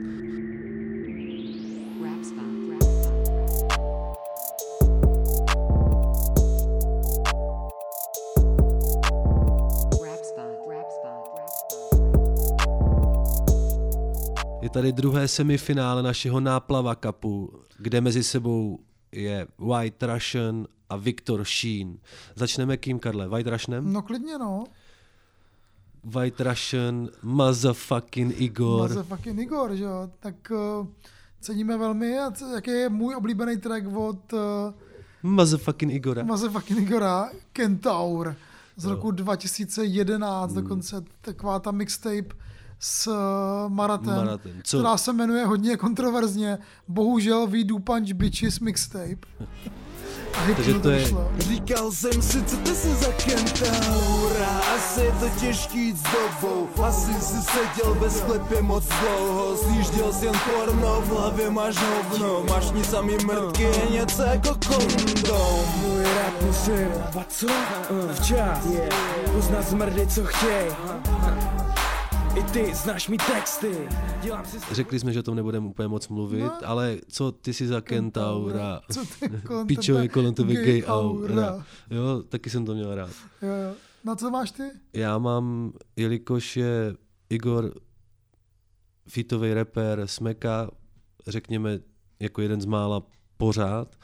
Je tady druhé semifinále našeho Náplava kapu, kde mezi sebou je White Russian a Viktor Sheen. Začneme kým, Karle? White Russianem? No klidně, no. White Russian, motherfucking Igor. Motherfucking Igor, že jo. Tak ceníme velmi. A jaký je můj oblíbený track od motherfucking Igora? Motherfucking Igora, Kentaur. Z roku 2011 dokonce. Taková ta mixtape s Maratem, která se jmenuje hodně kontroverzně Bohužel We Do Punch Bitches Mixtape. Takže to je... Říkal jsem si, co ty jsi za Kentaura, asi je to těžký s dobou, asi si seděl ve sklepě moc dlouho, sjížděl jsi jen porno, v hlavě máš hovno, máš nic samý mrtky, je něco jako kondom. Můj rap musím, co? Včas, uznat zmrdy, co chtěj. I ty znáš mi texty. Řekli jsme, že o tom nebudeme úplně moc mluvit, ale co ty si za Kentaura? Pičo je kolem tebe gay aura. Jo, taky jsem to měl rád. Jo. Na co máš ty? Já mám, jelikož je Igor featový rapper Smeka, řekněme jako jeden z mála pořád,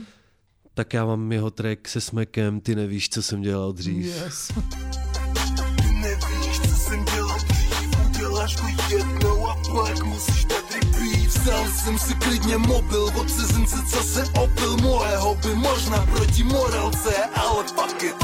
tak já mám jeho track se Smekem Ty nevíš, co jsem dělal dřív. Yes. Ty nevíš, co jsem dělal dřív, uděláš to jednou a pak musíš tady být. Vzal jsem si klidně mobil od cizince, co se opil, moje hobby možná proti morálce, ale fuck it.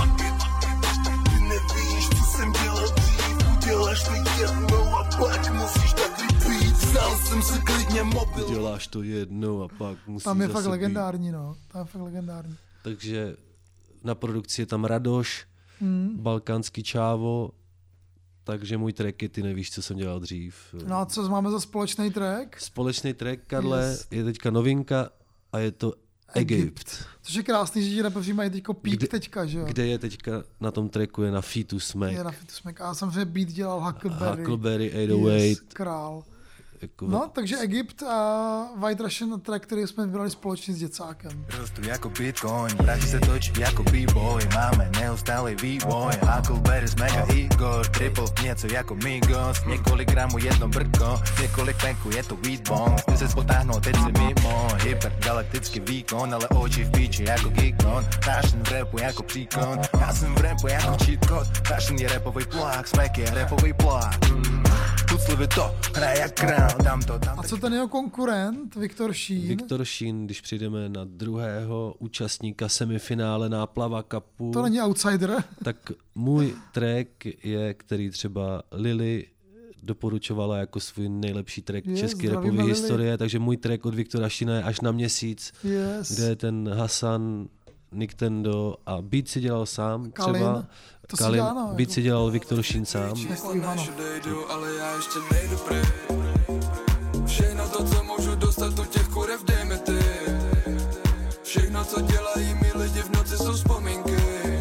Ty nevíš, co jsem dělal dřív, uděláš to jednou a pak musíš tady být. Vzal jsem si klidně mobil. Uděláš to jednou a pak musíš Tam je zase fakt legendární, být. no. Tam je fakt legendární. Takže na produkci je tam Radoš, balkánský čávo, takže můj track je Ty nevíš, co jsem dělal dřív. No a co máme za společný track? Společný track, Karle, je teďka novinka a je to Egypt. Což je krásný, že ti rapeři mají teďko pík teďka, že jo? Kde je teďka na tom tracku, je na featu Smek. Je na featu Smek. A samozřejmě beat dělal Huckleberry. Huckleberry 808. Yes, král. Jako... No, takže Egypt a White Russian track, který jsme vybrali společně s Děcákem. Rostu jako Bitcoin, prachy se točí jako B-boy, máme neustálý vývoj, Huckleberry, Smeka, Igor, triple, něco jako Migos, několik gramů jedno brko, několik penků, je to weed bomb, ty se spotáhnou, teď si mimo, hypergalaktický výkon, ale oči v píči jako Geekon, Russian v rapu jako příkon, já jsem v rapu jako cheat code, Russian je rapový plák, Smek je rapový plák. Tuclivě to, hraje jak král, dám to. A co ten jeho konkurent, Viktor Sheen? Viktor Sheen, když přijdeme na druhého účastníka semifinále Náplava Cupu. To není outsider. Tak můj track je, který třeba Lily doporučovala jako svůj nejlepší track české rapové historie, takže můj track od Viktora Sheena je Až na měsíc, kde je ten Hasan, Nintendo a beat si dělal sám, třeba Kalin, beat si dělal Viktor Sheen sám. Ale já ještě nejdu pryč. Všechno to, co můžu dostat, u těch kurev dej mi ty. Všechno, co dělají mi lidi v noci, jsou vzpomínky.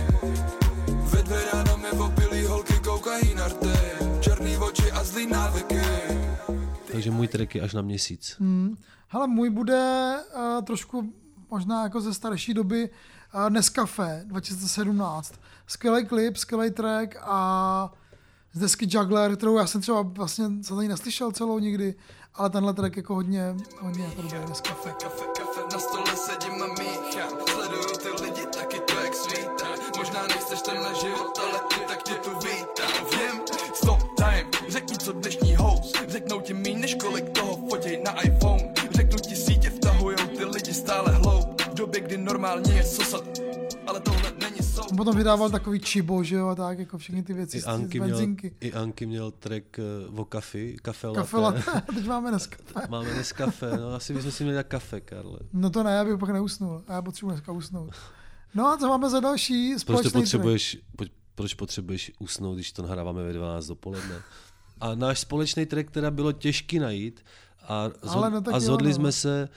Ve 2 ráno mi opilý holky koukají na rty. Černý oči a zlý návyky. Takže můj track je Až na měsíc. Hele, můj bude trošku možná jako ze starší doby Nescafé 2017. Skvělý klip, skvělý track a z desky Juggler, kterou já jsem třeba vlastně jsem tady neslyšel celou nikdy, ale tenhle track jako hodně jako dobrý Nescafé. Kafe na stole sedím a míchám, sleduju ty lidi, taky to jak svítá. Možná nechceš tenhle život, ale ty tak tě tu vítám. Vím, stop time, řekni co dnešní host, řeknou ti míň než kolik toho fotěj na iPhone. Řeknu ti sítě vtahujou ty lidi stále hloub, v době kdy normálně je sosat, ale tohle není soud. On potom vydával takový čibo, že jo, a tak jako všechny ty věci z benzinky. I Anky měl track o kafe latte. Teď máme Nescafé. Máme Nescafé, no asi bychom si měli dát kafe, Karle. No to ne, já bych pak neusnul, já potřebuji dneska usnout. No a co máme za další společný Proč potřebuješ usnout, když to nahráváme ve 12 dopoledne? A náš společný track teda bylo těžký najít a zhodli jsme se,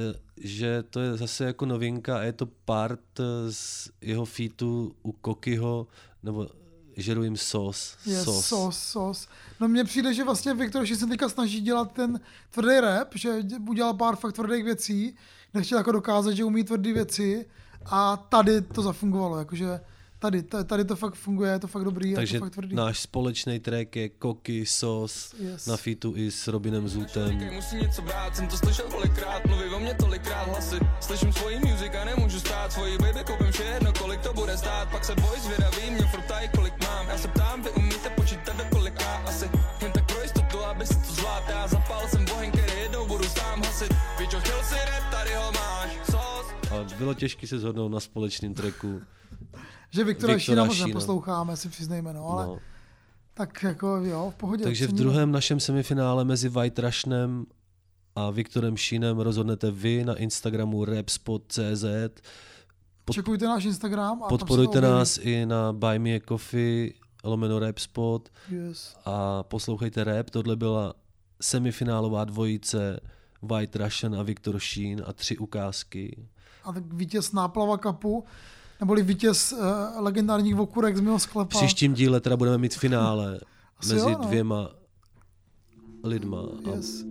že to je zase jako novinka a je to part z jeho featu u Kokyho, nebo žeru jim sos. Sos. No mně přijde, že vlastně Viktor Sheen se teďka snaží dělat ten tvrdý rap, že udělal pár fakt tvrdých věcí, nechtěl jako dokázat, že umí tvrdý věci a tady to zafungovalo, jakože Tady to fakt funguje, je to fakt dobrý. Takže je to fakt tvrdý. Náš společný track je Koky, Sos, na featu i s Robinem Zutem. Musím něco brát, jsem to slyšel kolikrát, mluví o mě tolikrát hlasy. Slyším svoji music a nemůžu stát, svoji baby koupím všechno, kolik to bude stát. Pak se boj zvědaví, mě furt ptají, kolik mám. Já se ptám, vy umíte počítat do kolika asi. Jen tak pro jistotu, aby si to zvlád. Já zapál jsem bohen, který jednou budu sám hasit. Pičo, chtěl si rap, tady ho máš, Sos. A bylo těžké se shodnout na společném tracku. Že Viktora Sheena moc neposloucháme, si přiznejme, no, ale tak jako jo, v pohodě. Takže v druhém našem semifinále mezi White Rushanem a Viktorem Sheenem rozhodnete vy na Instagramu rapspot.cz. Čekujte náš Instagram. A podporujte nás i na Buy Me a Coffee /rapspot a poslouchejte rap. Tohle byla semifinálová dvojice White Rushan a Viktor Sheen a 3 ukázky. A tak vítěz Náplava Cupu, neboli vítěz legendárních okurek z mého sklepa. V příštím díle teda budeme mít finále mezi 2 lidma. Yes.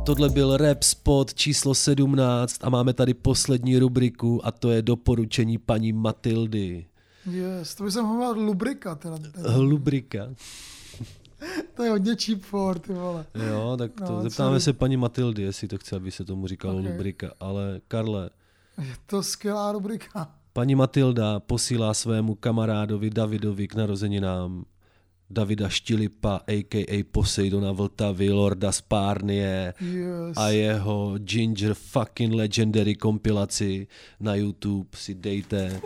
Tohle byl Rap Spot číslo 17 a máme tady poslední rubriku a to je doporučení paní Matildy. Yes, to by jsem hovoril lubrika. Lubrika. To je hodně cheap for, ty vole. Jo, tak to zeptáme se paní Matildy, jestli to chce, aby se tomu říkalo lubrika. Ale Karle. Je to skvělá rubrika. Paní Matilda posílá svému kamarádovi Davidovi k narozeninám Davida Štilipa, a.k.a. Poseidona Vltavy, Lorda Spárnie a jeho Ginger fucking Legendary kompilaci na YouTube si dejte.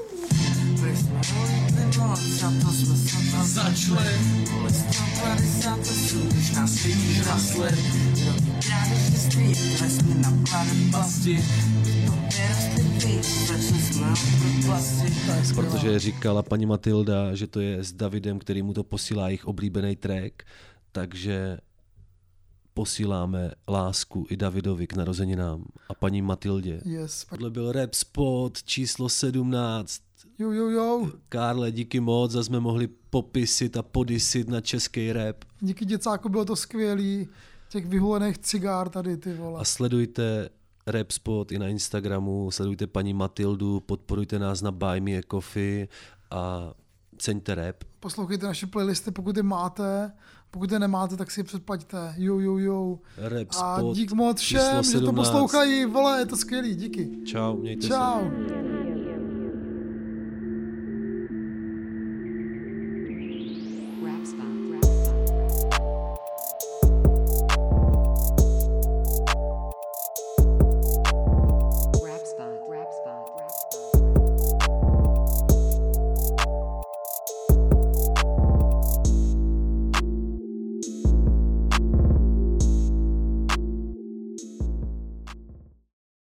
Začali kvůli 150 lesů, když nás vidíš rasli. Rovně krádežnictví, které jsme nakládem pasti. Protože říkala paní Matilda, že to je s Davidem, který mu to posílá jejich oblíbený track, takže posíláme lásku i Davidovi k narozeninám a paní Matildě. Yes. Tohle byl Rap Spot číslo 17. Jo. Karle, díky moc, zase jsme mohli popisit a podysit na český rap. Díky děcáku, bylo to skvělý, těch vyhulených cigár tady, ty vole. A sledujte Rap Spot i na Instagramu, sledujte paní Matildu, podporujte nás na Buy Me a Coffee a ceňte rap. Poslouchejte naše playlisty, pokud je máte, pokud je nemáte, tak si je předplaťte. Jo. Rap a Spot dík moc všem, že to poslouchají, vole, je to skvělý, díky. Čau, mějte se. Čau.